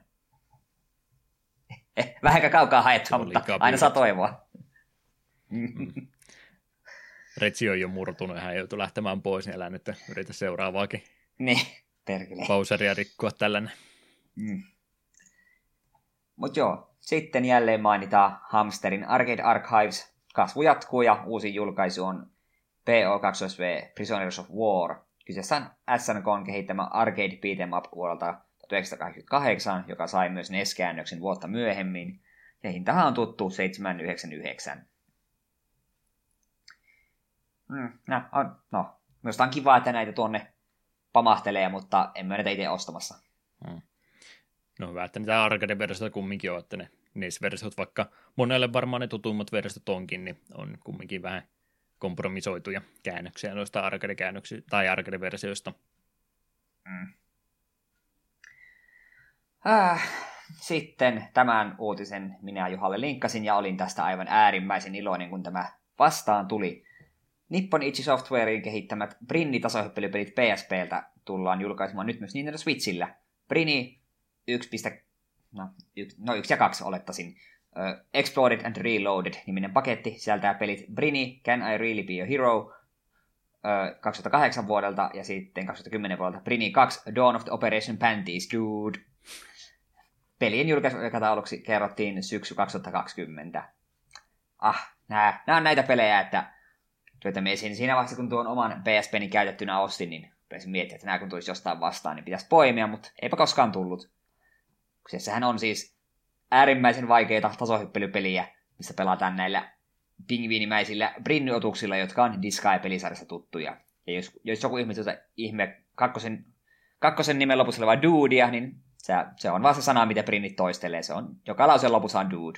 Eh, vähän kaukaa haettua, mutta aina saa toivoa. Mm. Retsi on jo murtunut ja hän joutui lähtemään pois, niin älä nyt yritä seuraavaakin. Niin, perkele. Bowseria rikkoa tällainen. Mm. Mut joo, sitten jälleen mainitaan Hamsterin Arcade Archives. Kasvu jatkuu ja uusi julkaisu on P O kaksi V Prisoners of War. Kyseessä on S N K:n kehittämä arcade beat'em up vuodelta tuhatyhdeksänsataakahdeksankymmentäkahdeksan, joka sai myös N E S-käännöksen vuotta myöhemmin. Ja hintahan on tuttu seitsemän yhdeksänkymmentäyhdeksän. Mm, no, on, no, minusta on kiva, että näitä tuonne pamahtelee, mutta en mä näitä itse ostamassa. Hmm. No hyvä, että niitä arcade-versioita kumminkin on, että ne N E S-versiot, vaikka monelle varmaan ne tutummat versiot onkin, niin on kumminkin vähän kompromisoituja käännöksiä noista arcade-käännöksistä tai arcade-versioista. Mm. Äh, sitten tämän uutisen minä Juhalle linkkasin ja olin tästä aivan äärimmäisen iloinen, kun tämä vastaan tuli. Nippon Ichi Softwarein kehittämät Brinni-tasohyppelypelit P S P:ltä tullaan julkaisemaan nyt myös Nintendo Switchillä. Brinni yksi. No, yksi, no yksi ja kaksi olettaisin. Uh, Exploded and Reloaded niminen paketti sisältää pelit Brinni, Can I Really Be a Hero uh, kaksituhattakahdeksan vuodelta ja sitten kaksituhattakymmenen vuodelta Brinni kaksi Dawn of the Operation Panties Dude. Pelien julkaisuaikatauluksi kerrottiin syksy kaksituhattakaksikymmentä. Ah, nää, nää on näitä pelejä, että työtä miesin siinä vaiheessa, kun tuon oman P S P:ni käytettynä ostin, niin pitäisi miettiä, että nämä kun tulisi jostain vastaan, niin pitäisi poimia, mutta eipä koskaan tullut. Kyseessähän on siis äärimmäisen vaikeita tasohyppelypeliä, missä pelataan näillä pingviinimäisillä brinnyotuksilla, jotka on Disgaea-pelisarjassa tuttuja. Ja jos, jos joku ihme tuota ihme kakkosen, kakkosen nimen lopussa olevaa dudea, niin se, se on vaan se sana, mitä brinnit toistelee. Se on, joka lauseen lopussa on dude.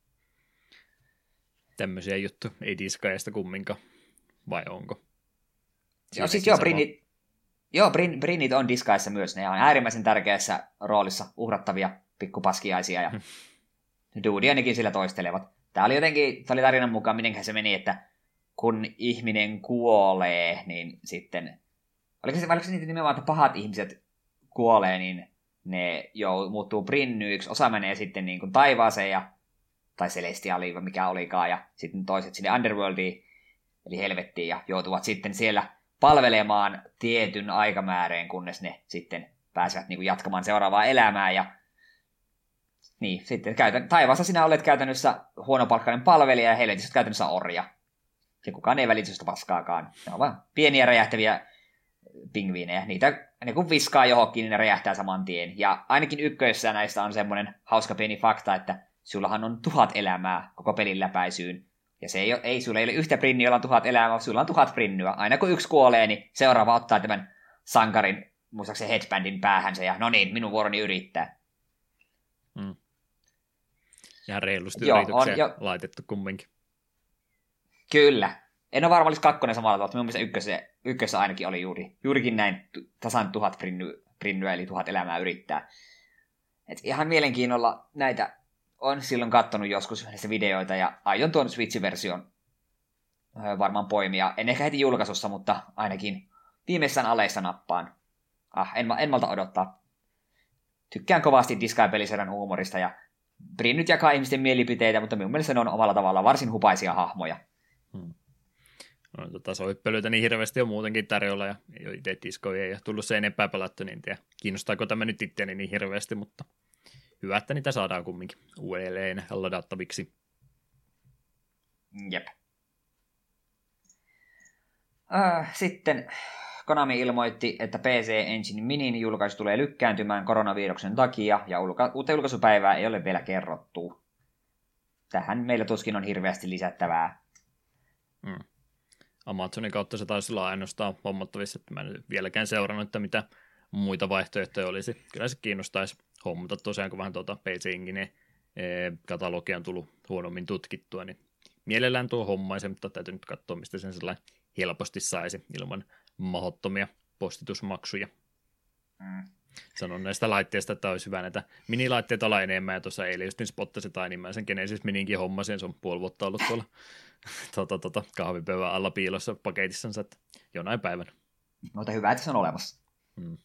Tämmöisiä juttuja, ei Disgaeasta kumminkaan. Vai onko? Joo, siis joo, brinnit, joo brin, brinnit on Disgaeassa myös. Ne on äärimmäisen tärkeässä roolissa uhrattavia pikkupaskiaisia ja duudia nekin sillä toistelevat. Tämä oli jotenkin, tämä oli tarinan mukaan, mitenhän se meni, että kun ihminen kuolee, niin sitten, oliko se, oliko se niitä nimenomaan, että pahat ihmiset kuolee, niin ne jo muuttuu brinnyiksi, osa menee sitten niin kuin taivaaseen ja, tai celestialiin, mikä olikaan, ja sitten toiset sinne underworldiin, eli helvettiin, ja joutuvat sitten siellä palvelemaan tietyn aikamääreen, kunnes ne sitten pääsevät niin kuin jatkamaan seuraavaa elämää, ja niin, sitten käytän, taivaassa sinä olet käytännössä huonopalkkainen palvelija, ja helvetissä olet käytännössä orja. Ja kukaan ei välitystä paskaakaan. Ne on vaan pieniä räjähtäviä pingviinejä. Niitä, ne kun viskaa johonkin, niin ne räjähtää saman tien. Ja ainakin ykköissä näistä on semmoinen hauska pieni fakta, että sullahan on tuhat elämää koko pelin läpäisyyn. Ja se ei, ole, ei sulla ei ole yhtä prinniä, jolla on tuhat elämää, vaan sulla on tuhat prinnyä. Aina kun yksi kuolee, niin seuraava ottaa tämän sankarin, muistaakseni headbandin päähänsä, ja no niin, minun vuoroni yrittää. Mm. Ja reilusti Joo, yrityksiä on jo... laitettu kumminkin. Kyllä. En ole varma, olisi kakkonen samalla tavalla, mutta minun mielestä ykkössä, ykkössä ainakin oli juuri, juurikin näin tasan tuhat prinny, prinnyä, eli tuhat elämää yrittää. Et ihan mielenkiinnolla näitä on silloin katsonut joskus näistä videoita, ja aion tuon Switch-version varmaan poimia. En ehkä heti julkaisussa, mutta ainakin viimeissään aleissa nappaan. Ah, en, en malta odottaa. Tykkään kovasti Disgaea-peliserän huumorista, ja Brinnyt jakaa ihmisten mielipiteitä, mutta minun mielestä ne on omalla tavallaan varsin hupaisia hahmoja. Hmm. No, tota, soippelyitä niin hirveästi on muutenkin tarjolla, ja ei ole itse diskoja, ei ole tullut se enempää pelattu, niin en tiedä, kiinnostaako tämä nyt itseäni niin hirveästi, mutta hyvä, että niitä saadaan kumminkin uudelleen ladattaviksi. Jep. Äh, sitten Konami ilmoitti, että P C Engine Minin julkaisu tulee lykkääntymään koronaviruksen takia, ja ulka- uutta julkaisupäivää ei ole vielä kerrottu. Tähän meillä tuskin on hirveästi lisättävää. Hmm. Amazonin kautta se taisi olla ainoastaan hommattavissa, että mä en vieläkään seurannut, että mitä muita vaihtoehtoja olisi. Kyllä se kiinnostaisi hommata tosiaan, kun vähän tuota P C Engine katalogia on tullut huonommin tutkittua, niin mielellään tuo hommaisen, mutta täytyy nyt katsoa, mistä sen sellainen helposti saisi ilman mahdottomia postitusmaksuja. Mm. Sanon näistä laitteista, että olisi hyvä näitä minilaitteita olla enemmän, ja tuossa eilen just niin spottasin tai enimmäisen Genesis Mininkin hommasin, se on puoli vuotta ollut tuolla tota, tota, kahvipöydän alla piilossa paketissansa, että jonain päivänä. Mutta hyvä, että se on olemassa. Hmm.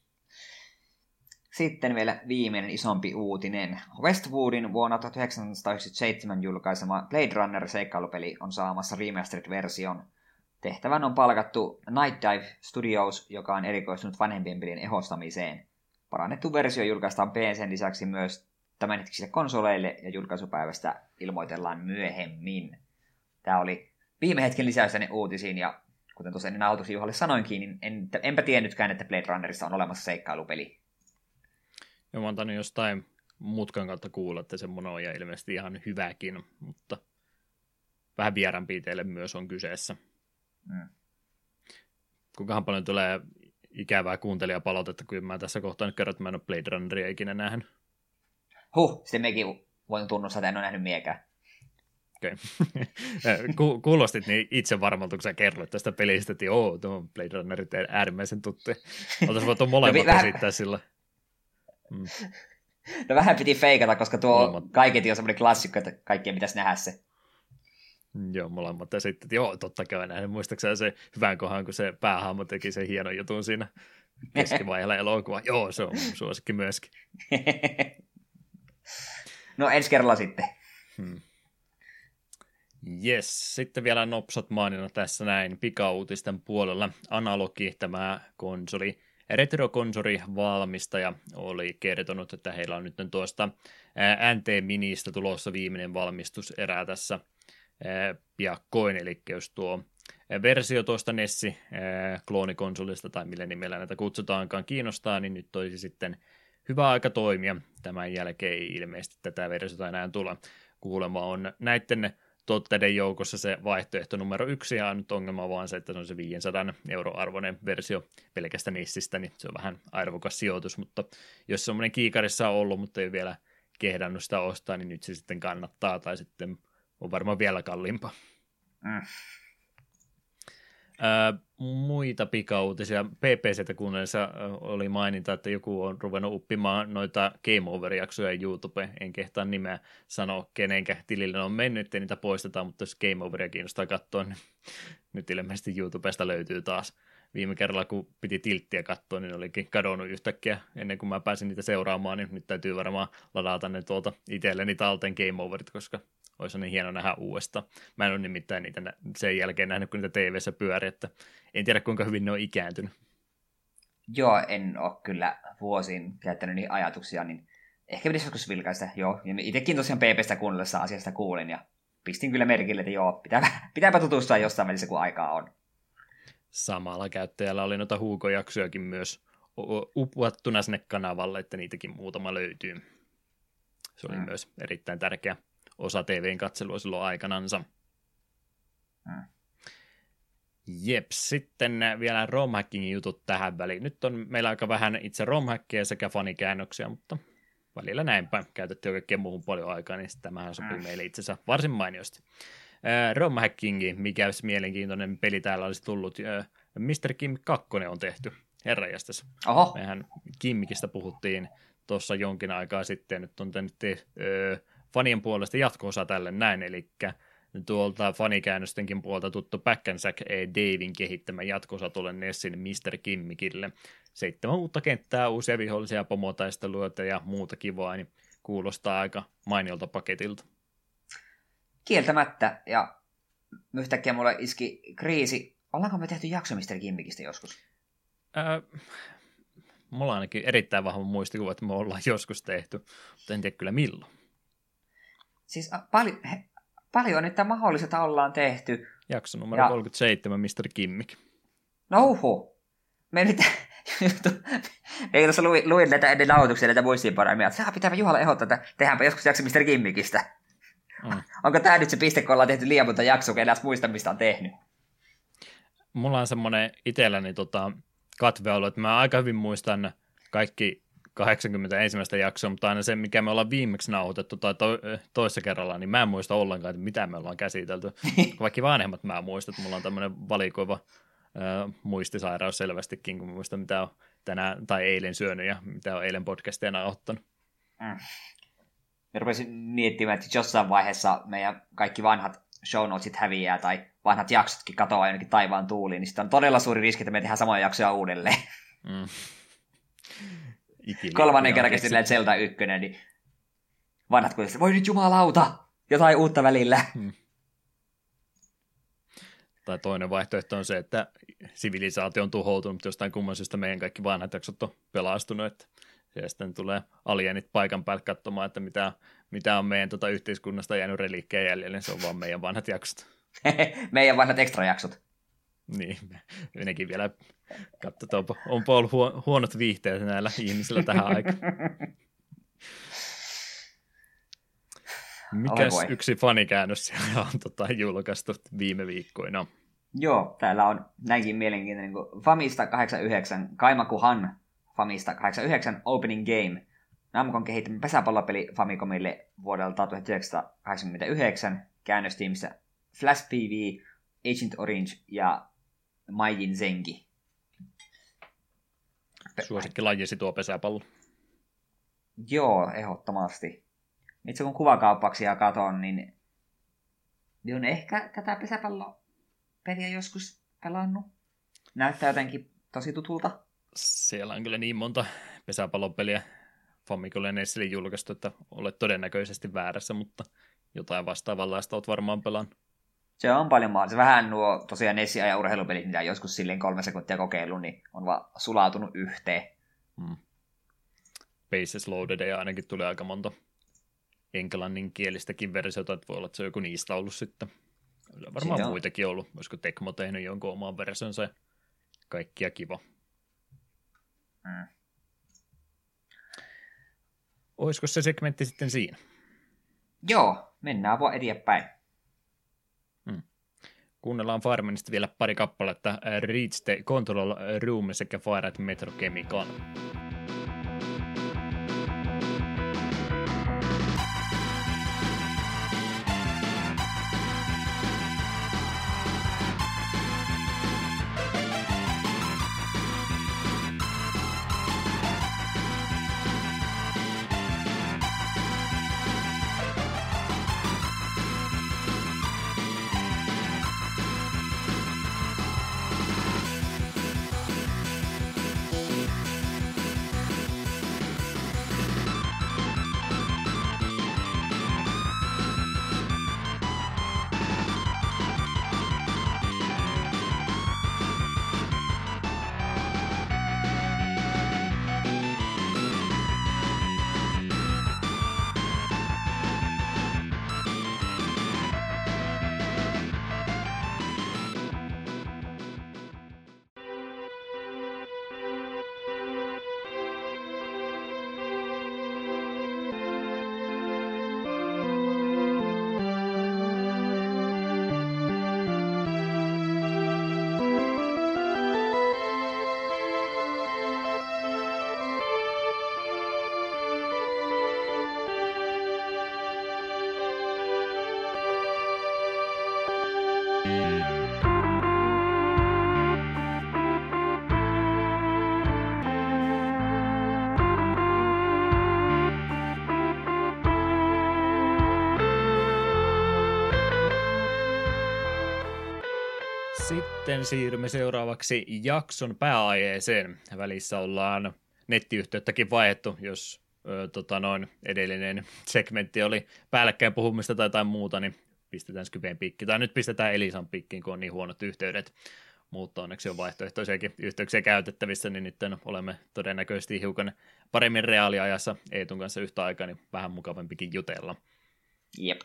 Sitten vielä viimeinen isompi uutinen. Westwoodin vuonna tuhatyhdeksänsataayhdeksänkymmentäseitsemän julkaisema Blade Runner-seikkailupeli on saamassa remastered-version. Tehtävän on palkattu Night Dive Studios, joka on erikoistunut vanhempien pelien ehostamiseen. Parannettu versio julkaistaan P C:n lisäksi myös tämänhetkisille konsoleille, ja julkaisupäivästä ilmoitellaan myöhemmin. Tämä oli viime hetken lisäys tänne uutisiin, ja kuten tuossa ennen autoksi Juhalle sanoinkin, niin en, enpä tiennytkään, että Blade Runnerissa on olemassa seikkailupeli. Ja mä oon tainnut jostain mutkan kautta kuulla, että semmoinen on ja ilmeisesti ihan hyväkin, mutta vähän vierampi teille myös on kyseessä. Mm. Kuinkahan paljon tulee ikävää kuuntelijapalautetta, kun mä tässä kohtaa nyt kerron, että mä en ole Blade Runneria ikinä nähnyt. Huh, sitten mekin voin tunnustaa, että en ole nähnyt miekään. Okei. Okay. Ku- kuulostit niin itse varmalta, kun sä kerroit tästä pelistä, että joo, tuo Blade Runnerit on äärimmäisen tuttu. Oltaisiin voitu molemmat no, esittää vähän... sillä. Mm. No vähän piti feikata, koska tuo molemmat. Kaiketi on semmoinen klassikko, että kaikkien pitäisi nähdä se. Joo, molemmat esitti, että joo, totta kai näin. Muistaakseni se hyvän kohan, kun se päähahmo teki sen hienon jutun siinä keskivaiheella elokuvaa. Joo, se on mun suosikki myöskin. No ensi kerralla sitten. Hmm. Yes, sitten vielä nopsat maininnat tässä näin pikauutisten puolella. Analogi, tämä konsoli, retrokonsoli valmistaja oli kertonut, että heillä on nyt tuosta N T-ministä tulossa viimeinen valmistuserä tässä piakkoin, eli jos tuo versio tuosta Nessi-kloonikonsolista tai millä nimellä näitä kutsutaankaan kiinnostaa, niin nyt olisi sitten hyvä aika toimia. Tämän jälkeen ei ilmeisesti tätä versiota enää tulla. Kuulemma on näiden tuotteiden joukossa se vaihtoehto numero yksi, ja nyt ongelma vaan se, että se on se viisisataa euro arvoinen versio pelkästä Nissistä, niin se on vähän arvokas sijoitus, mutta jos semmoinen kiikarissa on ollut, mutta ei vielä kehdannut sitä ostaa, niin nyt se sitten kannattaa, tai sitten on varmaan vielä kalliimpaa. Mm. Öö, muita pikauutisia. P P C:tä kuunnellessa oli maininta, että joku on ruvennut uppimaan noita Game Over-jaksoja YouTube. En kehtaa nimeä sanoa, kenenkä tilille ne on mennyt, että niitä poistetaan, mutta jos Game Overia kiinnostaa katsoa, niin nyt ilmeisesti YouTubesta löytyy taas. Viime kerralla, kun piti tilttiä katsoa, niin olikin kadonnut yhtäkkiä ennen kuin mä pääsin niitä seuraamaan, niin nyt täytyy varmaan ladata ne tuolta itselleni talteen Game Overit, koska olisi niin hieno nähdä uudestaan. Mä en ole nimittäin niitä sen jälkeen nähnyt, kun niitä T V:ssä pyöri, että en tiedä kuinka hyvin ne on ikääntynyt. Joo, en ole kyllä vuosiin käyttänyt niitä ajatuksia, niin ehkä pitäisi joskus vilkaista. Joo, ja itsekin tosiaan P P:stä kuunnellessa asiasta kuulin, ja pistin kyllä merkille, että joo, pitääpä, pitääpä tutustua jossain välissä, kun aikaa on. Samalla käyttäjällä oli noita huukojaksojakin myös upuattuna sinne kanavalle, että niitäkin muutama löytyy. Se oli mm. myös erittäin tärkeä osa T V:n katselua silloin aikanansa. Hmm. Jep, sitten vielä romhackingin jutut tähän väliin. Nyt on meillä aika vähän itse romhackia sekä fanikäännöksiä, mutta välillä näinpä käytettiin oikein muuhun paljon aikaa, niin tämähän sopii hmm. meille itsensä varsin mainiosti. Äh, romhackingi, mikä olisi mielenkiintoinen peli täällä olisi tullut. Äh, mister Kim kaksi on tehty, herranjestas. Oho. Mehän Kimmikistä puhuttiin tuossa jonkin aikaa sitten, nyt on tehty äh, fanien puolesta jatko-osa tälle näin, eli tuolta fanikäännöstenkin puolta tuttu Back and Sack Daven kehittämä jatko-osa tulee Nessin mister Kimmikille. Seitsemän uutta kenttää, uusia vihollisia, pomotaisteluita ja muuta kivaa, niin kuulostaa aika mainiolta paketilta. Kieltämättä, ja yhtäkkiä mulle iski kriisi. Ollaanko me tehty jakso mister Kimmikistä joskus? Ää, mulla on ainakin erittäin vahva muistikuva, että me ollaan joskus tehty, mutta en tiedä kyllä milloin. Siis a, paljon, he, paljon niitä mahdollista ollaan tehty. Jakso numero ja... kolmekymmentäseitsemän, mister Kimmik. No uhu. Me nyt... Ei tuossa luin, luin näitä ennen nauhoituksia näitä muistiinpanoja, että sehän pitää Juhalla ehdottaa, että tehdäänpä joskus jakso mister Kimmikistä. Mm. Onko tämä nyt se piste, kun ollaan tehty liian monta jaksoa, kun enää muista, mistä on tehnyt? Mulla on semmoinen itselläni tota, katve ollut, että mä aika hyvin muistan kaikki kahdeksankymmentäyksi jaksoa, mutta aina se, mikä me ollaan viimeksi nauhoitettu tai to, toissa kerralla, niin mä en muista ollenkaan, että mitä me ollaan käsitelty. Vaikka vanhemmat mä muistan, että mulla on tämmöinen valikoiva äh, muistisairaus selvästikin, kun mä muistan, mitä on tänään tai eilen syönyt ja mitä on eilen podcastia nauhoittanut. Mm. Mä rupesin miettimään, että jossain vaiheessa meidän kaikki vanhat show notesit häviää tai vanhat jaksotkin katoaa jonnekin taivaan tuuliin, niin sitten on todella suuri riski, että me tehdään samoja jaksoja uudelleen. Mm. Kolmannen kerran käsitellään Zelda ykkönen, niin vanhat kuitenkin, voi nyt jumalauta, jotain uutta välillä. Hmm. Tai toinen vaihtoehto on se, että sivilisaatio on tuhoutunut, mutta jostain kumman syystä meidän kaikki vanhat jaksot on pelastunut, että ja sitten tulee alienit paikan päälle katsomaan, että mitä, mitä on meidän tota yhteiskunnasta jäänyt reliikkejä jäljellä, niin se on vaan meidän vanhat jaksot. Meidän vanhat extra-jaksot. Niin, nekin vielä katsotaan, onpa ollut huo, huonot viihteet näillä ihmisillä tähän aikaan. Mikäs yksi fanikäännös siellä on tota, julkaistu viime viikkoina? Joo, täällä on näinkin mielenkiintoinen kuin Famista kahdeksankymmentäyhdeksän, Kaimakuhan Famista kahdeksankymmentäyhdeksän Opening Game. Namcon kehittämä pesäpallopeli Famicomille vuodelta tuhatyhdeksänsataakahdeksankymmentäyhdeksän, käännöstiimissä Flash P V, Agent Orange ja Maijin Zenki. Suosikkilajisi tuo pesäpallo. Joo, ehdottomasti. Itse kun kuvakauppauksia katon, niin on ehkä tätä pesäpallopeliä joskus pelannut. Näyttää jotenkin tosi tutulta. Siellä on kyllä niin monta pesäpallopeliä Famicolle Nessille julkaistu, että olet todennäköisesti väärässä, mutta jotain vastaavanlaista olet varmaan pelannut. Se on paljon mahdollista. Vähän nuo tosiaan Nessi- ja urheilupelit, mitä joskus silleen kolme sekuntia kokeillut, niin on vaan sulautunut yhteen. Hmm. Bases Loaded ja ainakin tulee aika monta englanninkielistäkin versiota, että voi olla, että se on joku niistä ollut sitten. Varmaan siitä muitakin ollut. Olisiko Tecmo tehnyt jonkun oman versionsa ja kaikkia kiva. Hmm. Olisiko se segmentti sitten siinä? Joo, mennään vaan eteenpäin. Hmm. Kuunnellaan Firemanista vielä pari kappaletta. Reach the Control Room sekä Fire at Metro Chemical. Sitten siirrymme seuraavaksi jakson pääaiheeseen. Välissä ollaan nettiyhteyttäkin vaihdettu, jos ö, tota noin, edellinen segmentti oli päällekkäin puhumista tai jotain muuta, niin pistetään Skypen pikki. Tai nyt pistetään Elisan pikkiin, kun on niin huonot yhteydet. Mutta onneksi on vaihtoehtoisiakin yhteyksiä käytettävissä, niin nyt olemme todennäköisesti hiukan paremmin reaaliajassa Eetun kanssa yhtä aikaa, niin vähän mukavampikin jutella. Jep.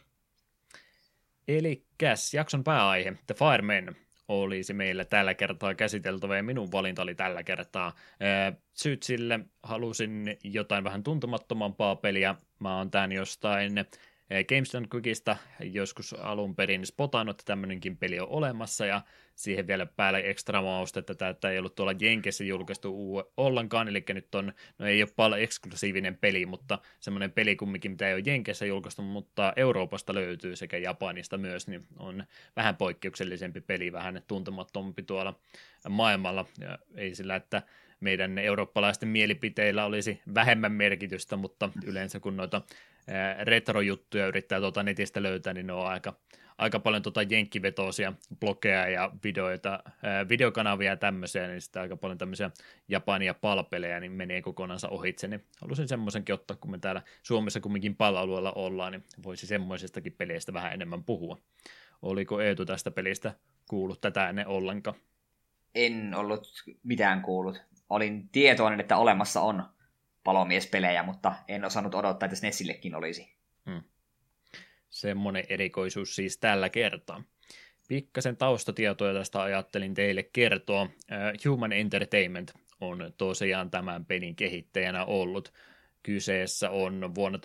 Elikkäs jakson pääaihe, The Firemen, olisi meillä tällä kertaa käsiteltävä, ja minun valinta oli tällä kertaa. Syyt sille halusin jotain vähän tuntemattomampaa peliä. Mä oon tän jostain Games and Quickista joskus alun perin spotannut, että tämmöinenkin peli on olemassa, ja siihen vielä päälle ekstra mausta, että tämä ei ollut tuolla Jenkeissä julkaistu ollenkaan, eli nyt on, no ei ole paljon eksklusiivinen peli, mutta semmoinen peli kumminkin, mitä ei ole Jenkeissä julkaistu, mutta Euroopasta löytyy sekä Japanista myös, niin on vähän poikkeuksellisempi peli, vähän tuntemattomampi tuolla maailmalla, ja ei sillä, että meidän eurooppalaisten mielipiteillä olisi vähemmän merkitystä, mutta yleensä kun noita retrojuttuja yrittää tuota netistä löytää, niin ne on aika, aika paljon tuota jenkkivetoisia blogeja ja videoita, ää, videokanavia ja tämmöisiä, niin sitten aika paljon tämmöisiä Japania palpeleja, niin menee kokonaan ohitse, niin halusin semmoisenkin ottaa, kun me täällä Suomessa kumminkin pala-alueella ollaan, niin voisi semmoisestakin peleistä vähän enemmän puhua. Oliko Eetu tästä pelistä kuullut tätä ennen ollenkaan? En ollut mitään kuullut. Olin tietoinen, että olemassa on palomiespelejä, mutta en osannut odottaa, että SNESillekin olisi. Hmm. Semmoinen erikoisuus siis tällä kertaa. Pikkasen taustatietoja tästä ajattelin teille kertoa. Uh, Human Entertainment on tosiaan tämän pelin kehittäjänä ollut. Kyseessä on vuonna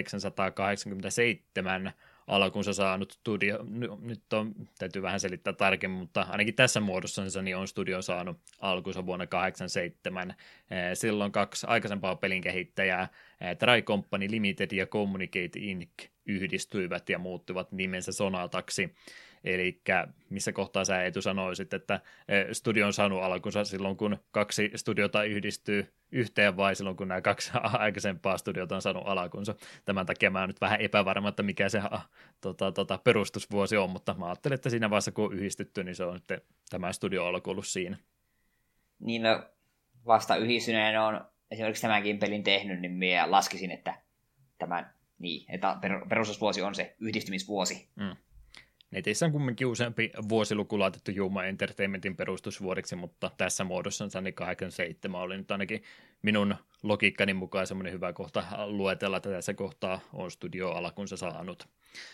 tuhatyhdeksänsataakahdeksankymmentäseitsemän alkunsa saanut studio, nyt on, täytyy vähän selittää tarkemmin, mutta ainakin tässä muodossansa niin on studio saanut alkunsa vuonna kahdeksankymmentäseitsemän. Silloin kaksi aikaisempaa pelin kehittäjää, Tri Company Limited ja Communicate Incorporated yhdistyivät ja muuttuivat nimensä Sonataksi. Eli missä kohtaa sä Eetu sanoisit, että studio on saanut alkunsa silloin, kun kaksi studiota yhdistyy yhteen, vai silloin, kun nämä kaksi aikaisempaa studiota on saanut alkunsa. Tämän takia mä oon nyt vähän epävarma, että mikä se tota, tota, perustusvuosi on, mutta mä ajattelin, että siinä vaiheessa, kun on yhdistetty, niin se on nyt tämä studio alku ollut siinä. Niin no, vasta yhdistyneen on esimerkiksi tämänkin pelin tehnyt, niin minä laskisin, että tämän, niin, että perustusvuosi on se yhdistymisvuosi. Mm. Netissä on kumminkin useampi vuosiluku laitettu Human Entertainmentin perustusvuodeksi, mutta tässä muodossa niin kahdeksankymmentäseitsemän oli nyt ainakin minun logiikkani mukaan semmoinen hyvä kohta luetella, että tässä kohtaa on studio alkunsa saanut.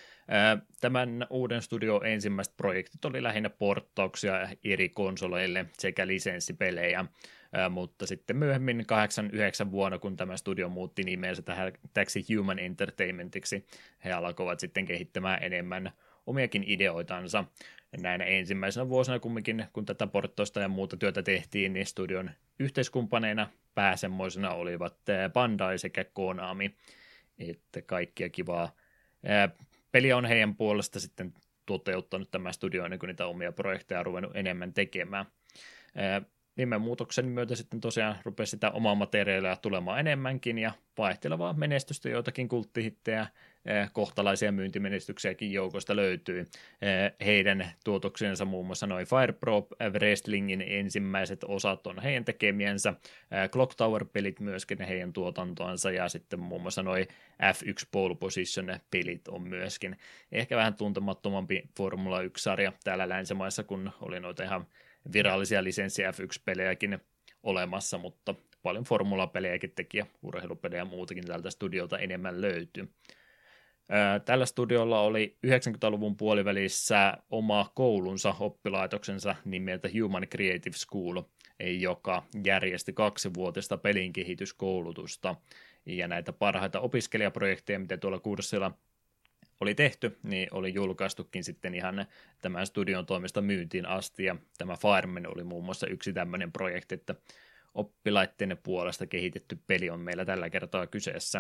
Tämän uuden studio ensimmäiset projektit oli lähinnä porttauksia eri konsoleille sekä lisenssipelejä, mutta sitten myöhemmin kahdeksankymmentäyhdeksän vuonna, kun tämä studio muutti nimensä täksi Human Entertainmentiksi, he alkoivat sitten kehittämään enemmän omiakin ideoitansa. Näinä ensimmäisenä vuosina kumminkin, kun tätä porttoista ja muuta työtä tehtiin, niin studion yhteiskumppaneina pääsemmoisena olivat Bandai sekä Konami, että kaikkia kivaa. Peli on heidän puolesta sitten toteuttanut tämä studio, niin kun niitä omia projekteja on ruvennut enemmän tekemään. Nimenmuutoksen myötä sitten tosiaan rupesi sitä omaa materiaalia tulemaan enemmänkin ja vaihtelevaa menestystä, joitakin kulttihittejä, kohtalaisia myyntimenestyksiäkin joukosta löytyy. Heidän tuotoksensa muun muassa noin Fire Pro Wrestlingin ensimmäiset osat on heidän tekemiensä, Clock Tower-pelit myöskin heidän tuotantoansa ja sitten muun muassa noin F yksi Pole Position-pelit on myöskin. Ehkä vähän tuntemattomampi Formula yksi-sarja täällä länsimaissa, kun oli noita ihan virallisia lisenssiä F yksi-pelejäkin olemassa, mutta paljon formulapelejäkin teki ja urheilupelejä ja muutakin tältä studiolta enemmän löytyy. Tällä studiolla oli yhdeksänkymmentäluvun puolivälissä oma koulunsa, oppilaitoksensa nimeltä Human Creative School, joka järjesti kaksivuotista pelinkehityskoulutusta. Ja näitä parhaita opiskelijaprojekteja, mitä tuolla kurssilla oli tehty, niin oli julkaistukin sitten ihan tämän studion toimesta myyntiin asti, ja tämä Fireman oli muun muassa yksi tämmöinen projekti, että oppilaitteiden puolesta kehitetty peli on meillä tällä kertaa kyseessä.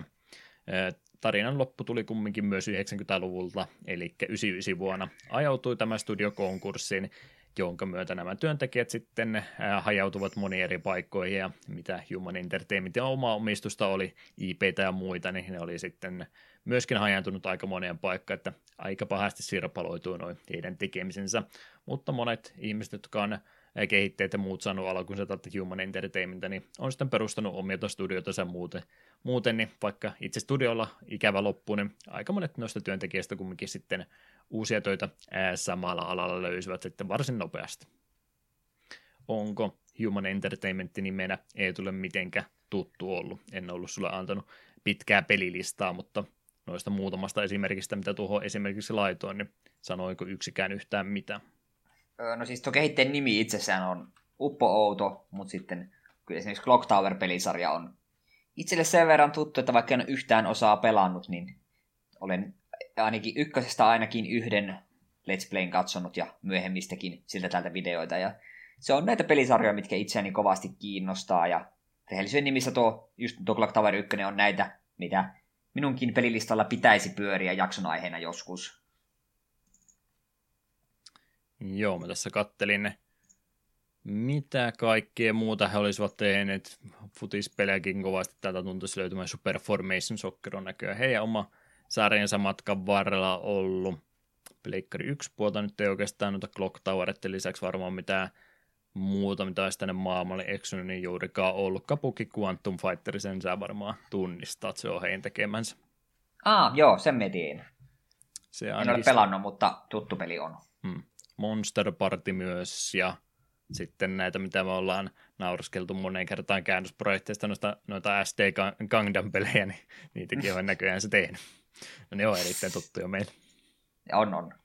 Tarinan loppu tuli kumminkin myös yhdeksänkymmentäluvulta, eli yhdeksänkymmentäyhdeksän vuonna ajautui tämä studio konkurssiin, jonka myötä nämä työntekijät sitten hajautuvat moniin eri paikkoihin, ja mitä Human Entertainmentin oma omistusta oli, I P:tä ja muita, niin ne oli sitten myöskin hajaantunut aika moneen paikkaan, että aika pahasti sirpaloituu noin heidän tekemisensä, mutta monet ihmiset, jotka on kehitteet ja muut saanut alkuunsa tältä Human Entertainmentia, niin on sitten perustanut omia studioita muuten, muuten, niin vaikka itse studiolla ikävä loppu, niin aika monet noista työntekijöistä kumminkin sitten uusia töitä samalla alalla löysivät sitten varsin nopeasti. Onko Human Entertainment nimenä ei tule mitenkään tuttu ollut? En ollut sulle antanut pitkää pelilistaa, mutta noista muutamasta esimerkistä, mitä tuohon esimerkiksi laitoin, niin sanoiko yksikään yhtään mitään? No siis tuo kehittäjän nimi itsessään on uppo-outo, mutta sitten kyllä esimerkiksi Clock Tower-pelisarja on itselle sen verran tuttu, että vaikka en ole yhtään osaa pelannut, niin olen ainakin ykkösestä ainakin yhden Let's Playn katsonut ja myöhemmistäkin siltä täältä videoita. Ja se on näitä pelisarjoja, mitkä itseäni kovasti kiinnostaa. Ja rehellisyyden nimissä tuo, just tuo Clock Tower yksi on näitä, mitä minunkin pelilistalla pitäisi pyöriä jakson aiheena joskus. Joo, mä tässä kattelin, mitä kaikkea muuta he olisivat tehneet. Futispelejäkin kovasti täältä tuntuisi löytymään. Super Formation Soccer on näköjään heidän oma sarjansa matkan varrella ollut. Pleikkari yksi puolta nyt ei oikeastaan noita Clock Towereiden lisäksi varmaan mitään muuta, mitä olisi tänne maailmalle eksynyt, niin juurikaan ollut. Kabuki Quantum Fighter, sen sä varmaan tunnistaa, että se on heidän tekemänsä. Ah, joo, sen me tiedän. Se en ole pelannut, mutta tuttu peli on. Hmm. Monster Party myös, ja sitten näitä, mitä me ollaan nauraskeltu moneen kertaan käännösprojekteista, noista, noita S D Gundam-pelejä, niin niitäkin on näköjään se tehnyt. No ne on erittäin tuttuja meille. On, on.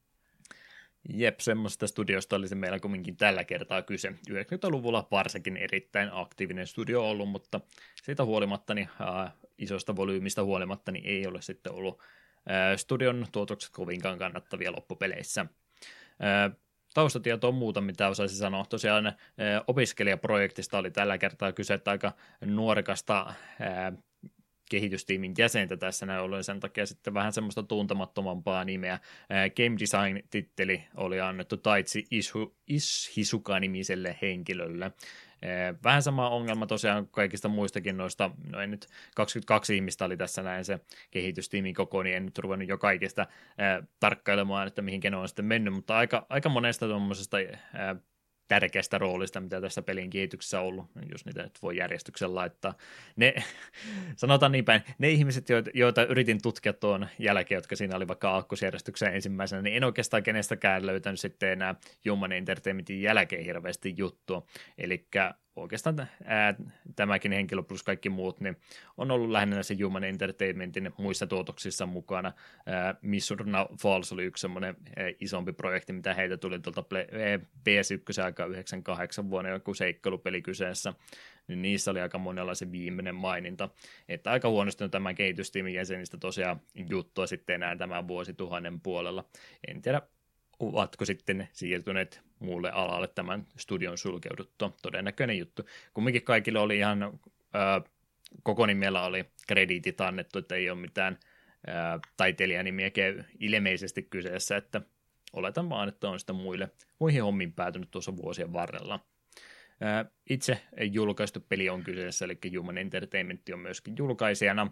Jep, semmoista studiosta olisi meillä kumminkin tällä kertaa kyse. yhdeksänkymmentäluvulla varsinkin erittäin aktiivinen studio ollut, mutta siitä huolimatta, niin, äh, isosta volyymista huolimatta, niin ei ole sitten ollut äh, studion tuotokset kovinkaan kannattavia loppupeleissä. Äh, Taustatietoa on muuta, mitä osaisin sanoa. Tosiaan äh, opiskelijaprojektista oli tällä kertaa kyse, että aika nuorekasta äh, kehitystiimin jäsentä tässä näin ollen, sen takia sitten vähän semmoista tuntemattomampaa nimeä. Game Design-titteli oli annettu Taichi Ishisuka-nimiselle henkilölle. Vähän sama ongelma tosiaan kaikista muistakin noista, no en nyt, kaksikymmentäkaksi ihmistä oli tässä näin se kehitystiimin koko, niin en nyt ruvennut jo kaikista äh, tarkkailemaan, että mihinkä ne on sitten mennyt, mutta aika, aika monesta tuommoisesta äh, tärkeästä roolista, mitä tässä pelin kehityksessä on ollut, jos niitä nyt voi järjestyksen laittaa. Ne, sanotaan niin päin, ne ihmiset, joita, joita yritin tutkia tuon jälkeen, jotka siinä oli vaikka aakkosjärjestyksen ensimmäisenä, niin en oikeastaan kenestäkään löytänyt sitten enää Human Entertainmentin jälkeen hirveästi juttua. Eli oikeastaan ää, tämäkin henkilö plus kaikki muut niin on ollut lähinnä se Human Entertainmentin muissa tuotoksissa mukana. Ää, Missourna Falls oli yksi semmoinen ää, isompi projekti, mitä heitä tuli tuolta P S yksi aikaa yhdeksänkymmentäkahdeksan vuonna joku seikkailupeli kyseessä, niin niissä oli aika monella se viimeinen maininta. Että aika huonosti on tämän kehitystiimin jäsenistä tosiaan juttua sitten enää tämän vuosituhannen puolella. En tiedä, ovatko sitten siirtyneet muulle alalle tämän studion sulkeuduttua. Todennäköinen juttu. Kumminkin kaikille oli ihan, ää, koko nimellä oli krediitit annettu, että ei ole mitään ää, taiteilijanimiä ilmeisesti kyseessä, että oletan vaan, että on sitä muille, muihin hommiin päätynyt tuossa vuosien varrella. Ää, itse julkaistu peli on kyseessä, eli Human Entertainment on myöskin julkaisijana.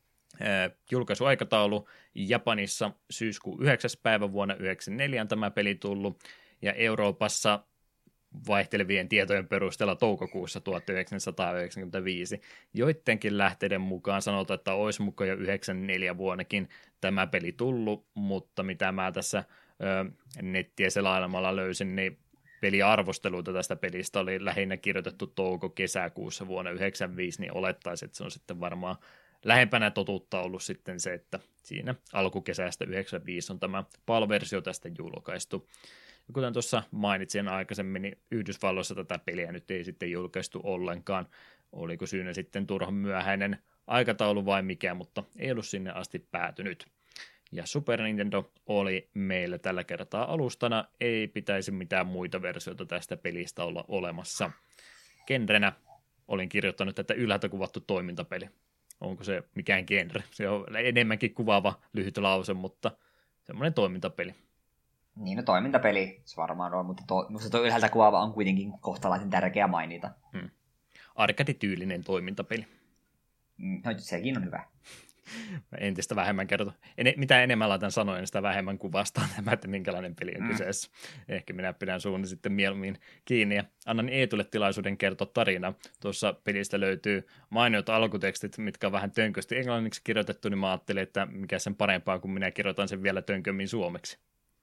Julkaisuaikataulu Japanissa syyskuun yhdeksäs päivä vuonna yhdeksänkymmentäneljä on tämä peli tullut, ja Euroopassa vaihtelevien tietojen perusteella toukokuussa tuhatyhdeksänsataayhdeksänkymmentäviisi. Joidenkin lähteiden mukaan sanotaan, että olisi mukaan jo yhdeksänkymmentäneljä vuonnakin tämä peli tullut, mutta mitä mä tässä ö, nettiä selailemalla löysin, niin peliarvosteluita tästä pelistä oli lähinnä kirjoitettu touko-kesäkuussa vuonna yhdeksänkymmentäviisi, niin olettaisin, että se on sitten varmaan lähempänä totuutta ollut sitten se, että siinä alkukesästä yhdeksänkymmentäviisi on tämä P A L-versio tästä julkaistu. Ja kuten tuossa mainitsin aikaisemmin, niin Yhdysvalloissa tätä peliä nyt ei sitten julkaistu ollenkaan. Oliko syynä sitten turhan myöhäinen aikataulu vai mikä, mutta ei ollut sinne asti päätynyt. Ja Super Nintendo oli meillä tällä kertaa alustana, ei pitäisi mitään muita versioita tästä pelistä olla olemassa. Genrenä olin kirjoittanut, että ylhäältä kuvattu toimintapeli. Onko se mikään genre? Se on enemmänkin kuvaava lyhyt lause, mutta semmoinen toimintapeli. Niin, no toimintapeli se varmaan on, mutta to, musta tuo ylhäältä kuvaava on kuitenkin kohtalaisen tärkeä mainita. Hmm. Arcade-tyylinen toimintapeli. Mm, no, sekin on hyvä. Entistä vähemmän kerto. En, mitä enemmän laitan sanoja, sitä vähemmän kuvastaa tämä, että minkälainen peli on mm. kyseessä. Ehkä minä pidän suuni sitten mieluummin kiinni ja annan Eetulle tilaisuuden kertoa tarinaa. Tuossa pelistä löytyy mainiot alkutekstit, mitkä on vähän tönkösti englanniksi kirjoitettu, niin mä ajattelin, että mikä sen parempaa, kun minä kirjoitan sen vielä tönkömmin suomeksi.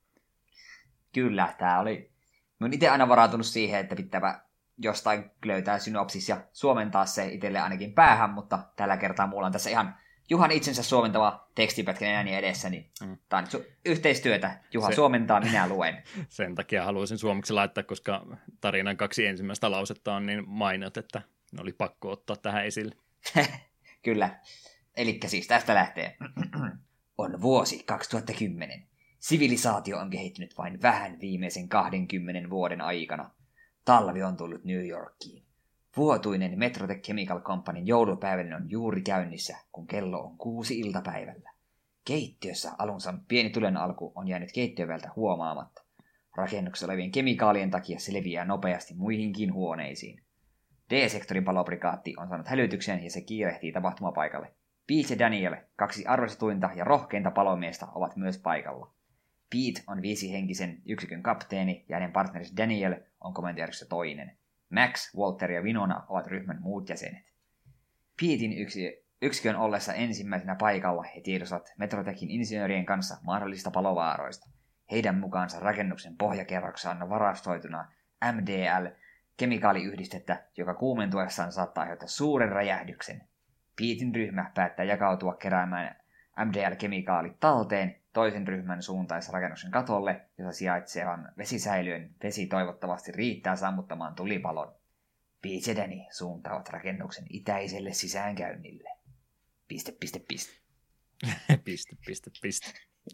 Kyllä, tämä oli... Mä oon itse aina varautunut siihen, että pitää jostain löytää synopsis ja suomentaa se itselle ainakin päähän, mutta tällä kertaa mulla on tässä ihan Juhan itsensä suomentava tekstipätkä ääni edessä, niin mm. tämä on nyt yhteistyötä. Juha se, suomentaa, minä luen. Sen takia haluaisin suomeksi laittaa, koska tarinan kaksi ensimmäistä lausetta on niin mainot, että ne oli pakko ottaa tähän esille. Kyllä. Elikkä siis tästä lähtee. On vuosi kaksituhattakymmenen. Sivilisaatio on kehittynyt vain vähän viimeisen kahdenkymmenen vuoden aikana. Talvi on tullut New Yorkiin. Vuotuinen Metrotech Chemical Companyn joulupäivän on juuri käynnissä, kun kello on kuusi iltapäivällä. Keittiössä alunsa pieni tulen alku on jäänyt keittiövältä huomaamatta. Rakennuksessa olevien kemikaalien takia se leviää nopeasti muihinkin huoneisiin. D-sektorin palobrikaatti on saanut hälytyksen ja se kiirehtii tapahtumapaikalle. Pete ja Daniel, kaksi arvostetuinta ja rohkeinta palomiestä, ovat myös paikalla. Pete on viisihenkisen yksikön kapteeni ja hänen partnerissa Daniel on komentajarissa toinen. Max, Walter ja Winona ovat ryhmän muut jäsenet. Petein yksi, yksikön ollessa ensimmäisenä paikalla he tiedostavat Metrotechin insinöörien kanssa mahdollisista palovaaroista. Heidän mukaansa rakennuksen pohjakerroksessa on varastoituna M D L-kemikaaliyhdistettä, joka kuumentuessaan saattaa aiheuttaa suuren räjähdyksen. Petein ryhmä päättää jakautua keräämään M D L-kemikaalit talteen toisen ryhmän suuntaessa rakennuksen katolle, jossa sijaitsevan vesisäiliön vesi toivottavasti riittää sammuttamaan tulipalon. Pete ja Danny suuntaavat rakennuksen itäiselle sisäänkäynnille. Piste, piste, piste. piste, piste, piste.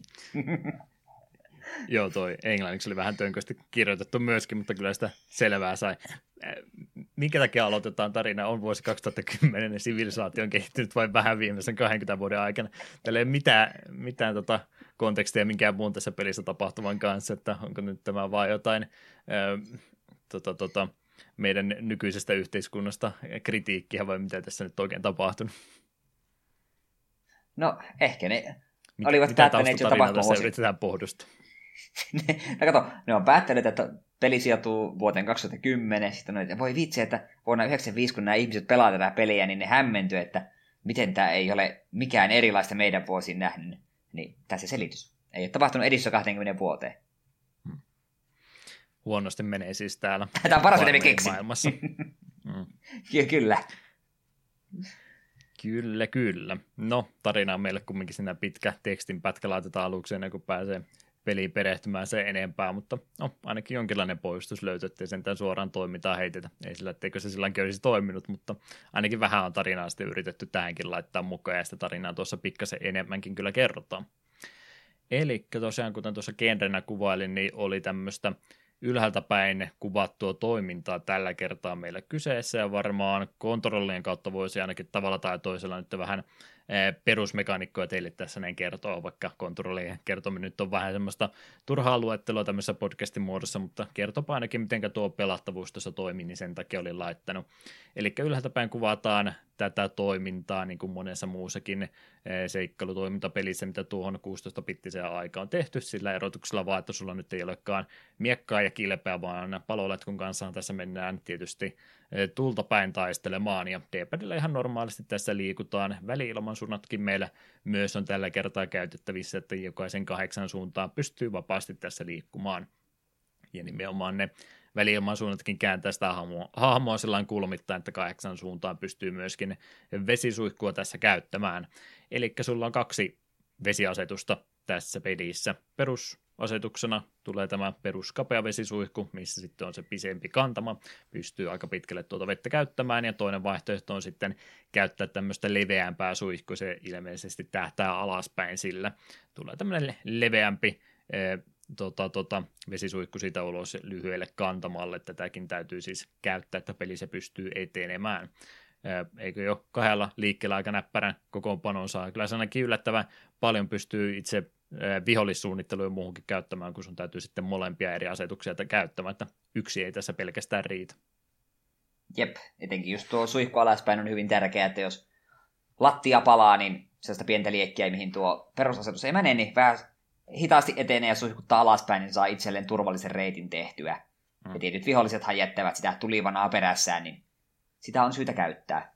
Joo, toi englanniksi oli vähän tönkösti kirjoitettu myöskin, mutta kyllä sitä selvää sai. Minkä takia aloitetaan tarina? On vuosi kaksituhattakymmenen ja sivilisaatio on kehittynyt vain vähän viimeisen kaksikymmentä vuoden aikana. Tällä ei ole mitään, mitään tota kontekstia minkään muun tässä pelissä tapahtuvan kanssa, että onko nyt tämä vaan jotain ää, tota, tota, meidän nykyisestä yhteiskunnasta kritiikkiä vai mitä tässä nyt oikein tapahtunut? No ehkä ne Mit, olivat päättäneet jo tapahtua vuosi. Yritetään pohdusta. no kato, ne on päättäneet, että peli sijoittuu vuoteen kaksituhattakymmenen, sitten on, että voi vitsi, että vuonna yhdeksänkymmentäviisi, kun nämä ihmiset pelaa tätä peliä, niin ne hämmentyy, että miten tämä ei ole mikään erilaista meidän vuosiin nähnyt. Niin tässä se selitys. Ei ole tapahtunut edissä kaksikymmentä vuoteen. Hmm. Huonosti menee siis täällä. Tämä on paras, mitä me keksin. Maailmassa. Hmm. Ky- kyllä. Kyllä, kyllä. No, tarina on meille kumminkin siinä pitkä tekstin pätkä laitetaan aluksi ennen kuin pääsee peliin perehtymään sen enempää, mutta no, ainakin jonkinlainen poistus löytettiin, sentään suoraan toimintaan heitetä. Ei sillä, etteikö se silläkin olisi toiminut, mutta ainakin vähän on tarinaa sitten yritetty tähänkin laittaa mukaan, ja sitä tarinaa tuossa pikkasen enemmänkin kyllä kerrotaan. Eli tosiaan, kuten tuossa genrenä kuvailin, niin oli tämmöistä ylhäältä päin kuvattua toimintaa tällä kertaa meillä kyseessä, ja varmaan kontrollien kautta voisi ainakin tavalla tai toisella nyt vähän perusmekaanikkoja teille tässä näin kertoa, vaikka kontrollien kertominen nyt on vähän semmoista turhaa luettelua tämmöisessä podcastin muodossa, mutta kertopa ainakin, miten tuo pelattavuus tuossa toimii, niin sen takia olin laittanut. Eli ylhäältä päin kuvataan tätä toimintaa, niin kuin monessa muussakin seikkailutoimintapelissä, mitä tuohon kuusitoista-bittiseen aikaan on tehty, sillä erotuksella vaan, että sulla nyt ei olekaan miekkaa ja kilpeä, vaan paloletkun kanssa tässä mennään tietysti tulta päin taistelemaan, ja D-padilla ihan normaalisti tässä liikutaan. Väli-ilmansuunnatkin meillä myös on tällä kertaa käytettävissä, että jokaisen kahdeksan suuntaan pystyy vapaasti tässä liikkumaan. Ja nimenomaan ne väli-ilmansuunnatkin kääntää sitä hahmoa, hahmoa sellainen kulmittain, että kahdeksan suuntaan pystyy myöskin vesisuihkua tässä käyttämään. Eli sulla on kaksi vesiasetusta tässä pelissä. Perusasetuksena tulee tämä peruskapea vesisuihku, missä sitten on se pisempi kantama, pystyy aika pitkälle tuota vettä käyttämään, ja toinen vaihtoehto on sitten käyttää tämmöistä leveämpää suihkua, se ilmeisesti tähtää alaspäin sillä. Tulee tämmöinen leveämpi eh, tota, tota, vesisuihku siitä ulos lyhyelle kantamalle, tätäkin täytyy siis käyttää, että peli se pystyy etenemään. Eikö jo kahdella liikkeellä aika näppärän kokoonpanon saa. Kyllä se ainakin yllättävän paljon pystyy itse vihollissuunnitteluun ja muuhunkin käyttämään, kun sun täytyy sitten molempia eri asetuksia käyttämään, että yksi ei tässä pelkästään riitä. Jep, etenkin just tuo suihku alaspäin on hyvin tärkeää, että jos lattia palaa, niin sellaista pientä liekkiä, mihin tuo perusasetus ei mene, niin vähän hitaasti etenee ja suihkuttaa alaspäin, niin saa itselleen turvallisen reitin tehtyä. Mm. Ja tietyt vihollisethan jättävät sitä tulivanaa perässään, niin sitä on syytä käyttää.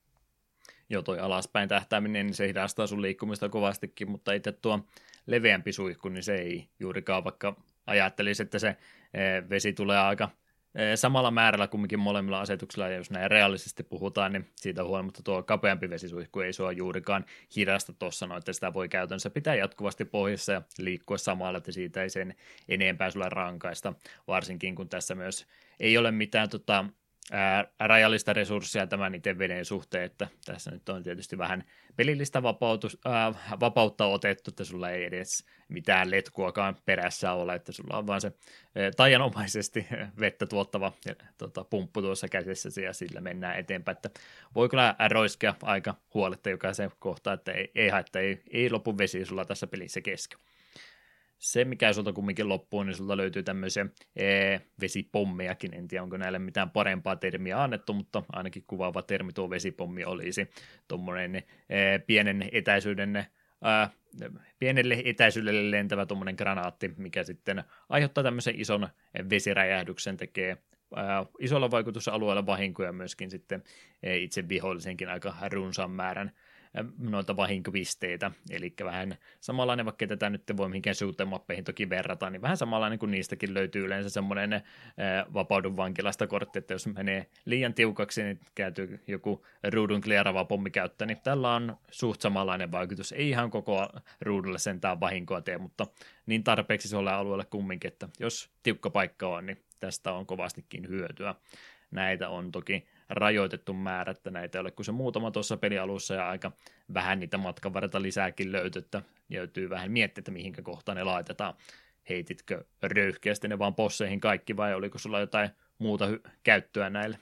Joo, toi alaspäin tähtääminen, niin se hidastaa sun liikkumista kovastikin, mutta itse tuo leveämpi suihku, niin se ei juurikaan, vaikka ajattelisi, että se vesi tulee aika samalla määrällä kumminkin molemmilla asetuksilla, ja jos näin reaalisesti puhutaan, niin siitä huolimatta tuo kapeampi vesisuihku ei sua juurikaan hidasta tuossa, no, että sitä voi käytännössä pitää jatkuvasti pohjassa ja liikkua samalla, että siitä ei sen enempää sulle rankaista, varsinkin kun tässä myös ei ole mitään tota, ää, rajallista resursseja tämän itse veden suhteen, että tässä nyt on tietysti vähän pelillistä vapautus, ää, vapautta otettu, että sulla ei edes mitään letkuakaan perässä ole, että sulla on vaan se ää, taianomaisesti vettä tuottava ja, tota, pumppu tuossa käsissäsi ja sillä mennään eteenpäin, että voi kyllä roiskea aika huoletta jokaisen kohtaa, että ei, ei haittaa, ei, ei lopu vesi sulla tässä pelissä kesken. Se, mikä sulta kumminkin loppuu, niin sulta löytyy tämmöisiä ee, vesipommejakin. En tiedä, onko näille mitään parempaa termiä annettu, mutta ainakin kuvaava termi tuo vesipommi olisi tuommoinen ee, pienen etäisyyden, ää, pienelle etäisyydelle lentävä tuommoinen granaatti, mikä sitten aiheuttaa tämmöisen ison vesiräjähdyksen, tekee ää, isolla vaikutusalueella vahinkoja myöskin sitten ee, itse vihollisenkin aika runsaan määrän noita vahinkopisteitä, eli vähän samanlainen, vaikka tätä nyt voi mihinkään shoot-em-mappeihin toki verrata, niin vähän samanlainen kuin niistäkin löytyy yleensä semmoinen ää, vapaudun vankilasta kortti, että jos menee liian tiukaksi, niin kääntyy joku ruudun klieraava pommi käyttää, niin tällä on suht samanlainen vaikutus, ei ihan koko ruudulle sentään vahinkoa tee, mutta niin tarpeeksi se alueelle kumminkin, että jos tiukka paikka on, niin tästä on kovastikin hyötyä. Näitä on toki rajoitettu määrä, että näitä ei ole kuin se muutama tuossa pelialussa ja aika vähän niitä matkan varrelta lisääkin löytyy, että joutuu vähän miettiä, että mihinkä kohtaan ne laitetaan. Heititkö röyhkeästi ne vaan bosseihin kaikki vai oliko sulla jotain muuta hy- käyttöä näille?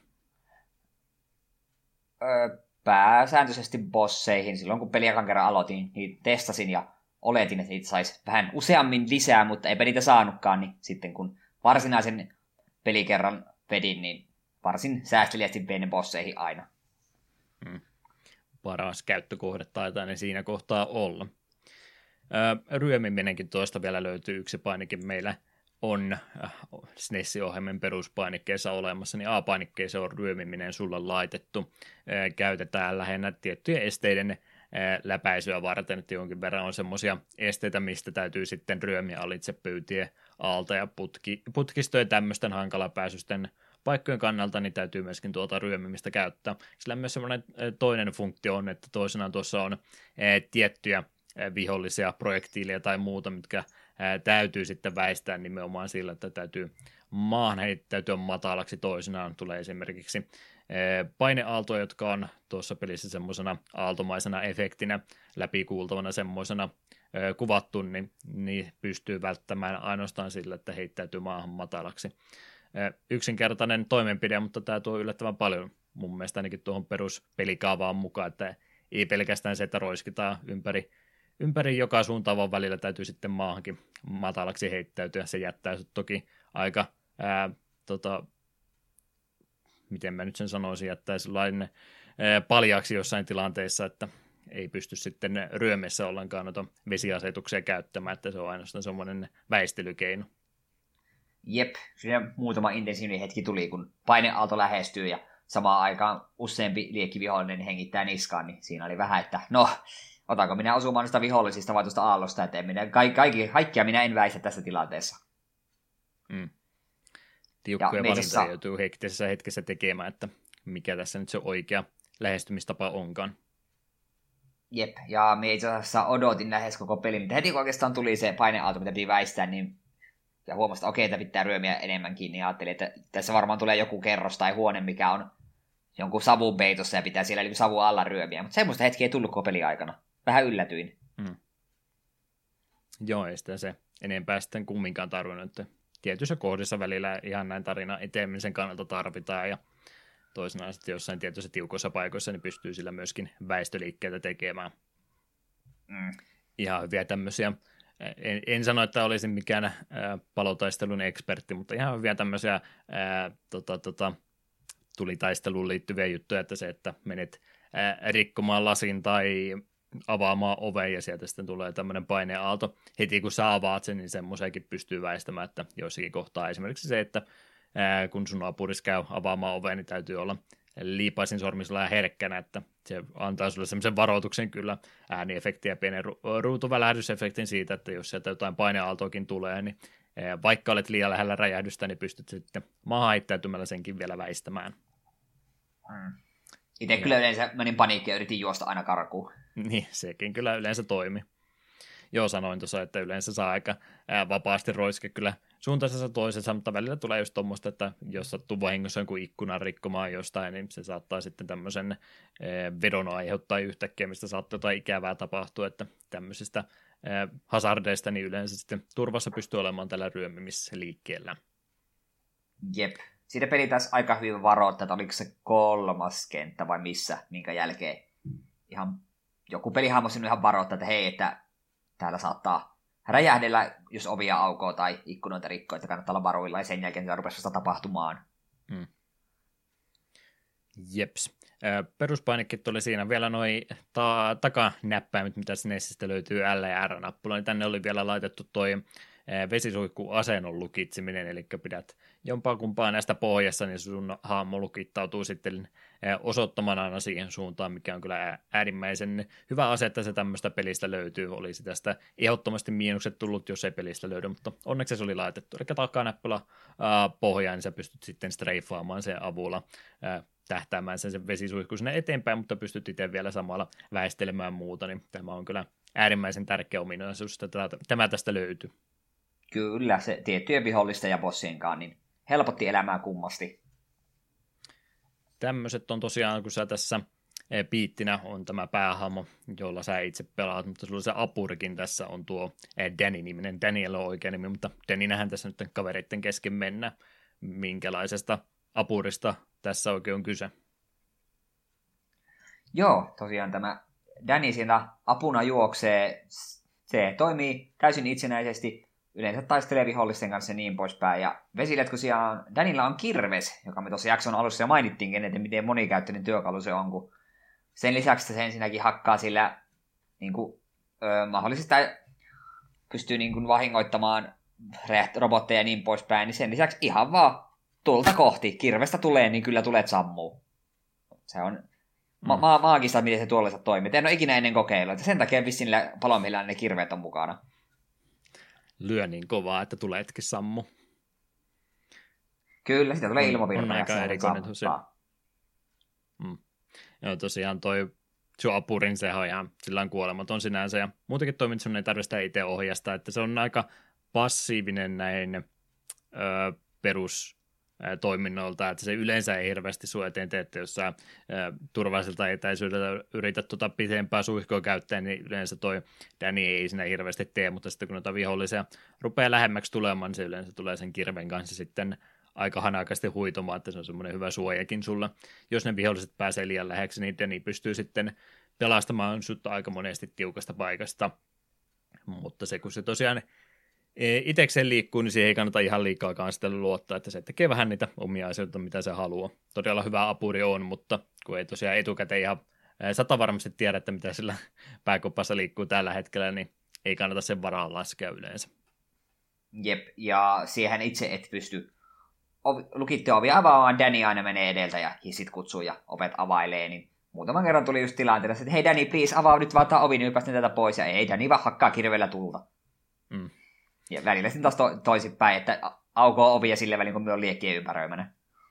Öö, pääsääntöisesti bosseihin. Silloin kun peliakan kerran aloitin, niin testasin ja oletin, että niitä saisi vähän useammin lisää, mutta eipä niitä saanutkaan, niin sitten kun varsinaisen pelikerran vedin, niin varsin säästeliästi vein ne bosseihin aina. Hmm. Paras käyttökohde taitaa ne siinä kohtaa olla. Öö, ryömiminenkin tuosta vielä löytyy yksi painikin. Meillä on äh, S N E S-ohjelmien peruspainikkeessa olemassa, niin A-painikkeeseen on ryömiminen sulla laitettu. Öö, käytetään lähinnä tiettyjen esteiden öö, läpäisyä varten, että jonkin verran on semmoisia esteitä, mistä täytyy sitten ryömiä alitse pyytien alta ja putki, putkistojen tämmöisten hankalapääsysten paikkojen kannalta, niin täytyy myöskin tuota ryömimistä käyttää. Sillä myös semmoinen toinen funktio on, että toisenaan tuossa on ää, tiettyjä ää, vihollisia projektiileja tai muuta, mitkä ää, täytyy sitten väistää nimenomaan sillä, että täytyy maahan heittäytyä matalaksi. Toisenaan tulee esimerkiksi ää, paineaaltoja, jotka on tuossa pelissä semmoisena aaltomaisena efektinä, läpikuultavana semmoisena ää, kuvattu, niin, niin pystyy välttämään ainoastaan sillä, että heittäytyy maahan matalaksi. Yksinkertainen toimenpide, mutta tämä tuo yllättävän paljon mun mielestä ainakin tuohon peruspelikaavaan mukaan, että ei pelkästään se, että roiskitaan ympäri, ympäri joka suuntaan, vaan välillä täytyy sitten maahankin matalaksi heittäytyä. Se jättää sut toki aika, ää, tota, miten mä nyt sen sanoisin, jättää sellainen ää, paljaaksi jossain tilanteessa, että ei pysty sitten ryömessä ollenkaan noita vesiasetuksia käyttämään, että se on ainoastaan semmoinen väistelykeino. Jep, siinä muutama intensiivinen hetki tuli, kun paineaalto lähestyy ja samaan aikaan useampi liekkivihollinen hengittää niskaan, niin siinä oli vähän, että no, otanko minä osumaan noista vihollisista vai tuosta aallosta, että en minä, ka- kaikki, kaikkia minä en väistä tässä tilanteessa. Mm. Tiukkoja valintoja joutuu hektisessä hetkessä tekemään, että mikä tässä nyt se oikea lähestymistapa onkaan. Jep, ja me itse asiassa odotin lähes koko pelin, mutta heti kun oikeastaan tuli se paineaalto, mitä piti väistää, niin ja huomasin, että okei, että pitää ryömiä enemmänkin, niin ajattelin, että tässä varmaan tulee joku kerros tai huone, mikä on jonkun savun peitossa ja pitää siellä eli savun alla ryömiä. Mutta semmoista hetkiä ei tullut koko peli aikana. Vähän yllätyin. Hmm. Joo, ei sitä se enempää sitten kumminkaan tarvinnut, että tietyissä kohdissa välillä ihan näin tarina eteemisen kannalta tarvitaan ja toisenaan sitten jossain tietyissä tiukoissa paikoissa niin pystyy sillä myöskin väistöliikkeitä tekemään. Hmm. Ihan hyviä tämmöisiä en, en sano, että olisin mikään ää, palotaistelun ekspertti, mutta ihan hyviä tämmöisiä ää, tota, tota, tulitaisteluun liittyviä juttuja, että se, että menet ää, rikkomaan lasin tai avaamaan oven ja sieltä sitten tulee tämmöinen paineaalto. Heti kun sä avaat sen, niin semmoisenkin pystyy väistämään, että joissakin kohtaa esimerkiksi se, että ää, kun sun apuris käy avaamaan oveen, niin täytyy olla liipaisin sormisella ja herkkänä, että se antaa sulle semmoisen varoituksen kyllä ääniefektiä ja pienen ru- ruutuvälähdysefektin siitä, että jos sieltä jotain paineaaltoakin tulee, niin ää, vaikka olet liian lähellä räjähdystä, niin pystyt sitten maahan heittäytymällä senkin vielä väistämään. Mm. Itse kyllä yleensä menin paniikkiin ja yritin juosta aina karkuun. Niin, sekin kyllä yleensä toimi. Joo, sanoin tuossa, että yleensä saa aika ää, vapaasti roiske kyllä suuntaisessa toisensa, mutta välillä tulee just tuommoista, että jos sattuu vahingossa jonkun ikkunan rikkomaan jostain, niin se saattaa sitten tämmöisen ää, vedon aiheuttaa yhtäkkiä, mistä saattaa jotain ikävää tapahtua, että tämmöisistä ää, hazardeista niin yleensä sitten turvassa pystyy olemaan tällä ryömimisliikkeellä. Jep. Siitä peli taas aika hyvin varoittaa, että oliko se kolmas kenttä vai missä, minkä jälkeen ihan joku pelihahmo sinun ihan varoittaa, että hei, että täällä saattaa räjähdellä, jos ovia aukoo tai ikkunoita rikkoo, että kannattaa olla varuilla, ja sen jälkeen se rupesi vasta tapahtumaan. Hmm. Jeps. Peruspainikit oli siinä vielä noi ta- takanäppäimet, mitä SNESistä löytyy L ja R-nappula, niin tänne oli vielä laitettu toi vesisuihkuasennon lukitseminen, eli pidät jompaa kumpaa näistä pohjassa, niin sun hahmo lukittautuu sitten osoittamaan aina siihen suuntaan, mikä on kyllä äärimmäisen hyvä ase, että se tämmöistä pelistä löytyy. Olisi tästä ehdottomasti miinukset tullut, jos ei pelistä löydy, mutta onneksi se oli laitettu. Eli takanäppälä pohjaan, niin sä pystyt sitten streifaamaan sen avulla ää, tähtäämään sen, sen vesisuihku sinne eteenpäin, mutta pystyt itse vielä samalla väistelemään muuta, niin tämä on kyllä äärimmäisen tärkeä ominaisuus, että tämä tästä löytyy. Kyllä, se tiettyjen vihollisten ja bossien kanssa, niin helpotti elämää kummasti. Tämmöiset on tosiaan, kun sä tässä piittinä on tämä päähahmo, jolla sä itse pelaat, mutta sulla se apurikin tässä on tuo Danny-niminen. Daniel on oikea nimi, mutta Danny-nähän tässä nyt kavereiden kesken mennä. Minkälaisesta apurista tässä oikein on kyse? Joo, tosiaan tämä Danny siinä apuna juoksee. Se toimii täysin itsenäisesti. Yleensä taistelee vihollisten kanssa ja niin poispäin. Ja vesiletku siellä Danilla on kirves, joka me tuossa jakson alussa jo mainittiinkin, että miten monikäyttöinen työkalu se on. Kun sen lisäksi se ensinnäkin hakkaa sillä niin kuin, ö, mahdollisesti pystyy niin kuin vahingoittamaan robotteja ja niin poispäin. Niin sen lisäksi ihan vaan tulta kohti. Kirvestä tulee, niin kyllä tulet sammuu. Se on ma- ma- maagista, miten se tuolleensa toimii. En ole ikinä ennen kokeillut. Sen takia vissiin niillä palomielillä ne kirveet on mukana. Lyö niin kovaa, että tuletkin sammu. Kyllä, sitä tulee ilmavirta. On aika erikoinen se. Mm. Joo, tosiaan toi sun apurin, sehän on ihan sillä kuolematon sinänsä, ja muutenkin toimit sun ei tarvitse sitä itse ohjasta, että se on aika passiivinen näin ö, perus toiminnolta, että se yleensä ei hirveästi sun eteen tee, että jos sä ä, turvalliselta etäisyydeltä yrität tuota pitempää suihkoa käyttää, niin yleensä toi Danny ei siinä hirveästi tee, mutta sitten kun noita vihollisia rupeaa lähemmäksi tulemaan, niin se yleensä tulee sen kirven kanssa sitten aika hanakasti huitomaan, että se on semmoinen hyvä suojakin sulla. Jos ne viholliset pääsee liian läheksi, niin Danny pystyy sitten pelastamaan sut aika monesti tiukasta paikasta, mutta se kun se tosiaan itekseen liikkuu, niin siihen ei kannata ihan liikaakaan sitä luottaa, että se tekee vähän niitä omia asioita, mitä se haluaa. Todella hyvä apuri on, mutta kun ei tosiaan etukäteen ihan sata varmasti tiedä, että mitä sillä pääkopassa liikkuu tällä hetkellä, niin ei kannata sen varaan laskea yleensä. Jep, ja siihen itse et pysty ovi, lukitte ovi avaamaan, Danny aina menee edeltä ja hissit kutsuu ja ovet availee, niin muutaman kerran tuli just tilanteessa, että hei Danny, please, avaa nyt vaan tämä ovi, niin päästään tätä pois, ja ei, Danny vaan hakkaa kirveellä tulta. Mm. Ja välillä sitten taas to- toisinpäin, että aukoo ovi ja sille välin, kun me on liekkien ympäröimänä.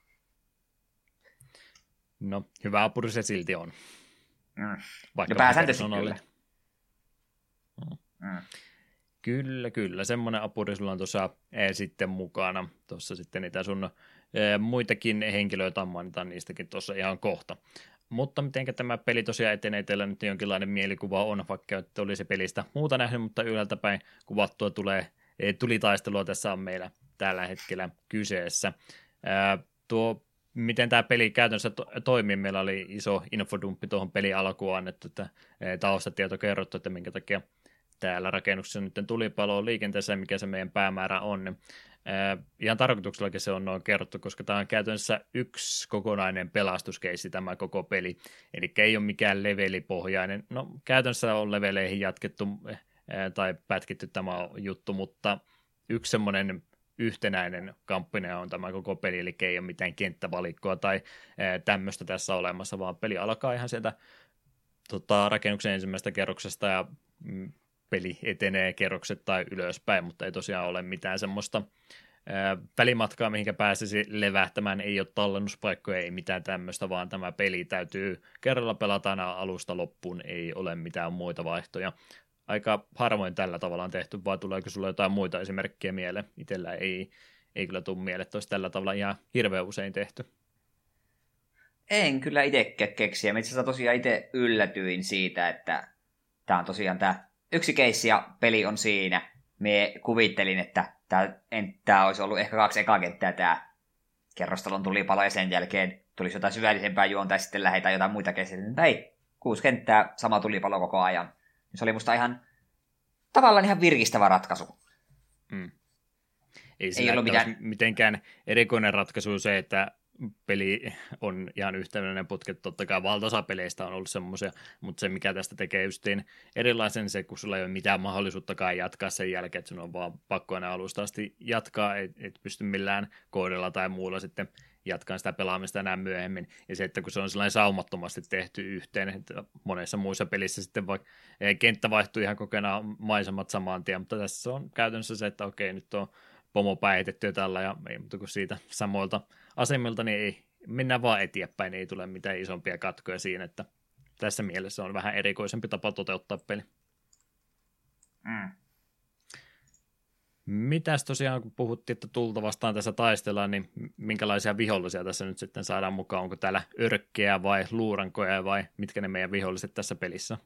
No, hyvä apuri se silti on. Mm. No pääsääntöisesti kyllä. Mm. Mm. Kyllä, kyllä. Semmoinen apuri sulla on tuossa e, sitten mukana. Tuossa sitten niitä sun e, muitakin henkilöitä mainitaan niistäkin tuossa ihan kohta. Mutta mitenkä tämä peli tosiaan etenee, teillä nyt jonkinlainen mielikuva on, vaikka että olisi pelistä muuta nähnyt, mutta ylhäältä päin kuvattua tulee tulitaistelua tässä on meillä tällä hetkellä kyseessä. Ää, tuo, miten tämä peli käytännössä to- toimii, meillä oli iso infodumppi tuohon pelin alkuun annettu, että taustatieto kerrottu, että minkä takia täällä rakennuksessa nyt tulipalo liikenteessä, mikä se meidän päämäärä on, niin Äh, ihan tarkoituksellakin se on noin kerrottu, koska tämä on käytännössä yksi kokonainen pelastuskeissi tämä koko peli, eli ei ole mikään levelipohjainen, no käytännössä on leveleihin jatkettu äh, tai pätkitty tämä juttu, mutta yksi semmoinen yhtenäinen kampanja on tämä koko peli, eli ei ole mitään kenttävalikkoa tai äh, tämmöistä tässä olemassa, vaan peli alkaa ihan sieltä tota, rakennuksen ensimmäisestä kerroksesta ja mm, peli etenee kerrokset tai ylöspäin, mutta ei tosiaan ole mitään semmoista ää, välimatkaa, mihinkä pääsisi levähtämään, ei ole tallennuspaikkoja, ei mitään tämmöistä, vaan tämä peli täytyy kerralla pelata aina alusta loppuun, ei ole mitään muita vaihtoja. Aika harvoin tällä tavalla on tehty, vai tuleeko sulla jotain muita esimerkkejä mieleen? Itsellä ei, ei kyllä tule mieleen, että olisi tällä tavalla ihan hirveän usein tehty. En kyllä itsekään keksiä. Mä itse asiassa tosiaan itse yllätyin siitä, että tämä on tosiaan tämä yksi keissi ja peli on siinä. Me kuvittelin, että tämä, tämä olisi ollut ehkä kaksi ekaa kenttää tämä kerrostalon tulipalo ja sen jälkeen tulisi jotain syvällisempää juonta ja sitten lähdetään jotain muita keissiä. Mutta ei, kuusi kenttää, sama tulipalo koko ajan. Se oli musta ihan tavallaan ihan virkistävä ratkaisu. Mm. Ei se ei ollut mitään mitenkään erikoinen ratkaisu se, että peli on ihan yhtenäinen putket, totta kai valtaosa peleistä on ollut semmoisia, mutta se mikä tästä tekee justiin erilaisen se, kun sulla ei ole mitään mahdollisuuttakaan jatkaa sen jälkeen, että sun on vaan pakko aina alusta asti jatkaa, et, et pysty millään koodilla tai muulla sitten jatkaa sitä pelaamista enää myöhemmin, ja se, että kun se on sellainen saumattomasti tehty yhteen, että monessa muissa pelissä sitten vaikka kenttä vaihtuu ihan kokonaan maisemat samaan tien, mutta tässä on käytännössä se, että okei, nyt on pomo päihitetty tällä, ja ei muuta kuin siitä samoilta asemilta, niin ei, mennään vaan eteenpäin, niin ei tule mitään isompia katkoja siinä, että tässä mielessä on vähän erikoisempi tapa toteuttaa peli. Mm. Mitäs tosiaan, kun puhuttiin, että tulta vastaan tässä taistellaan, niin minkälaisia vihollisia tässä nyt sitten saadaan mukaan? Onko täällä örkkejä vai luurankoja vai mitkä ne meidän viholliset tässä pelissä?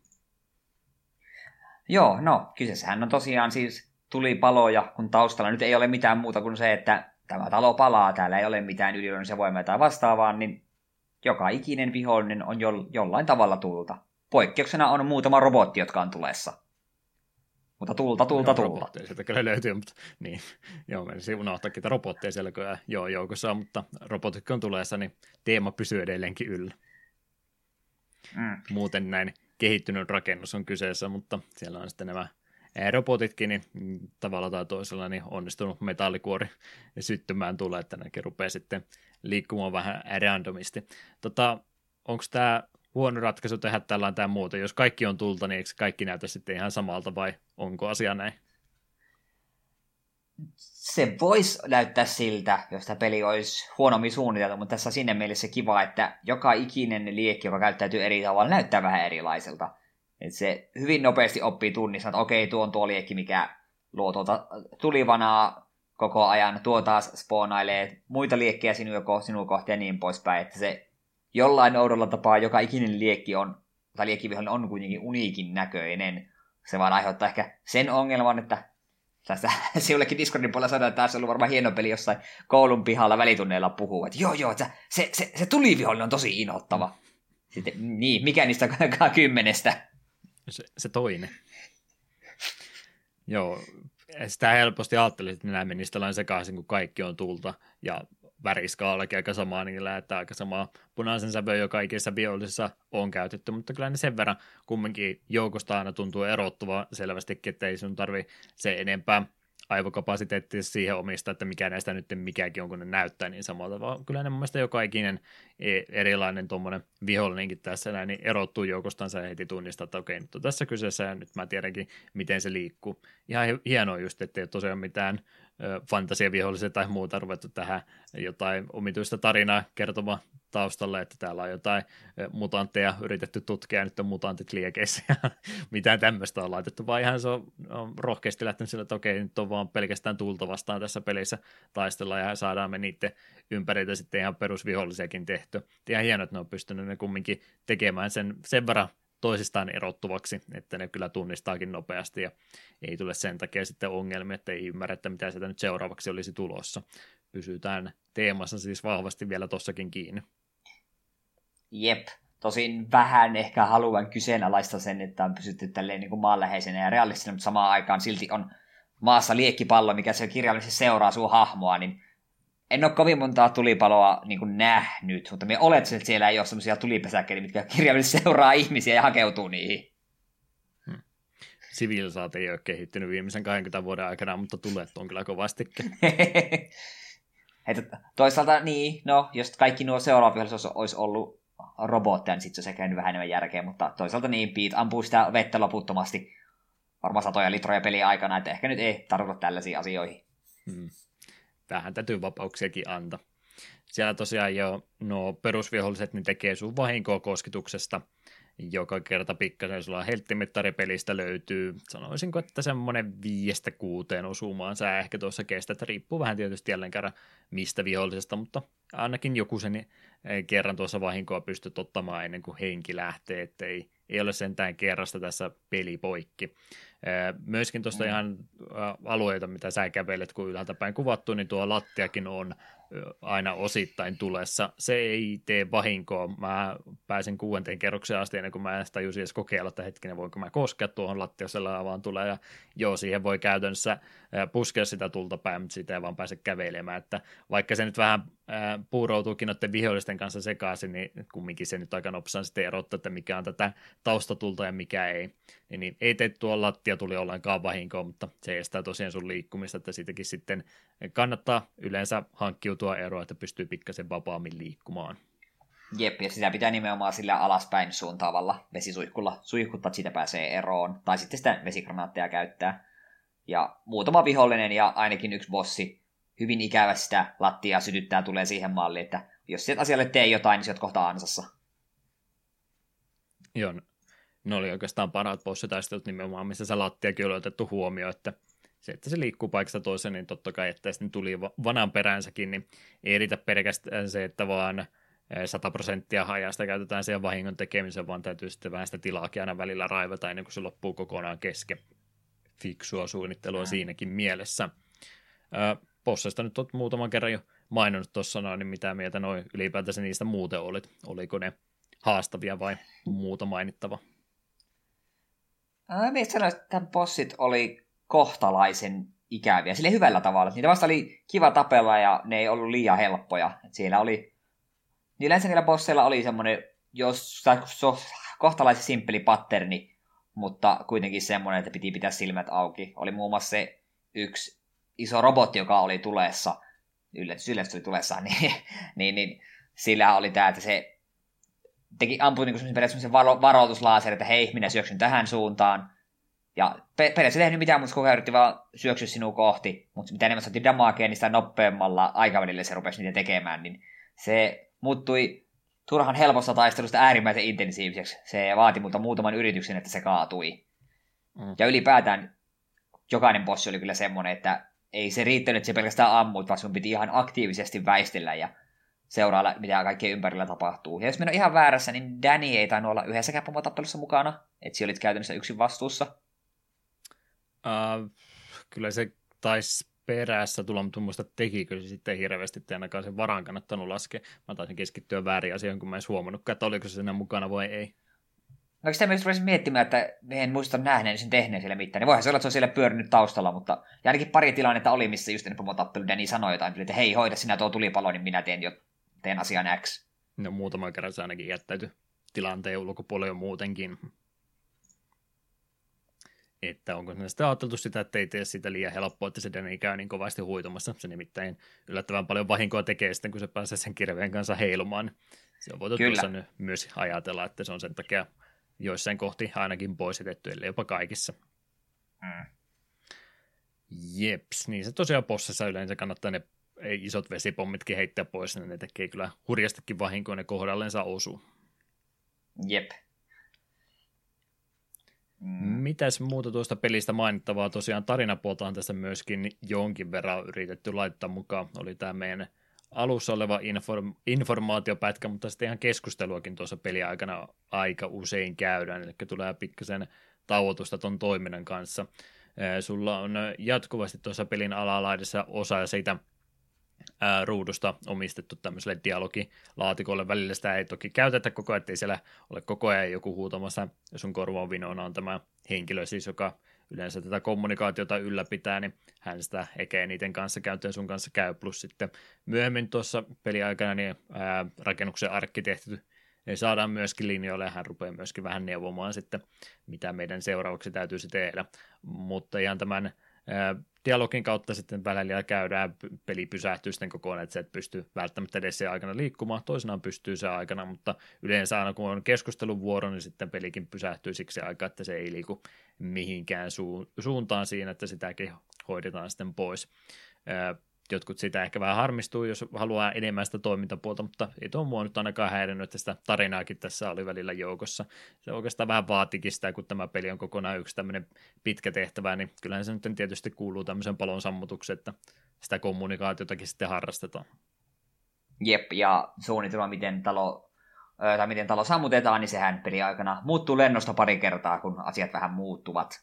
Joo, no kyseessähän on tosiaan siis tulipaloja, kun taustalla nyt ei ole mitään muuta kuin se, että tämä talo palaa, täällä ei ole mitään yliluonnollisia voimia tai vastaavaa, niin joka ikinen vihollinen on jo, jollain tavalla tulta. Poikkeuksena on muutama robotti, jotka on tulessa. Mutta tulta, tulta, no, tulta. Robotteja sieltä kyllä löytyy, mutta niin. Joo, menisin unohtakin, että robotteja siellä kyllä joo joukossa on, mutta robotit on tulessa, niin teema pysyy edelleenkin yllä. Mm. Muuten näin kehittynyt rakennus on kyseessä, mutta siellä on sitten nämä robotitkin, niin tavalla tai toisella niin onnistunut metallikuori syttymään tulee, että näkin rupeaa sitten liikkumaan vähän randomisti. Tota, onko tämä huono ratkaisu tehdä tällainen tai muuta? Jos kaikki on tulta, niin eikö kaikki näytä sitten ihan samalta vai onko asia näin? Se voisi näyttää siltä, jos tämä peli olisi huonommin suunniteltu, mutta tässä on sinne mielessä kiva, että joka ikinen liekki, joka käyttäytyy eri tavalla, näyttää vähän erilaiselta. Et se hyvin nopeasti oppii tunnistamaan, että okei, tuo on tuo liekki, mikä luo tuota tulivanaa koko ajan, tuo taas spoonailee muita liekkejä sinua, sinua kohti ja niin poispäin, että se jollain oudolla tapaa joka ikinen liekki on, tai liekkivihollinen on kuitenkin uniikin näköinen. Se vaan aiheuttaa ehkä sen ongelman, että tästä sinullekin Discordin puolella sanotaan, että tässä on ollut varmaan hieno peli jossain koulun pihalla välitunneilla puhuu, että joo joo, se, se, se, se tulivihollinen on tosi inhottava. Sitten, niin, mikä niistä on kymmenestä? Se, se toinen. Joo, sitä helposti ajattelin, että nämä menisi tällainen sekaisin, kun kaikki on tulta ja väriskaalakin aika samaa, niin lähettää aika samaa punaisen sävyä, joka ikisessä vihollisessa on käytetty, mutta kyllä ne sen verran kumminkin joukosta aina tuntuu erottuva selvästikin, että ei sun tarvi se enempää aivokapasiteettia siihen omista, että mikä näistä nyt mikäkin on, kun ne näyttää niin samalta, vaan kyllä ne mun mielestä joka ikinen erilainen tuommoinen vihollinenkin tässä näin, niin erottuu joukostansa ja heti tunnistaa, että okei, nyt on tässä kyseessä ja nyt mä tiedänkin, miten se liikkuu. Ihan hienoa just, ettei ole tosiaan mitään fantasiavihollisia tai muuta ruvettu tähän jotain omituista tarinaa kertomaan taustalle, että täällä on jotain mutantteja yritetty tutkia, nyt on mutantit liekeissä ja mitään tämmöistä on laitettu, vaan ihan se on, on rohkeasti lähtenyt sillä, että okei, nyt on vaan pelkästään tulta vastaan tässä pelissä taistella ja saadaan me niiden ympäriltä sitten ihan perusvihollisiakin tehty. Ihan hienoa, että ne on pystynyt ne kumminkin tekemään sen sen verran toisistaan erottuvaksi, että ne kyllä tunnistaakin nopeasti ja ei tule sen takia sitten ongelmia, että ei ymmärrä, että mitä sieltä nyt seuraavaksi olisi tulossa. Pysytään teemassa siis vahvasti vielä tossakin kiinni. Jep, Tosin vähän ehkä haluan kyseenalaista sen, että on pysytty tälleen niin kuin maanläheisenä ja realistisena, mutta samaan aikaan silti on maassa liekkipallo, mikä se kirjallisesti seuraa sun hahmoa, niin en ole kovin montaa tulipaloa niin kuin nähnyt, mutta me olet, että siellä ei ole sellaisia tulipesäkkeitä, mitkä kirjallisesti seuraa ihmisiä ja hakeutuu niihin. Hmm. Sivilisaat ei ole kehittynyt viimeisen kaksikymmentä vuoden aikana, mutta tulet on kyllä kovastikin. Että toisaalta niin, no, jos kaikki nuo seuraavat viholliset olisi ollut robotteja, niin sitten se olisi käynyt vähän enemmän järkeä, mutta toisaalta niin, Pete ampuu sitä vettä loputtomasti varmaan satoja litroja peliä aikana, että ehkä nyt ei tarkoita tällaisiin asioihin. Hmm. Tähän täytyy vapauksiakin antaa. Siellä tosiaan jo nuo perusviholliset niin tekee sun vahinkoa kosketuksesta. Joka kerta pikkasen sulla helttimittaripelistä löytyy, sanoisinko, että semmoinen viiestä kuuteen osumaan sä ehkä tuossa kestät. Riippuu vähän tietysti jälleen kerran mistä vihollisesta, mutta ainakin joku sen kerran tuossa vahinkoa pystyt ottamaan ennen kuin henki lähtee, että ei, ei ole sentään kerrasta tässä peli poikki. Myöskin tuosta mm. ihan alueita, mitä sä kävelet, kun ylhäältä päin kuvattu, niin tuo lattiakin on aina osittain tulessa. Se ei tee vahinkoa. Mä pääsen kuudenteen kerrokseen asti ennen kuin mä tajusin edes kokeilla, että hetkinen, voinko mä koskea tuohon lattiasella vaan tulee. Ja joo, siihen voi käytännössä puskea sitä tulta päin, mutta siitä ei vaan pääse kävelemään. Että vaikka se nyt vähän puuroutuukin noiden vihollisten kanssa sekaisin, niin kumminkin se nyt aika nopsaan sitten erottaa, että mikä on tätä taustatulta ja mikä ei. Niin ei tee tuo lattia tuli ollenkaan vahinkoa, mutta se estää tosiaan sun liikkumista, että siitäkin sitten kannattaa yleensä hankkiutua eroa, että pystyy pikkasen vapaammin liikkumaan. Jep, ja sitä pitää nimenomaan sillä alaspäin suuntaavalla vesisuihkulla suihkuttaa, että siitä pääsee eroon, tai sitten sitä vesigranaatteja käyttää. Ja muutama vihollinen ja ainakin yksi bossi hyvin ikävästi sitä lattiaa sytyttää tulee siihen malliin, että jos sieltä asialle tee jotain, niin sä oot kohta ansassa. Joo, ne oli oikeastaan parhaat bossitaistelut nimenomaan, missä se lattiakin oli otettu huomioon, että se, että se liikkuu paikasta toiseen, niin totta kai, että sitten tuli vanan peräänsäkin, niin ei riitä pelkästään se, että vaan sata prosenttia ajasta käytetään siihen vahingon tekemiseen, vaan täytyy sitten vähän sitä tilaakin aina välillä raivata ennen kuin se loppuu kokonaan kesken. Fiksua suunnittelua mm. siinäkin mielessä. Bossista nyt olet muutaman kerran jo maininnut tuossa noin, niin mitä mieltä noin ylipäätänsä niistä muuten olit? Oliko ne haastavia vai muuta mainittava? Mielestäni sanoisin, että bossit oli kohtalaisen ikäviä, sille hyvällä tavalla. Niitä vasta oli kiva tapella ja ne ei ollut liian helppoja. Et siellä oli, yleensä niillä bosseilla oli semmoinen, jos so, kohtalaisen simppeli patterni, mutta kuitenkin semmoinen, että piti pitää silmät auki. Oli muun muassa se yksi iso robotti, joka oli tulessa, yllätys, yllätys oli tulessa, niin, niin, niin sillä oli tämä, että se teki, ampui niin semmoisen varo, varoituslaaserin, että hei, minä syöksyn tähän suuntaan. Ja periaatteessa ei tehnyt mitään, mutta koko ajan yritti vaan syöksyä sinua kohti. Mutta mitä enemmän saatiin damagea, niin sitä nopeammalla aikavälillä se rupesi niitä tekemään. Niin se muuttui turhan helposta taistelusta äärimmäisen intensiiviseksi. Se vaati multa muutaman yrityksen, että se kaatui. Mm. Ja ylipäätään jokainen bossi oli kyllä semmoinen, että ei se riittänyt, että se pelkästään ammut, vaan sun piti ihan aktiivisesti väistellä ja seurailla, mitä kaikkea ympärillä tapahtuu. Ja jos minä olen ihan väärässä, niin Danny ei tainnut olla yhdessäkään pomotappelussa mukana. Että siellä olit käytännössä yksin vastuussa. Uh, kyllä se taisi perässä tulla, mutta muista tekikö se sitten hirveästi, että ainakaan sen varaan kannattanut laskea. Mä taisin keskittyä väärin asioihin, kun mä en huomannutkaan, että oliko se siinä mukana vai ei. No sitä myös rupesin miettimään, että en muista nähneen sen tehneen siellä mitään. Niin voihan se olla, että se on siellä pyörinyt taustalla, mutta ja ainakin pari tilannetta oli, missä just ennen pomotappelu Danny sanoi jotain, että hei, hoida sinä tuo tulipalo, niin minä teen, jo, teen asian X. No muutaman kerran se ainakin jättäytyi tilanteen ulkopuolelle muutenkin. Että onko ne sitten ajateltu sitä, että ei tee sitä liian helppoa, että se Danny käy niin kovasti huitumassa. Se nimittäin yllättävän paljon vahinkoa tekee sitten, kun se pääsee sen kirveen kanssa heilumaan. Se on voitu tuossa nyt myös ajatella, että se on sen takia joissain kohti ainakin poisitetty, ellei jopa kaikissa. Mm. Jeps, niin se tosiaan bossissa yleensä kannattaa ne isot vesipommitkin heittää pois, niin ne tekee kyllä hurjastikin vahinkoa, ne kohdallensa osuu. Jep. Mm. Mitäs muuta tuosta pelistä mainittavaa? Tosiaan tarinapuolta on tässä myöskin jonkin verran yritetty laittaa mukaan. Oli tämä meidän alussa oleva inform- informaatiopätkä, mutta sitten ihan keskusteluakin tuossa peliaikana aika usein käydään, eli tulee pikkasen tauotusta ton toiminnan kanssa. Sulla on jatkuvasti tuossa pelin alalaidassa osa siitä ää, ruudusta omistettu tämmöiselle dialogilaatikolle. Välillä sitä ei toki käytetä koko ajan, ettei siellä ole koko ajan joku huutamassa. Sun korvaan vinoona on tämä henkilö siis, joka yleensä tätä kommunikaatiota ylläpitää, niin hän sitä ekee niiden kanssa käyttöön sun kanssa käy. Plus sitten myöhemmin tuossa peliaikana niin ää, rakennuksen arkkitehti saadaan myöskin linjoille, ja hän rupeaa myöskin vähän neuvomaan sitten, mitä meidän seuraavaksi täytyisi tehdä. Mutta ihan tämän ää, dialogin kautta sitten välillä käydään, peli pysähtyy sitten kokonaan, että sä et pysty välttämättä edes sen aikana liikkumaan, toisinaan pystyy sen aikana, mutta yleensä aina kun on keskustelun vuoro, niin sitten pelikin pysähtyy siksi aikaa, että se ei liiku mihinkään su- suuntaan siinä, että sitäkin hoidetaan sitten pois. Ää, Jotkut sitä ehkä vähän harmistuu, jos haluaa enemmän sitä toimintapuolta, mutta ei tuo mua nyt ainakaan häirinyt, että sitä tarinaakin tässä oli välillä joukossa. Se oikeastaan vähän vaatikin sitä, kun tämä peli on kokonaan yksi tämmöinen pitkä tehtävä, niin kyllähän se nyt tietysti kuuluu tämmöisen palon sammutukseen, että sitä kommunikaatiotakin sitten harrastetaan. Jep, ja suunnitelma, miten talo, tai miten talo sammutetaan, niin sehän peli aikana muuttuu lennosta pari kertaa, kun asiat vähän muuttuvat.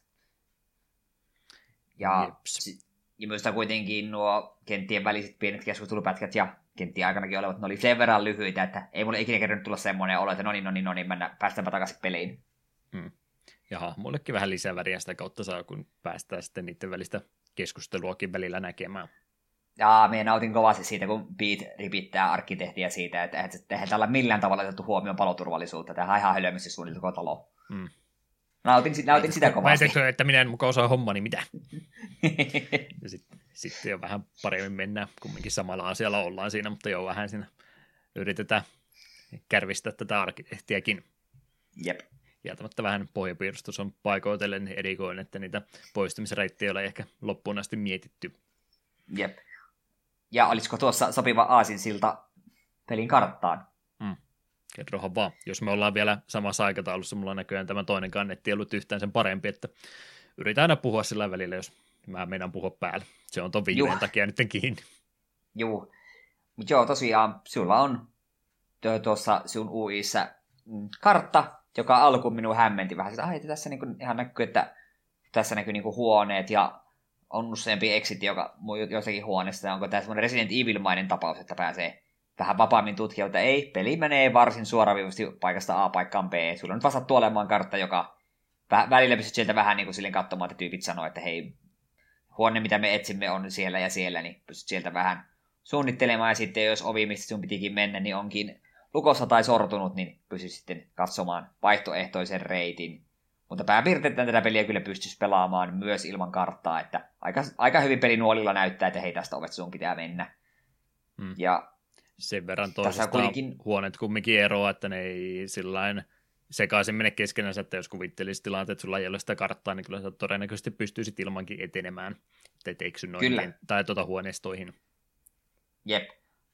Ja... Jeps. Ja myös kuitenkin nuo kenttien väliset pienet keskustelupätkät ja kenttien aikanakin olevat, ne oli sen verran lyhyitä, että ei mulle ikinä kerran tulla semmoinen olo, että no niin, no niin, no niin, mennä, päästäänpä takaisin peliin. Hmm. Ja hahmoillekin vähän lisää väriä sitä kautta saa, kun päästään sitten niiden välistä keskusteluakin välillä näkemään. Ja minä nautin kovasti siitä, kun Pete ripittää arkkitehtiä siitä, että eihän tällä millään tavalla otettu huomioon paloturvallisuutta. Tämä on ihan hölmösti suunniteltu talo. Hmm. Nautin, nautin sitä kovasti. Väitätkö, että minä en mukaan osaa hommani mitä? Ja sitten sit jo vähän paremmin mennään. Kumminkin samalla asialla ollaan siinä, mutta jo vähän siinä yritetään kärvistää tätä arkkitehtiäkin. Jep. Kieltämättä vähän pohjapiirustus on paikoitellen erikoinen, että niitä poistumisreittejä ei ole ehkä loppuun asti mietitty. Jep. Ja olisiko tuossa sopiva aasinsilta pelin karttaan? Mm. Kerrohan vaan. Jos me ollaan vielä samassa aikataulussa, mulla on näköjään tämä toinen kannetti ollut yhtään sen parempi, että yritän aina puhua sillä välillä, jos mä meinaan puhua päälle. Se on ton viiveen takia nyt kiinni. Joo. Mutta joo, tosiaan, sulla on tuossa sun U I:ssä kartta, joka alkuun minun hämmenti vähän. Että, ai, tässä niinku ihan näkyy, että tässä näkyy niinku huoneet ja on useampi exit joka, jostakin huoneesta. Onko tämä semmoinen Resident Evil-mainen tapaus, että pääsee vähän vapaammin tutkia, mutta ei, peli menee varsin suoraviivasti paikasta A paikkaan B. Sulla on nyt vastattu olemaan kartta, joka välillä pystyt sieltä vähän niin kuin silleen katsomaan, että tyypit sanoo, että hei, huone, mitä me etsimme, on siellä ja siellä, niin pystyt sieltä vähän suunnittelemaan, ja sitten jos ovi, mistä sun pitikin mennä, niin onkin lukossa tai sortunut, niin pystyt sitten katsomaan vaihtoehtoisen reitin. Mutta pääpiirteetään tätä peliä kyllä pystyisi pelaamaan myös ilman karttaa, että aika, aika hyvin pelinuolilla näyttää, että hei, tästä ovesta sun pitää mennä. Hmm. Ja sen verran toisesta kuitenkin huoneet kumminkin eroa, että ne ei sillain sekaisin mene keskenänsä, että jos kuvittelisi tilanteet, että sulla ei ole sitä karttaa, niin kyllä sä todennäköisesti pystyisit ilmankin etenemään, ettei eksy noihin tai tuota huoneistoihin. Jep.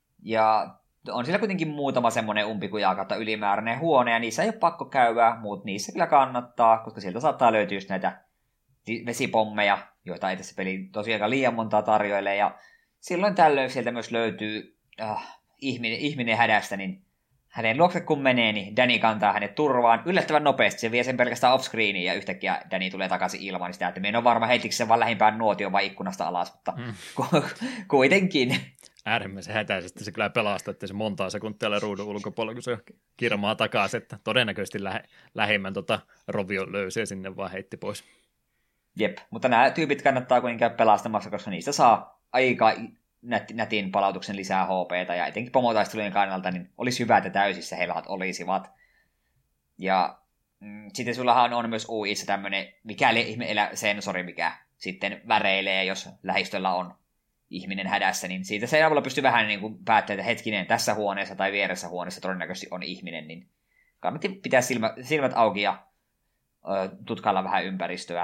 Ja on siellä kuitenkin muutama semmoinen umpikuja kautta ylimääräinen huone, ja niissä ei ole pakko käydä, mutta niissä kyllä kannattaa, koska sieltä saattaa löytyä just näitä vesipommeja, joita ei tässä peli tosiaan liian montaa tarjoile, ja silloin tällöin sieltä myös löytyy äh, ihminen, ihminen hädästä, niin hänen luokse kun menee, niin Danny kantaa hänet turvaan yllättävän nopeasti. Se vie sen pelkästään off-screeniin ja yhtäkkiä Danny tulee takaisin ilman niin sitä, että me en ole varma heitikö sen vaan lähimpään nuotio vai ikkunasta alas, mutta mm. ku- kuitenkin. Äärimmäisen hätäisesti se kyllä pelastaa, että se montaa sekuntia ole ruudun ulkopuolella, kun se kirmaa takaisin, että todennäköisesti lähe, lähimmän tota Rovio löysi ja sinne vaan heitti pois. Jep, mutta nämä tyypit kannattaa kuitenkin käydä pelastamassa, koska niistä saa aika nätin palautuksen lisää H P:tä, ja etenkin pomotaistelujen kannalta, niin olisi hyvä, että täysissä heillat olisivat. Ja mm, sitten sullahan on myös U I:ssä tämmöinen, mikäli ihme-sensori, mikä sitten väreilee, jos lähistöllä on ihminen hädässä, niin siitä se avulla pystyy vähän niin kuin päättämään, että hetkinen, tässä huoneessa tai vieressä huoneessa todennäköisesti on ihminen, niin kannatti pitää silmä, silmät auki ja ö, tutkailla vähän ympäristöä.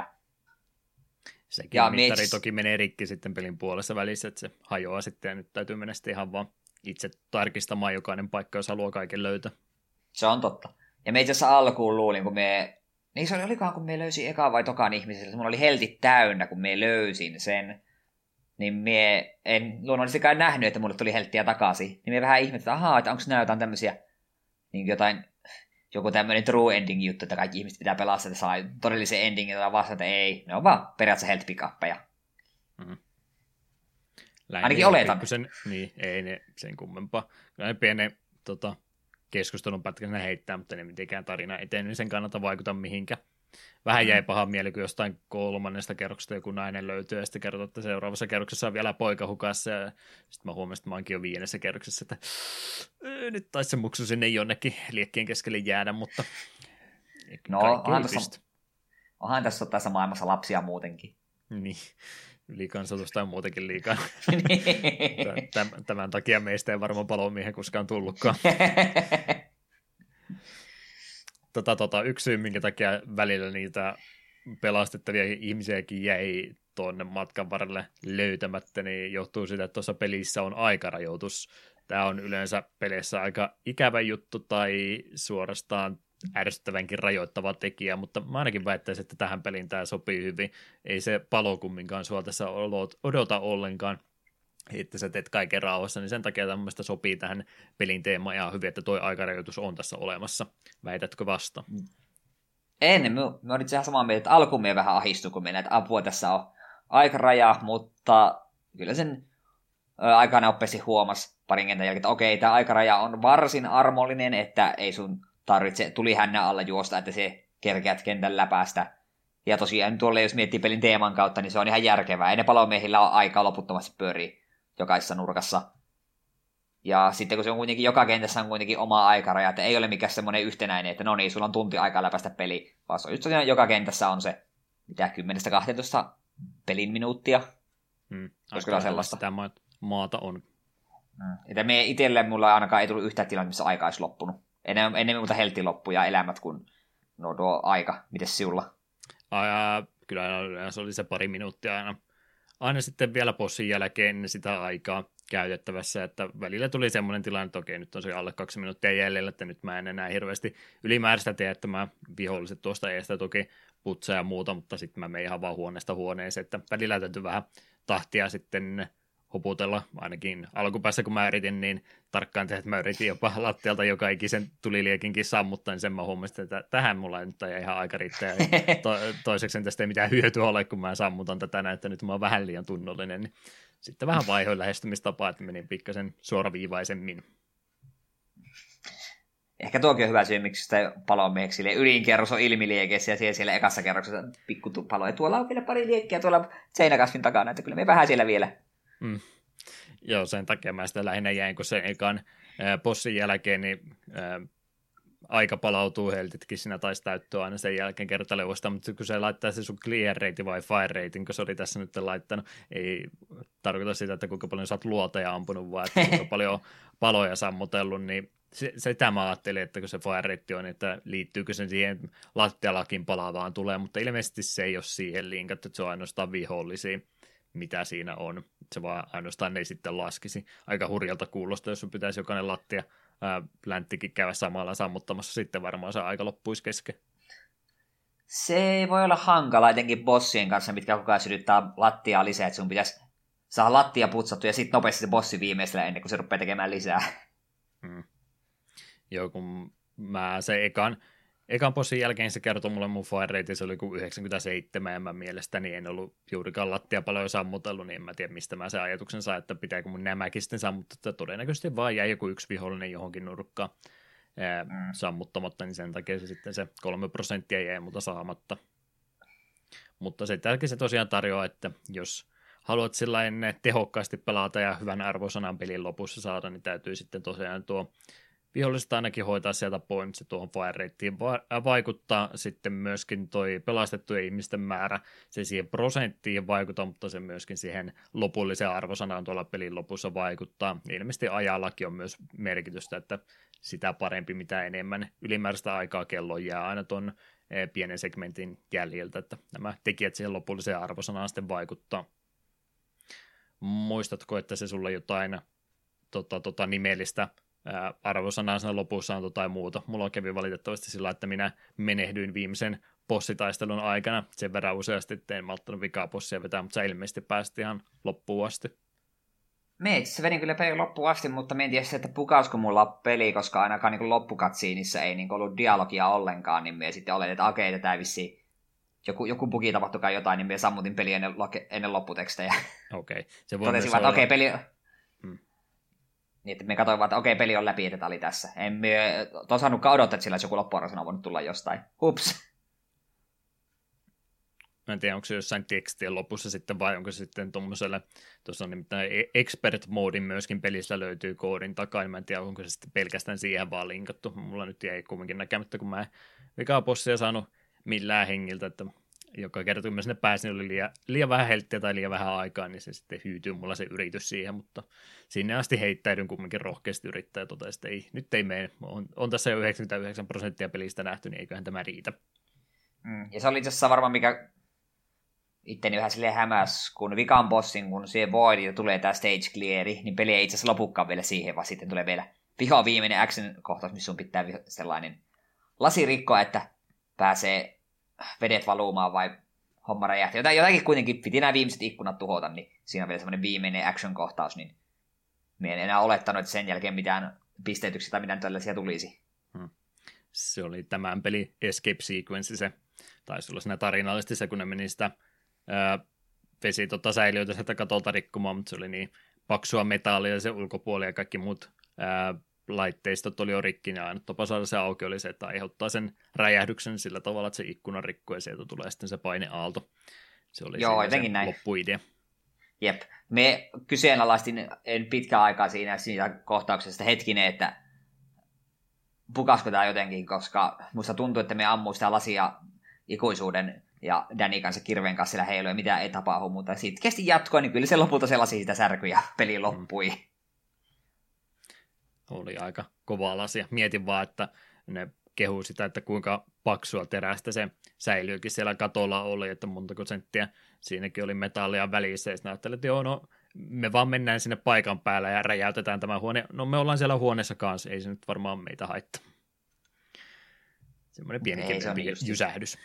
Sekin ja mittari meits... toki menee rikki sitten pelin puolessa välissä, että se hajoaa sitten ja nyt täytyy mennä sitten ihan vaan itse tarkistamaan jokainen paikka, jos haluaa kaiken löytää. Se on totta. Ja me itse asiassa alkuun luulin, kun me... Niin se oli, olikohan, kun me löysin ekaan vai tokaan ihmisellä. Mulla oli heltit täynnä, kun me löysin sen. Niin me en luonnollisestikaan nähnyt, että mulle tuli helttiä takaisin. Niin me vähän ihmettä, että ahaa, että onko nämä jotain tämmöisiä niin jotain... Joku tämmöinen true ending juttu, että kaikki ihmiset pitää pelastaa, että saa todellisen endingin, tai vasta, että ei. Ne on vaan periaatteessa health pickuppeja. Mm-hmm. Ainakin oletan. Pikkusen, niin, ei ne sen kummempaa. Kyllä ne pienen tota, keskustelun pätkänä heittää, mutta ne mitenkään tarina eteen, niin sen kannalta vaikuta mihinkään. Vähän jäi paha mieli, kun jostain kolmannesta kerroksesta joku nainen löytyy, ja sitten kertoo, että seuraavassa kerroksessa on vielä poika hukassa, ja sitten mä huomasin, että mä oonkin jo viidennessä kerroksessa, että nyt taisi se muksu sinne jonnekin liekkien keskelle jäädä, mutta no, onhan tässä, onhan tässä tässä maailmassa lapsia muutenkin. Niin, ylikansoitusta on muutenkin liikaa. Tämän, tämän takia meistä ei varmaan palomiehen koskaan tullutkaan. Tota, tota, yksi syy, minkä takia välillä niitä pelastettavia ihmisiäkin jäi tuonne matkan varrelle löytämättä, niin johtuu siitä, että tuossa pelissä on aikarajoitus. Tämä on yleensä peleissä aika ikävä juttu tai suorastaan ärsyttävänkin rajoittava tekijä, mutta mä ainakin väittäisin, että tähän peliin tämä sopii hyvin. Ei se palo kumminkaan sua tässä odota ollenkaan, että sä teet kaiken rauhassa, niin sen takia tämä mun mielestä sopii tähän pelin teemaan ihan hyvin, että toi aikarajoitus on tässä olemassa. Väitätkö vasta? En, mä, mä olin ihan samaa mieltä, että alkuun me vähän ahistui, kun meillä apua tässä on aikaraja, mutta kyllä sen ä, aikana oppeasti huomasi parin kentän jälkeen, että okei, tämä aikaraja on varsin armollinen, että ei sun tarvitse tuli hännän alla juosta, että se kerkeät kentän läpästä. Ja tosiaan tuolle, jos miettii pelin teeman kautta, niin se on ihan järkevää. Ei ne palomiehillä ole aikaa loputtomasti pyörii jokaisessa nurkassa. Ja sitten kun se on kuitenkin, joka kentässä on kuitenkin oma aikaraja, että ei ole mikään semmoinen yhtenäinen, että no niin, sulla on tunti aikaa läpäistä peli, vaan se on just tosiaan, joka kentässä on se, mitä kymmenestä kahteentoista pelin minuuttia. Hmm. Aika sellaista. Sitä maata on. Hmm. Että me itselle mulla ainakaan ei tullut yhtään tilannetta, missä aika olisi loppunut. Ennen, ennen muuta heltti loppu ja elämät kuin no tuo aika. Mites sinulla? Aa, kyllä se oli se pari minuuttia aina. Aina sitten vielä bossin jälkeen sitä aikaa käytettävässä, että välillä tuli semmoinen tilanne, että okei, nyt on se alle kaksi minuuttia jäljellä, että nyt mä en enää hirveästi ylimääräistä tee, että mä viholliset tuosta eestä toki putsaa ja muuta, mutta sitten mä menen ihan vaan huoneesta huoneeseen, että välillä täytyy vähän tahtia sitten hoputella, ainakin alkupäässä kun mä yritin niin tarkkaan tehdä, että mä yritin jopa lattialta joka ikisen tuliliekinkin sammuttaa, niin sen mä huomasin, että tähän mulla nyt ei ihan aika riittää. To- toiseksi tästä ei mitään hyötyä ole, kun mä sammutan tätä näin, että nyt mä oon vähän liian tunnollinen, niin sitten vähän vaihoin lähestymistapaa, että menin pikkasen suoraviivaisemmin. Ehkä tuokin on hyvä syy, miksi sitä palomieheksi ylinkerros on ilmiliekeissä ja siellä, siellä ekassa kerroksessa pikku palo. Ja tuolla on vielä pari liekkiä tuolla seinäkasvin takana, että kyllä me vähän siellä vielä. Mm. Joo, sen takia mä sitä lähinnä jäin, kun sen ekan ää, bossin jälkeen niin, ää, aika palautuu heltitkin, siinä taisi täyttyä aina sen jälkeen kertaleuvosta, mutta kun se laittaa se sun clear rate vai fire rating, kun se oli tässä nyt laittanut, ei tarkoita sitä, että kuinka paljon sä oot luoteja ampunut, vaan että kuinka paljon paloja sammutellut, niin se, sitä mä ajattelin, että kun se fire rate on, että liittyykö se siihen lattialakin palaavaan tulee, mutta ilmeisesti se ei ole siihen linkattu, että se on ainoastaan vihollisia, mitä siinä on. Se vaan ainoastaan ne sitten laskisi. Aika hurjalta kuulosta, jos sun pitäisi jokainen lattia ää, länttikin käydä samalla sammuttamassa, sitten varmaan se aika loppuisi kesken. Se voi olla hankala etenkin bossien kanssa, mitkä koko ajan sydyttää lattiaa lisää, että sun pitäisi saada lattia putsattu ja sitten nopeasti se bossi viimeistellä ennen kuin se rupeaa tekemään lisää. Hmm. Joo, kun mä se ekan Ekan bossin jälkeen se kertoi mulle mun fire rate, se oli kuin yhdeksänkymmentäseitsemän, ja mä mielestäni en ollut juurikaan lattia paljon sammutellut, niin en mä tiedä, mistä mä sen ajatuksen saan, että pitääkö mun nämäkin sitten sammuttaa, todennäköisesti vaan jäi joku yksi vihollinen johonkin nurkkaan ää, mm. sammuttamatta, niin sen takia se sitten se kolme prosenttia jäi muuta saamatta. Mutta sitäkin se tosiaan tarjoaa, että jos haluat sellainen tehokkaasti pelata ja hyvän arvosanan pelin lopussa saada, niin täytyy sitten tosiaan tuo viholliset ainakin hoitaa sieltä pointsi tuohon fire rateen. Va- vaikuttaa sitten myöskin toi pelastettujen ihmisten määrä. Se siihen prosenttiin vaikuttaa, mutta se myöskin siihen lopulliseen arvosanaan tuolla pelin lopussa vaikuttaa. Ilmeisesti ajallakin on myös merkitystä, että sitä parempi mitä enemmän ylimääräistä aikaa kello jää aina tuon pienen segmentin jäljiltä, että nämä tekijät siihen lopulliseen arvosanaan sitten vaikuttaa. Muistatko, että se sulle jotain tota, tota, nimellistä arvosanaa siinä lopussa on tai muuta. Mulla kävi valitettavasti sillä, että minä menehdyin viimeisen bossitaistelun aikana sen verran useasti, että en malttanut vikaa bossia vetää, mutta sä ilmeisesti päästi ihan loppuun asti. Me itse vedin kyllä pelin loppuun asti, mutta mä en tiedä se, että pukausko mulla peli, koska ainakaan niin loppukatsiinissa ei niin ollut dialogia ollenkaan, niin me sitten oletin, että okei, tätä vissiin joku, joku bugi tapahtukaan jotain, niin minä sammutin peliä ennen, ennen lopputekstejä. Okei. Okay. Se voi totesin vaan, että okei, okay, peli... Hmm. Niin, että me katsoin vaan, että okei, okay, peli on läpi, että tämä oli tässä. En me osannutkaan odottaa, että sillä olisi joku loppuarvosana voinut tulla jostain. Hups. Mä en tiedä, onko se jossain tekstien lopussa sitten vai onko se sitten tuommoiselle, tuossa on nimittäin expert-moodin myöskin pelissä löytyy koodin takaa, niin mä en tiedä, onko se sitten pelkästään siihen vaan linkattu. Mulla nyt jäi kumminkin näkemättä, kun mä en vikaa bossia saanut millään hengiltä, että joka kerta kun mä sinne pääsin, oli liian, liian vähän helttiä tai liian vähän aikaa, niin se sitten hyytyy mulla se yritys siihen, mutta sinne asti heittäydyn kumminkin rohkeasti yrittää ja totesi, että ei, nyt ei mene. On, on tässä jo yhdeksänkymmentäyhdeksän prosenttia pelistä nähty, niin eiköhän tämä riitä. Mm, ja se oli itse asiassa varmaan mikä itteni vähän silleen hämäs, kun vikan bossin, kun siihen void ja tulee tämä stage cleari, niin peli ei itse asiassa lopukkaan vielä siihen, vaan sitten tulee vielä viho viimeinen action-kohtaus, missä sun pitää sellainen lasi rikkoa, että pääsee vedet valumaan vai homma räjähti. Jota, jotakin kuitenkin piti nämä viimeiset ikkunat tuhota, niin siinä on vielä semmoinen viimeinen action-kohtaus, niin minä en enää olettanut, että sen jälkeen mitään pisteytyksiä tai mitään tällaisia tulisi. Hmm. Se oli tämän pelin escape sequence, se taisi olla siinä tarinallisesti se, kun ne meni sitä ää, vesi tota säiliöitä sieltä katolta rikkomaan, mutta se oli niin paksua metallia ja se ulkopuoli ja kaikki muut ää, laitteistot oli jo rikki, ja ainut tapa saada se auki oli se, että aiheuttaa sen räjähdyksen sillä tavalla, että se ikkuna rikkuu ja sieltä tulee sitten se paineaalto. Se oli Joo, se näin. loppuidea. Jep. Me kyseenalaistin en pitkään aikaa siinä, siinä kohtauksesta hetkinen, että pukasko tämä jotenkin, koska musta tuntuu, että me ammuu sitä lasia ikuisuuden ja Danny kanssa kirveen kanssa siellä heilu ja mitä ei tapahdu, mutta sitten kesti jatkoa, niin kyllä se lopulta se lasi sitä särkyi ja peli loppui. Mm. Oli aika kova lasia. Mietin vaan, että ne kehuu sitä, että kuinka paksua terästä se säilyykin siellä katolla oli, että montako senttiä siinäkin oli metallia välissä, ja sitten ajattelin, että joo, no me vaan mennään sinne paikan päällä ja räjäytetään tämä huone. No me ollaan siellä huoneessa kanssa, ei se nyt varmaan meitä haittaa. Semmoinen pienikin se jysähdys.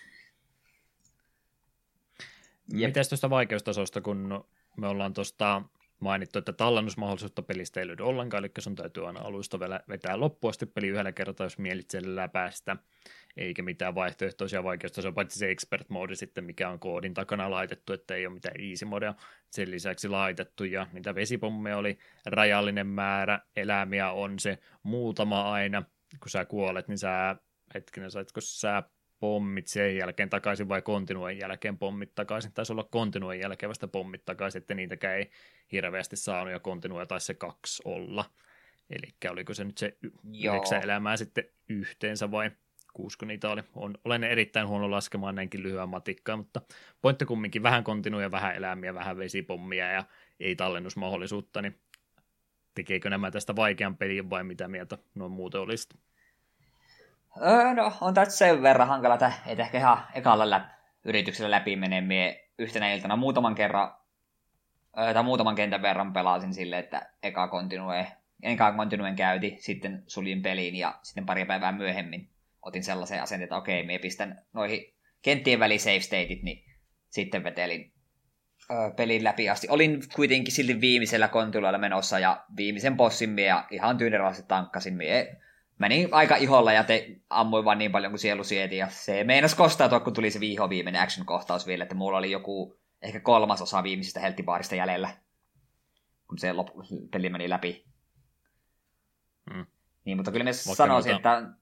Mites tuosta vaikeustasosta, kun me ollaan tuosta mainittu, että tallennusmahdollisuutta pelistä ei löydy ollenkaan, eli sun täytyy aina alusta vetää loppuun asti peli yhdellä kertaa, jos mielit sen läpäistä, eikä mitään vaihtoehtoisia vaikeustasoja, paitsi se expert-moodi sitten, mikä on koodin takana laitettu, että ei ole mitään easy-modea sen lisäksi laitettu, ja niitä vesipommeja oli rajallinen määrä, eläimiä on se muutama aina, kun sä kuolet, niin sä, hetkinen, saitko sä pommit sen jälkeen takaisin vai kontinueen jälkeen pommit takaisin. Taisi olla kontinueen jälkeen vasta pommit takaisin, että niitäkään ei hirveästi saanut ja kontinue taisi se kaksi olla. Eli oliko se nyt se yhdeksän elämää sitten yhteensä vai kuusi, kun niitä oli. On, olen erittäin huono laskemaan näinkin lyhyen matikkaa, mutta pointti kumminkin vähän kontinuja, vähän eläimiä, vähän vesipommia ja ei tallennusmahdollisuutta, niin tekeekö nämä tästä vaikean pelin vai mitä mieltä noin muuten olisi? Öö, no, on tässä sen verran hankala, että ei ehkä ihan ekalla lä- yrityksellä läpi mene. Mie yhtenä iltana muutaman kerran, öö, tai muutaman kentän verran pelasin silleen, että eka kontinue, eka kontinuen käyti, sitten suljin peliin ja sitten pari päivää myöhemmin otin sellaisen asenteen, että okei, mie pistän noihin kenttien väliin save stateit, niin sitten vetelin öö, pelin läpi asti. Olin kuitenkin silti viimeisellä kontinuella menossa ja viimeisen bossin mie ja ihan tyynneralaisesti tankkasin mie. Meni aika iholla ja te ammuin vaan niin paljon kuin sielu sieti, ja se meinasi kostautua, kun tuli se viho viimeinen action-kohtaus vielä, että mulla oli joku ehkä kolmasosa viimeisistä helttibaarista jäljellä, kun se lop- peli meni läpi. Hmm. Niin, mutta kyllä mä Vaikka sanoisin, noita... että...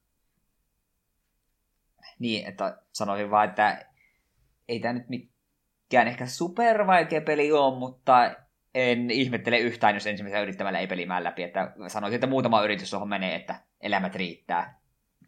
Niin, että sanoisin vaan, että ei tämä nyt mikään ehkä supervaikea peli ole, mutta en ihmettele yhtään, jos ensimmäisenä yrittämällä ei pelimään läpi, että sanoisin, että muutama yritys tuohon menee, että elämät riittää.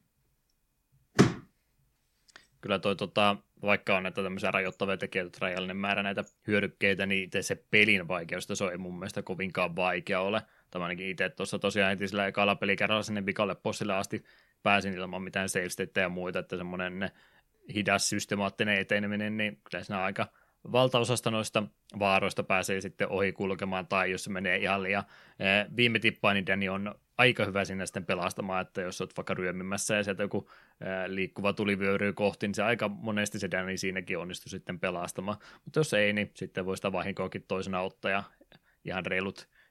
Kyllä toi, tota, vaikka on näitä tämmöisiä rajoittavia tekijöitä, rajallinen määrä näitä hyödykkeitä, niin itse se pelin vaikeusta, se ei mun mielestä kovinkaan vaikea ole. Tämä ainakin itse tuossa tosiaan heti sillä ekalla pelikerralla sinne vikalle bossille asti pääsin ilman mitään save stateja ja muita, että semmoinen hidas systemaattinen eteneminen, niin kyllä siinä aika valtaosasta noista vaaroista pääsee sitten ohi kulkemaan, tai jos se menee ihan liian viime tippaan, niin Danny on aika hyvä sinne sitten pelastamaan, että jos olet vaikka ryömimässä ja sieltä joku liikkuva tuli vyöryy kohti, niin se aika monesti se Danny siinäkin onnistui sitten pelastamaan, mutta jos ei, niin sitten voi sitä vahinkoakin toisena ottaa ja ihan reilut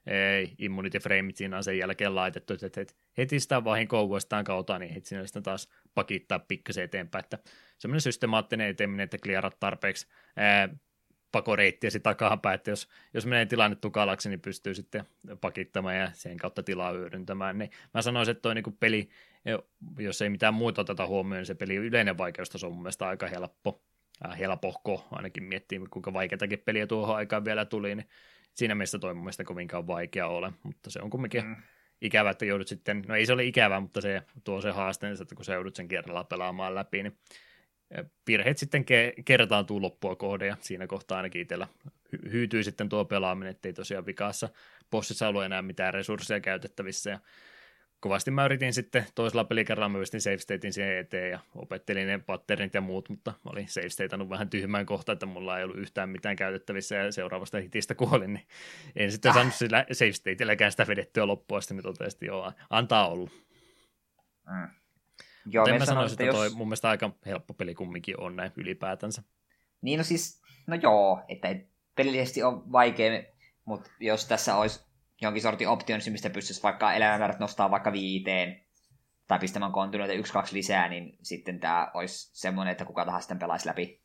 ei, immunity frameit siinä on sen jälkeen laitettu, että heti sitä vahinkoa vuostaan kautta, niin heti sinne sitten taas pakittaa pikkasen eteenpäin, että semmoinen systemaattinen eteminen, että kliarat tarpeeksi ää, pakoreittiäsi takaanpäin, että jos, jos menee tilanne tukalaksi, niin pystyy sitten pakittamaan ja sen kautta tilaa hyödyntämään. Niin mä sanoisin, että toi niin peli, jos ei mitään muuta oteta huomioon, niin se peli yleinen vaikeustaso on mun mielestä aika helppo. Äh, helpohko, ainakin miettii, kuinka vaikeatakin peliä tuohon aikaan vielä tuli, niin siinä mielessä toi mun mielestä kovinkaan vaikea ole, mutta se on kumminkin mm. ikävä, että joudut sitten, no ei se ole ikävä, mutta se tuo se haasteen, että kun sä joudut sen kerralla pelaamaan läpi, niin virheet sitten ke- kertaantuu loppua kohde, ja siinä kohtaa ainakin itsellä hy- hyytyy sitten tuo pelaaminen, ettei tosiaan vikaassa bossissa ollut enää mitään resursseja käytettävissä, ja kovasti mä yritin sitten toisella pelikerralla, mä pistin save statein siihen eteen ja opettelin ne patternit ja muut, mutta mä olin save stateannut vähän tyhmään kohtaan, että mulla ei ollut yhtään mitään käytettävissä ja seuraavasta hitistä kuolin, niin en sitten ah. saanut sillä save stateilläkään sitä vedettyä loppuun asti, niin toteasti joo, antaa olla. Mm. Joo, en mä sanoisi, että toi jos... mun mielestä aika helppo peli kumminkin on näin ylipäätänsä. Niin no siis, no joo, että pelillisesti on vaikea, mutta jos tässä olisi jonkin sortin option, mistä pystyisi vaikka elämänmäärät nostaa vaikka viiteen, tai pistämään kontinuita yksi kaksi lisää, niin sitten tämä olisi semmoinen, että kuka tahansa sitten pelaisi läpi.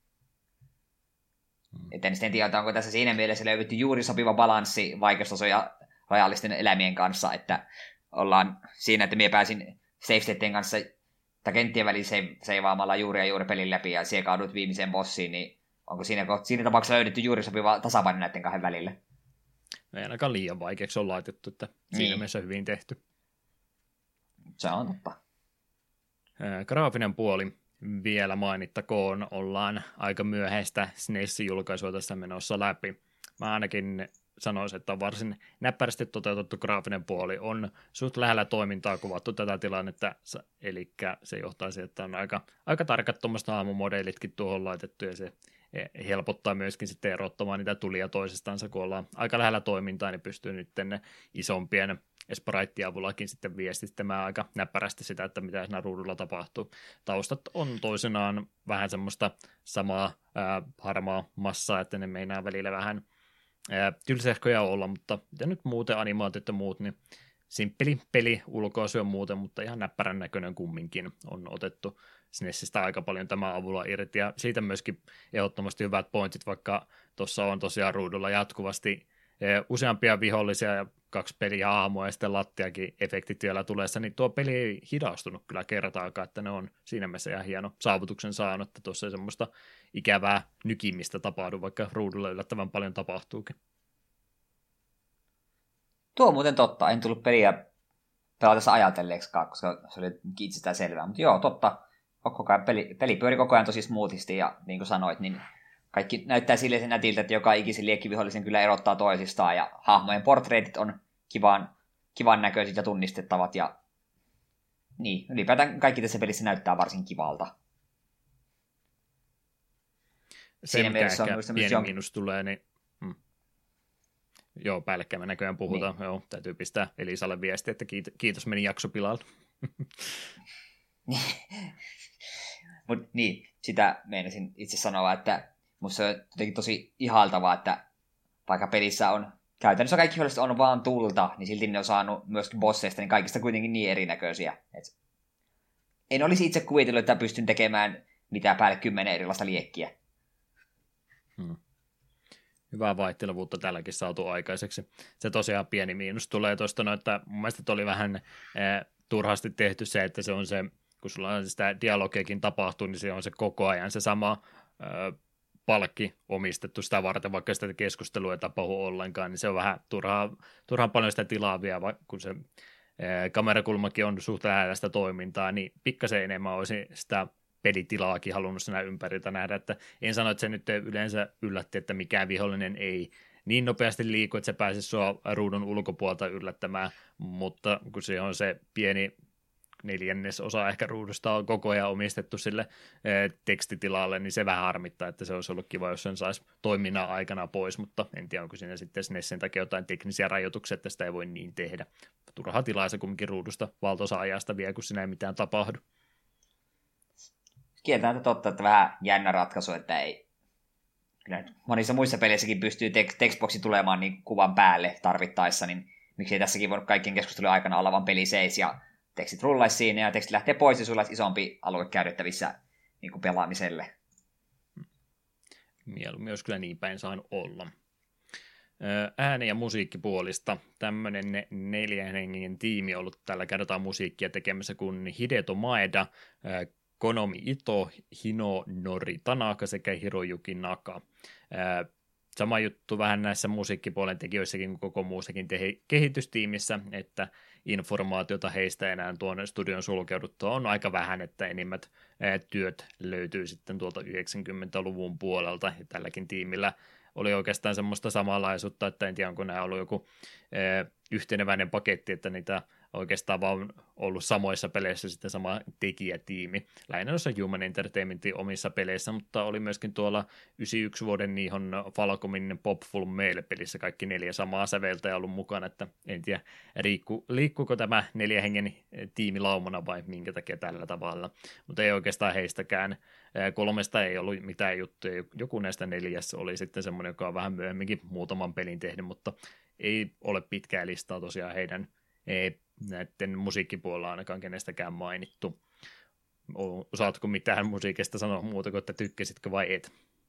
Hmm. Että en sitten tiedä, onko tässä siinä mielessä löydetty juuri sopiva balanssi vaikeustaso ja rajallisten elämien kanssa, että ollaan siinä, että minä pääsin save stateen kanssa tai kenttien väliin seivaamalla juuri ja juuri pelin läpi ja siellä kaadut viimeiseen bossiin, niin onko siinä, siinä tapauksessa löydetty juuri sopiva tasapaino näiden kahden välillä? Ei ainakaan liian vaikeaksi on laitettu, että siinä niin. Mielessä hyvin tehty. Se on totta. Graafinen puoli vielä mainittakoon, ollaan aika myöhäistä S N E S-julkaisua tässä menossa läpi. Mä ainakin sanoisin, että on varsin näppärästi toteutettu graafinen puoli, on suht lähellä toimintaa kuvattu tätä tilannetta, eli se johtaa siihen, että on aika, aika tarkat tuommoista hahmomodelitkin tuohon laitettu, ja se helpottaa myöskin sitten erottamaan niitä tulia toisistansa, kun ollaan aika lähellä toimintaa, niin pystyy nyt isompien sprite avullakin sitten viestittämään aika näppärästi sitä, että mitä siinä ruudulla tapahtuu. Taustat on toisenaan vähän semmoista samaa ää, harmaa massaa, että ne meinaa välillä vähän tylsähköjä olla, mutta ja nyt muuten animaatiot ja muut, niin simppeli peli ulkoasu on muuten, mutta ihan näppärän näköinen kumminkin on otettu S N E Sistä aika paljon tämän avulla irti, ja siitä myöskin ehdottomasti hyvät pointit, vaikka tuossa on tosiaan ruudulla jatkuvasti useampia vihollisia ja kaksi peliä hahmoa ja sitten lattiakin efektit vielä tulessa, niin tuo peli ei hidastunut kyllä kertaakaan, että ne on siinä mielessä ihan hieno saavutuksen saanut, että tuossa ei semmoista ikävää nykimistä tapahdu, vaikka ruudulla yllättävän paljon tapahtuukin. Tuo on muuten totta, en tullut peliä pelatessa ajatelleeksikaan, koska se oli itsestään selvää, mutta joo, totta, koko ajan, peli, peli pyöri koko ajan tosi smoothisti ja niin kuin sanoit, niin kaikki näyttää silleen nätiltä, että joka ikisen liekkivihollisen kyllä erottaa toisistaan, ja hahmojen portreetit on kivan, kivan näköiset ja tunnistettavat, ja niin, ylipäätään kaikki tässä pelissä näyttää varsin kivalta. Se, mikä ehkä on pieni jon... miinus tulee, niin hmm. joo, päällekkäin me näköjään puhutaan, niin. Joo, täytyy pistää Elisalle viesti, että kiitos, kiitos meni jakso pilalle. Mut niin, sitä meinasin itse sanoa, että musta se on jotenkin tosi ihailtavaa, että vaikka pelissä on käytännössä kaikki viholliset on vaan tulta, niin silti ne on saanut myöskin bosseista niin kaikista kuitenkin niin erinäköisiä. Et en olisi itse kuvitellut, että pystyn tekemään mitään päälle kymmenen erilaista liekkiä. Hmm. Hyvää vaihtelevuutta tälläkin saatu aikaiseksi. Se tosiaan pieni miinus tulee tuosta, no, että mun mielestä oli vähän eh, turhasti tehty se, että se on se, kun sulla on sitä dialogiakin tapahtuu, niin se on se koko ajan se sama eh, palkki omistettu sitä varten, vaikka sitä keskustelua ei tapahdu ollenkaan, niin se on vähän turhaan, turhaan paljon sitä tilaa vielä, kun se eh, kamerakulmakin on suht lähellä sitä toimintaa, niin pikkasen enemmän olisi sitä pelitilaakin halunnut siinä ympäriltä nähdä, että en sano, että se nyt yleensä yllätti, että mikään vihollinen ei niin nopeasti liiku, että se pääsisi sua ruudun ulkopuolta yllättämään, mutta kun se on se pieni neljännesosa ehkä ruudusta on koko ajan omistettu sille e, tekstitilalle, niin se vähän harmittaa, että se olisi ollut kiva, jos sen saisi toiminnan aikana pois, mutta en tiedä, onko siinä sitten S N E Sin takia jotain teknisiä rajoituksia, että sitä ei voi niin tehdä. Turha tilaa se kumminkin ruudusta valtaosa ajasta vie, kun siinä ei mitään tapahdu. Kieltämättä totta, että vähän jännä ratkaisu, että ei kyllä monissa muissa peleissäkin pystyy tek- textboxi tulemaan niin kuvan päälle tarvittaessa, niin miksei tässäkin voinut kaikkien keskustelun aikana olla vaan peli seis ja tekstit rullaisi siinä ja tekstit lähtee pois ja sulla olisi isompi alue käytettävissä niin kuin pelaamiselle. Mieluummin olisi kyllä niin päin saanut olla. Ääni- ja musiikkipuolista tämmöinen neljän hengen tiimi on ollut tällä kertaa musiikkia tekemässä kuin Hideto Maeda, Konomi Ito, Hinonori Tanaka sekä Hiroyuki Naka. Sama juttu vähän näissä musiikkipuolen tekijöissäkin kuin koko muussakin te- kehitystiimissä, että informaatiota heistä enää tuonne studion sulkeuduttua on aika vähän, että enimmät työt löytyy sitten tuolta yhdeksänkymmentäluvun puolelta, ja tälläkin tiimillä oli oikeastaan semmoista samanlaisuutta, että en tiedä, onko nämä ollut joku e, yhteneväinen paketti, että niitä oikeastaan vaan ollut samoissa peleissä sitten sama tekijätiimi. Lähinnä noissa Human Entertainmentin omissa peleissä, mutta oli myöskin tuolla yhdeksänkymmentäyksi vuoden Nihon Falcomin Popful Mail-pelissä kaikki neljä samaa säveltäjää ollut mukana, että en tiedä, riikku, liikkuuko tämä neljä hengen tiimi laumana vai minkä takia tällä tavalla, mutta ei oikeastaan heistäkään. Kolmesta ei ollut mitään juttuja, joku näistä neljässä oli sitten semmoinen, joka on vähän myöhemminkin muutaman pelin tehnyt, mutta ei ole pitkää listaa tosiaan heidän ei näiden musiikkipuolella ainakaan kenestäkään mainittu. Osaatko mitään musiikista sanoa muuta kuin, että tykkäsitkö vai et?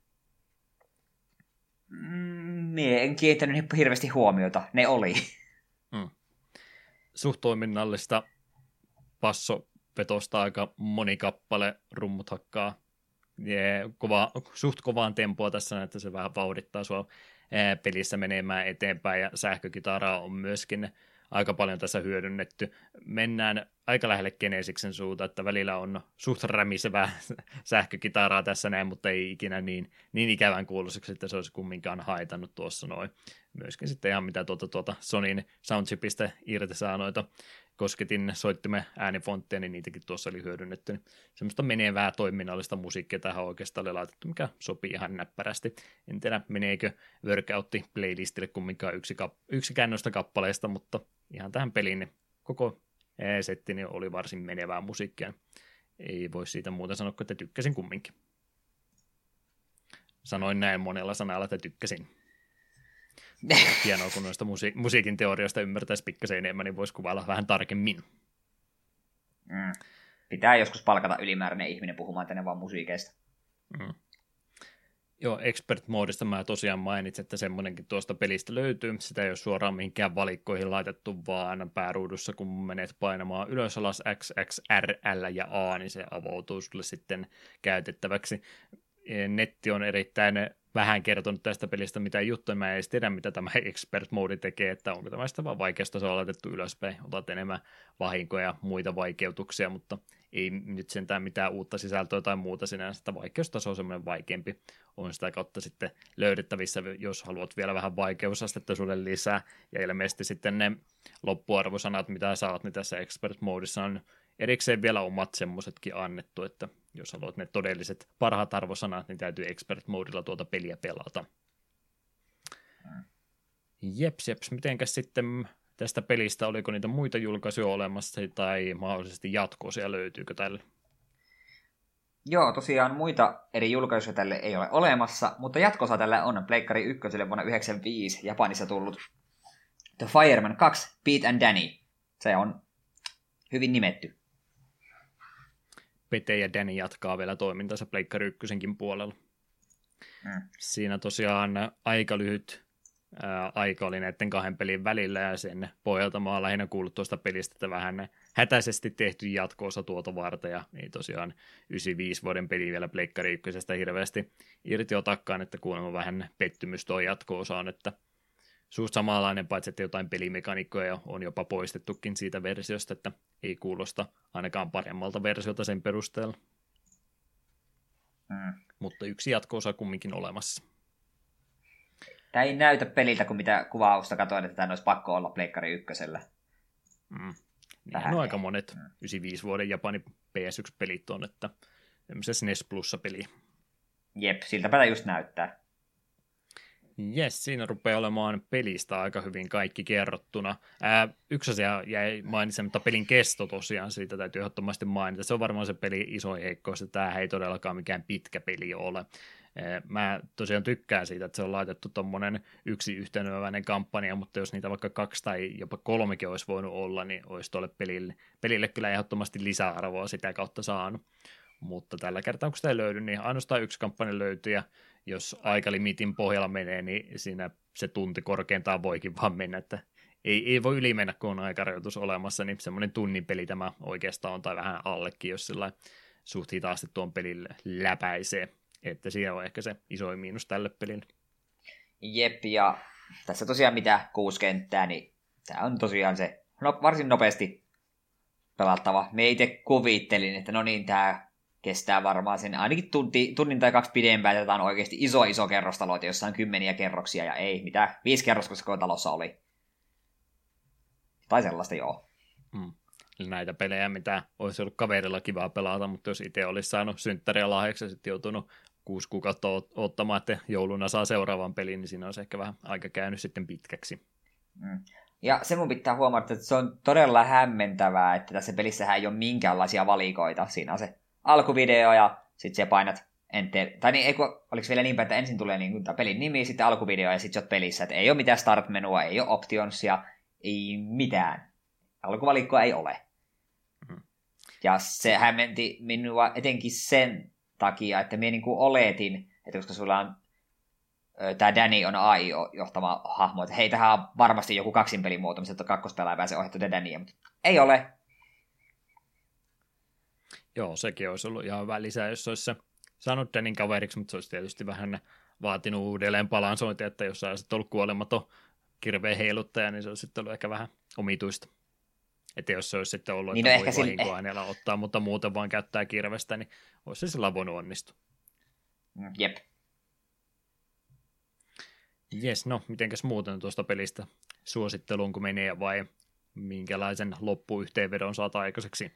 Mm, en kiinnittänyt hirveästi huomiota. Ne oli. Mm. Suht toiminnallista passopetosta aika moni kappale, rummut hakkaa yeah, kova, suht kovaan tempoa tässä, että se vähän vauhdittaa sua pelissä menemään eteenpäin, ja sähkökitaraa on myöskin aika paljon tässä hyödynnetty. Mennään aika lähelle Genesiksen suuta, että välillä on suht rämisevää sähkökitaraa tässä näin, mutta ei ikinä niin, niin ikävän kuuloiseksi, että se olisi kumminkaan haitannut tuossa noin. Myöskin sitten ihan mitä tuota, tuota Sonyn soundchipistä irti saa noita kosketin soittimen äänifontteja, niin niitäkin tuossa oli hyödynnetty. Semmoista menevää toiminnallista musiikkia tähän oikeastaan oli laitettu, mikä sopii ihan näppärästi. En tiedä, meneekö workoutti playlistille kumminkaan yksi, kap- yksikään noista kappaleista, mutta ihan tähän peliin niin koko setti niin oli varsin menevää musiikkia. Ei voi siitä muuta sanoa, että tykkäsin kumminkin. Sanoin näin monella sanalla, että tykkäsin. Hienoa, kun noista musi- musiikin teorioista ymmärtäisi pikkasen enemmän, niin voisi kuvailla vähän tarkemmin. Mm. Pitää joskus palkata ylimääräinen ihminen puhumaan tänne vaan musiikeista. Mm. Joo, expert-moodista mä tosiaan mainitsin, että semmoinenkin tuosta pelistä löytyy. Sitä ei ole suoraan mihinkään valikkoihin laitettu, vaan pääruudussa, kun menet painamaan ylös, alas, X, X, R, L ja A, niin se avautuu sulle sitten käytettäväksi. Netti on erittäin vähän kertonut tästä pelistä mitään juttuja, mä en edes tiedä, mitä tämä expert-moodi tekee, että onko tämä sitä vaan vaikeustasoa laitettu ylöspäin, otat enemmän vahinkoja ja muita vaikeutuksia, mutta ei nyt sentään mitään uutta sisältöä tai muuta sinänsä, että vaikeustaso on semmoinen vaikeampi, on sitä kautta sitten löydettävissä, jos haluat vielä vähän vaikeusastetta sulle lisää, ja ilmeisesti sitten ne loppuarvosanat, mitä saat, niin tässä expert-moodissa on erikseen vielä omat semmoisetkin annettu, että jos haluat ne todelliset parhaat arvosanat, niin täytyy expert-moodilla tuota peliä pelata. Jeps, jeps, mitenkäs sitten tästä pelistä, oliko niitä muita julkaisuja olemassa tai mahdollisesti jatkoosia, löytyykö tälle? Joo, tosiaan muita eri julkaisuja tälle ei ole olemassa, mutta jatkossa tällä on Pleikkari ykköselle vuonna yhdeksänkymmentäviisi Japanissa tullut The Fireman kaksi, Pete and Danny. Se on hyvin nimetty. Pete ja Danny jatkaa vielä toimintansa Pleikkari ykkösenkin puolella. Mm. Siinä tosiaan aika lyhyt ää, aika oli näiden kahden pelin välillä, ja sen pohjalta mä oon lähinnä kuullut tuosta pelistä, että vähän hätäisesti tehty jatko-osa tuota varten, ja ei tosiaan yhdeksänkymmentäviisi vuoden peli vielä Pleikkari ykkösestä hirveästi irti otakkaan, että kuulemma vähän pettymys tuo jatko-osa on, että suht samanlainen, paitsi että jotain pelimekaniikkoja on jopa poistettukin siitä versiosta, että ei kuulosta ainakaan paremmalta versiota sen perusteella. Mm. Mutta yksi jatko-osa kumminkin olemassa. Tämä ei näytä peliltä, kun mitä kuvausta katsoin, että tämä olisi pakko olla Pleikkari ykkösellä. Mm. Niin on aika monet mm. yhdeksänkymmentäviisi vuoden Japanin P S yksi-pelit on, että se S N E S Plussa-peli. Jep, siltäpä just näyttää. Jes, siinä rupeaa olemaan pelistä aika hyvin kaikki kerrottuna. Ää, yksi asia jäi mainitsematta, pelin kesto tosiaan, siitä täytyy ehdottomasti mainita. Se on varmaan se peli isoin heikkous, että tämä ei todellakaan mikään pitkä peli ole. Ää, mä tosiaan tykkään siitä, että se on laitettu tommonen yksi yhteneväinen kampanja, mutta jos niitä vaikka kaksi tai jopa kolmekin olisi voinut olla, niin olisi tuolle pelille, pelille kyllä ehdottomasti lisäarvoa sitä kautta saanut. Mutta tällä kertaa, kun sitä ei löydy, niin ainoastaan yksi kampanja löytyy, ja jos aikalimiitin pohjalla menee, niin siinä se tunti korkeintaan voikin vaan mennä, että ei, ei voi yli mennä, kun on aikarajoitus olemassa, niin semmoinen tunnin peli tämä oikeastaan on, tai vähän allekin, jos sillä suht hitaasti tuon pelille läpäisee, että siinä on ehkä se isoin miinus tälle pelille. Jep, ja tässä tosiaan mitä kuusi kenttää, niin tämä on tosiaan se no, varsin nopeasti pelattava. Me itse kuvittelin, että no niin, tämä kestää varmaan sen ainakin tunti, tunnin tai kaksi pidempään, että tämä on oikeasti iso iso kerrostalo, jossa on kymmeniä kerroksia, ja ei, mitä, viisi kerrosta koko talossa oli. Tai sellaista, joo. Mm. Näitä pelejä, mitä olisi ollut kaverilla kivaa pelata, mutta jos itse olisi saanut synttäriä lahjaksi ja sitten joutunut kuusi kuukautta odottamaan, että jouluna saa seuraavan pelin, niin siinä olisi ehkä vähän aika käynyt sitten pitkäksi. Mm. Ja se mun pitää huomata, että se on todella hämmentävää, että tässä pelissähän ei ole minkäänlaisia valikoita. Siinä on se alkuvideo ja sitten sä painat enter. Tai niin, eiku, oliko vielä niin päin, että ensin tulee niin kuin pelin nimi, sitten alkuvideo ja sitten sä oot pelissä. Että ei ole mitään start-menua, ei ole optionsia, ei mitään. Alkuvalikkoa ei ole. Mm. Ja se hämmenti minua etenkin sen takia, että minä niin kuin oletin, että koska sulla on tämä Danny on A I-johtama hahmo, että hei, tähän on varmasti joku kaksinpelimuoto, missä kakkospelaaja pääsee ohjattu Danyä, mutta ei ole. Joo, sekin olisi ollut ihan hyvä lisää, jos olisi se saanut Dannyn kaveriksi, mutta se olisi tietysti vähän vaatinut uudelleen balansointia, että jos olisit ollut kuolematon kirveen heiluttaja, niin se olisi sitten ollut ehkä vähän omituista. Että jos se olisi sitten ollut, niin että no voi vahinkoaineella sille ottaa, mutta muuten vaan käyttää kirvestä, niin olisi se sillä voinut onnistua. Jep. Jes, no, mitenkäs muuten tuosta pelistä suositteluun kun menee vai minkälaisen loppuyhteenvedon saat aikaiseksi?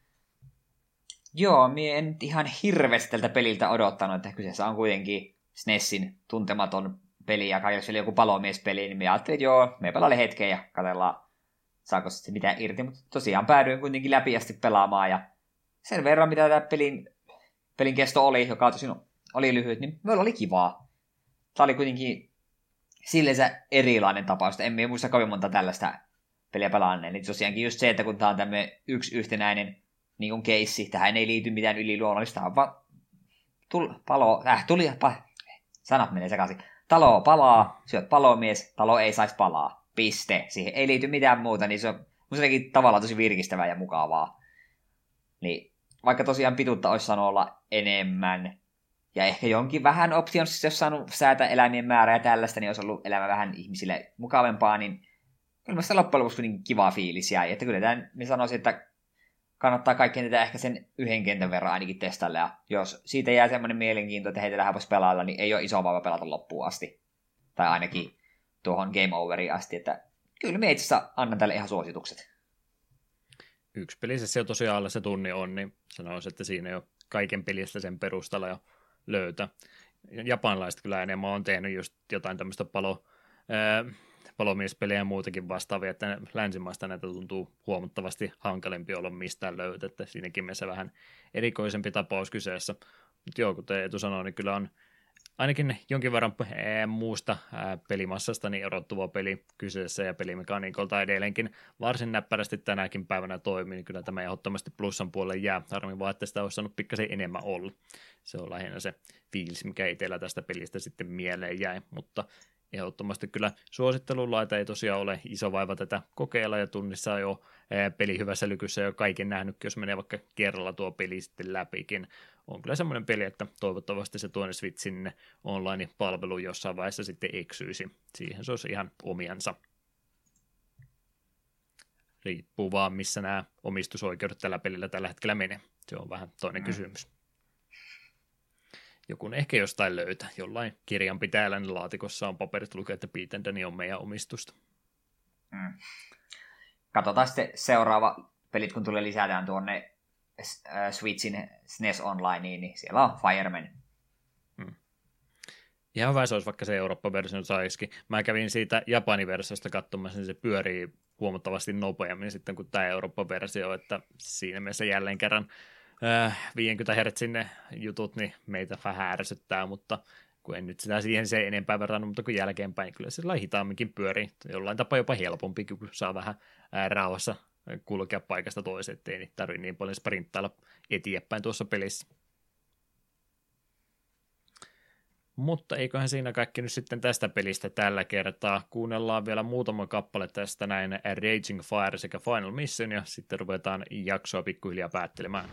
Joo, mie en ihan hirveästi tältä peliltä odottanut, että kyseessä on kuitenkin SNESin tuntematon peli ja kaikilla oli joku palomiespeli, niin mie ajattelin, että joo, me pelaamme hetken ja katsellaan, saako se mitään irti, mutta tosiaan päädyin kuitenkin läpi asti pelaamaan ja sen verran, mitä tämä pelin, pelin kesto oli, joka tosin oli lyhyt, niin meillä oli kivaa. Tämä oli kuitenkin silleensä erilainen tapaus, että emme muista kovin monta tällaista peliä pelaanneen. Niin tosiaankin just se, että kun tämä on tämmöinen yksi yhtenäinen niin kuin keissi, tähän ei liity mitään yliluonnollista, on vaan tul, palo, äh, tuli, pa, sanat menee sekaisin. Talo palaa, syöt palomies, talo ei saisi palaa. Piste. Siihen ei liity mitään muuta, niin se on mustakin tavallaan tosi virkistävää ja mukavaa. Niin, vaikka tosiaan pituutta olisi saanut olla enemmän, ja ehkä jonkin vähän options, jos saanut säätää eläimien määrää ja tällaista, niin olisi ollut elämä vähän ihmisille mukavempaa, niin kyllä mä sitä loppujen lopuksi niin kiva fiilis jäi. Että kyllä tämän, niin sanoisin, että kannattaa kaikkien tätä ehkä sen yhden kentän verran ainakin testailla. Ja jos siitä jää semmoinen mielenkiinto, että heitä lähdetään pelailla, niin ei ole iso vaiva pelata loppuun asti. Tai ainakin tuohon game overiin asti. Että kyllä mä itse asiassa annan tälle ihan suositukset. Yksi pelissä se tosiaan alla se tunni on, niin sanoisin, että siinä jo kaiken pelistä sen perustalla jo löytää. Japanilaiset kyllä enemmän on tehnyt just jotain tämmöistä palo, ää, palomiespelejä ja muutakin vastaavia, että länsimaista näitä tuntuu huomattavasti hankalempi olla mistään löytää, että siinäkin mielessä vähän erikoisempi tapaus kyseessä. Mutta joo, kuten Eetu sanoi, niin kyllä on ainakin jonkin verran ää, muusta ää, pelimassasta niin erottuva peli kyseessä ja pelimekaniikolta edelleenkin varsin näppärästi tänäkin päivänä toimii, niin kyllä tämä ehdottomasti plussan puolelle jää. Harmi vaan, että sitä olisi saanut pikkasen enemmän olla. Se on lähinnä se fiilis, mikä itsellä tästä pelistä sitten mieleen jäi, mutta ehdottomasti kyllä suosittelulaita ei tosiaan ole iso vaiva tätä kokeilla ja tunnissa jo ää, peli hyvässä lykyssä jo kaiken nähnytkin, jos menee vaikka kerralla tuo peli sitten läpikin. On kyllä semmoinen peli, että toivottavasti se tuonne Switchin online-palvelu jossain vaiheessa sitten eksyisi. Siihen se olisi ihan omiansa. Riippuu vaan, missä nämä omistusoikeudet tällä pelillä tällä hetkellä menee. Se on vähän toinen mm. kysymys. Joku ehkä jostain löytää. Jollain kirjanpitäjällä niin laatikossa on paperit lukee, että Pete and Danny on meidän omistusta. Mm. Katsotaan sitten seuraava pelit, kun tulee lisätään tuonne Switchin S N E S Onlineen, niin siellä on Fireman. Hmm. Ihan hyvä se olisi, vaikka se Eurooppa-versio saisikin. Mä kävin siitä Japani-versiosta katsomassa, niin se pyörii huomattavasti nopeammin sitten kuin tämä Eurooppa-versio, että siinä mielessä jälleen kerran äh, viisikymmentä hertsin ne jutut, niin meitä vähän ärsyttää, mutta kun en nyt sitä siihen se enempää verrannut, mutta kun jälkeenpäin, niin kyllä se hitaamminkin pyörii. Jollain tapaa jopa helpompi, kun saa vähän ää, rauhassa kulkea paikasta toiseen, ettei niin tarvitse niin paljon sprinttailla eteenpäin tuossa pelissä. Mutta eiköhän siinä kaikki nyt sitten tästä pelistä tällä kertaa. Kuunnellaan vielä muutama kappale tästä näin Raging Fire sekä Final Mission, ja sitten ruvetaan jaksoa pikkuhiljaa päättelemään.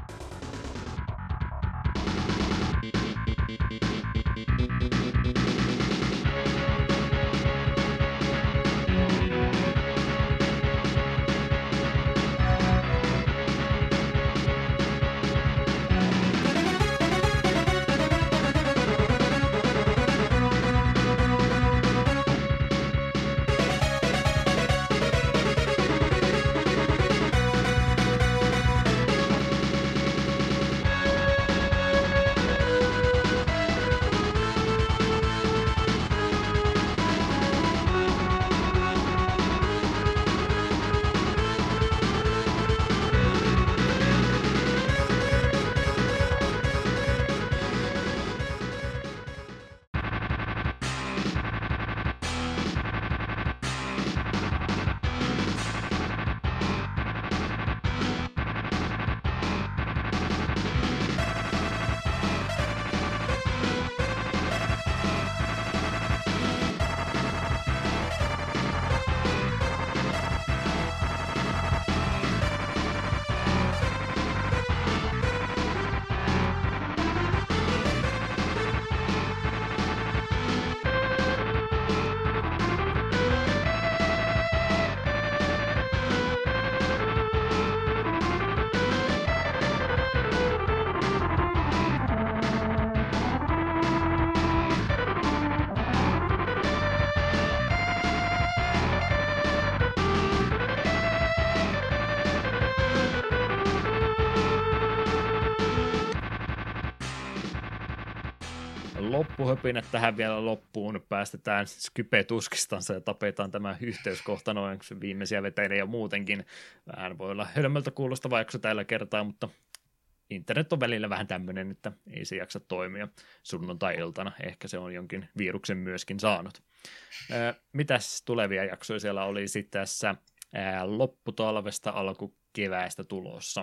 Loppuhöpinät tähän vielä loppuun. Päästetään Skype tuskistansa ja tapetaan tämä yhteyskohta noin viimeisiä veteiden ja muutenkin. Vähän voi olla hölmöltä kuulostava jakso tällä kertaa, mutta internet on välillä vähän tämmöinen, että ei se jaksa toimia sunnuntai-iltana. Ehkä se on jonkin viruksen myöskin saanut. Ää, mitäs tulevia jaksoja siellä oli sitten tässä ää, lopputalvesta alkukeväästä tulossa?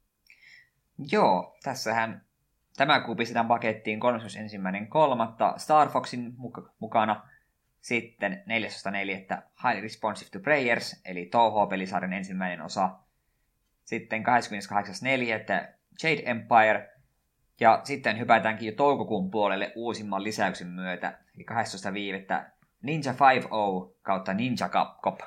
Joo, tässähän tämä kuu pistetään pakettiin kolmaskymmenesensimmäinen kolmatta Star Foxin muka- mukana. Sitten neljästoista neljättä Highly Responsive to Prayers, eli Touhou-pelisarjan ensimmäinen osa. Sitten kahdeskymmeneskahdeksas neljättä Jade Empire. Ja sitten hypätäänkin jo toukokuun puolelle uusimman lisäyksen myötä, eli kahdestoista viidettä Ninja viisikymmentä kautta Ninja Cop.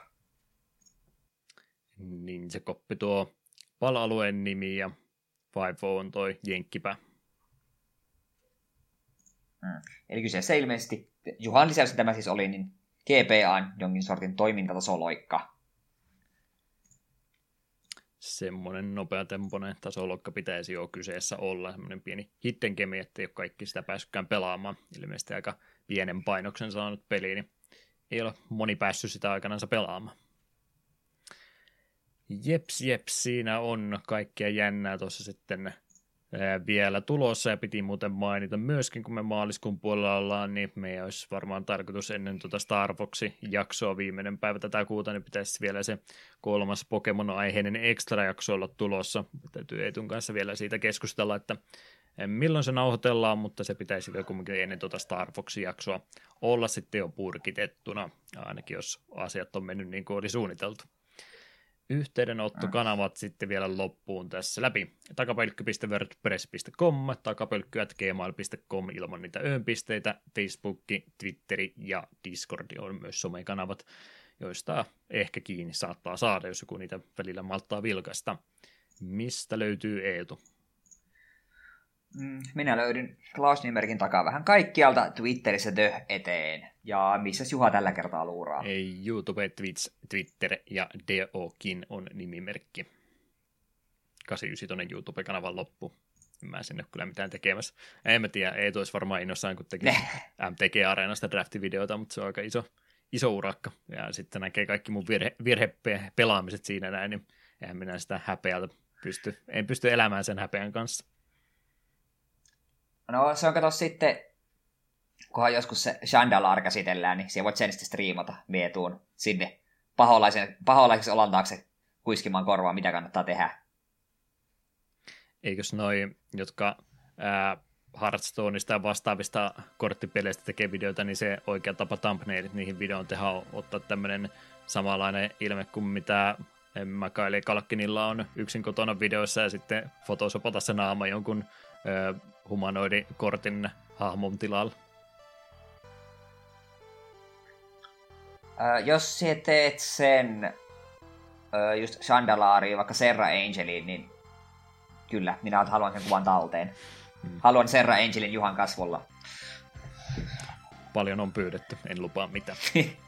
Ninja Cop tuo pala-alueen nimi ja viisikymmentä on toi jenkkipä. Hmm. Eli kyseessä ilmeisesti, Juhan lisäys tämä siis oli, niin G P A:n jonkin sortin toimintatasoloikka. Semmoinen nopeatempoinen tasoloikka pitäisi jo kyseessä olla, semmoinen pieni hidden gemi, ettei ole kaikki sitä päässytkään pelaamaan. Ilmeisesti aika pienen painoksen saanut peli, niin ei ole moni päässyt sitä aikanansa pelaamaan. Jeps, jeps, siinä on kaikkia jännää tuossa sitten vielä tulossa, ja piti muuten mainita myöskin, kun me maaliskuun puolella ollaan, niin meidän olisi varmaan tarkoitus ennen tuota Star Foxin jaksoa viimeinen päivä tätä kuuta, niin pitäisi vielä se kolmas Pokemon-aiheinen extra-jakso olla tulossa. Täytyy Eetun kanssa vielä siitä keskustella, että milloin se nauhoitellaan, mutta se pitäisi vielä kumminkin ennen tuota Star Foxin jaksoa olla sitten jo purkitettuna, ainakin jos asiat on mennyt niin kuin oli suunniteltu. Yhteydenottokanavat sitten vielä loppuun tässä läpi. Takapölkky piste wordpress piste com, takapölkky at gmail piste com ilman niitä öönpisteitä. Facebook, Twitteri ja Discord on myös somekanavat, joista ehkä kiinni saattaa saada, jos joku niitä välillä malttaa vilkaista. Mistä löytyy Eetu? Minä löydyn Klaus-nimerkin takaa vähän kaikkialta, Twitterissä dö eteen. Ja missä Juha tällä kertaa luuraa? Ei, YouTube, Twitch, Twitter ja Deokin on nimimerkki. kahdeksankymmentäyhdeksän tuonne YouTube-kanavan loppu. en mä sinne kyllä mitään tekemässä. En mä tiedä, ei tuoisi varmaan innossaan, kun teki M T G-areenasta draftivideoita, mutta se on aika iso, iso urakka. Ja sitten näkee kaikki mun virhe, virhepelaamiset siinä näin, niin eihän minä sitä häpeältä pysty, en pysty elämään sen häpeän kanssa. No se on kato sitten, kunhan joskus se Shandalar käsitellään, niin siellä voit sen sitten striimata. Mie tuun sinne paholaisen, paholaiseksi olan taakse kuiskimaan korvaa, mitä kannattaa tehdä. Eikös noi, jotka ää, Hearthstoneista ja vastaavista korttipeleistä tekee videoita, niin se oikea tapa thumbnailit niihin videoon tehdä on ottaa tämmöinen samanlainen ilme kuin mitä Mikaeli Kalkkinilla on yksin kotona videoissa ja sitten photosopata se naama jonkun ää, humanoidikortin hahmon tilalla. Äh, jos sä teet sen äh, just Chandalariin, vaikka Serra Angeliin, niin kyllä, minä haluan sen kuvan talteen. Hmm. Haluan Serra Angelin Juhan kasvolla. Paljon on pyydetty, en lupaa mitään.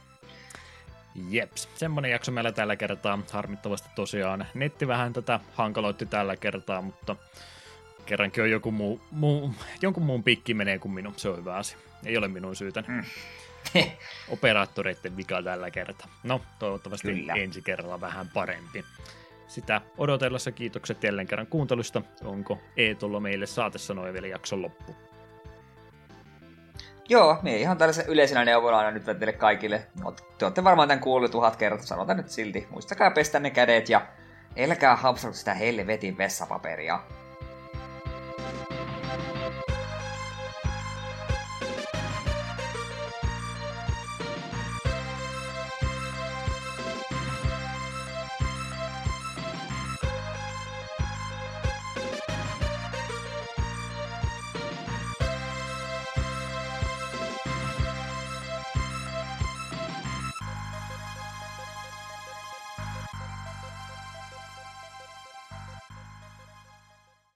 Jeps, semmonen jakso meillä tällä kertaa. Harmittavasti tosiaan netti vähän tätä hankaloitti tällä kertaa, mutta kerrankin on joku muu, muu, jonkun muun pikki menee kuin minun. Se on hyvä asia. Ei ole minun syytäni. Hmm. Operaattoreiden vika tällä kertaa. No, toivottavasti Kyllä. ensi kerralla vähän parempi. Sitä odotellessa kiitokset jälleen kerran kuuntelusta. Onko Eetolla meille saatesanoja vielä jakson loppu? Joo, me ihan tällaisen yleisenä neuvona aina nyt teille kaikille. Te olette varmaan tämän kuullut tuhat kertaa, sanotaan nyt silti. Muistakaa pestä ne kädet ja älkää hapsata sitä helvetin vessapaperia.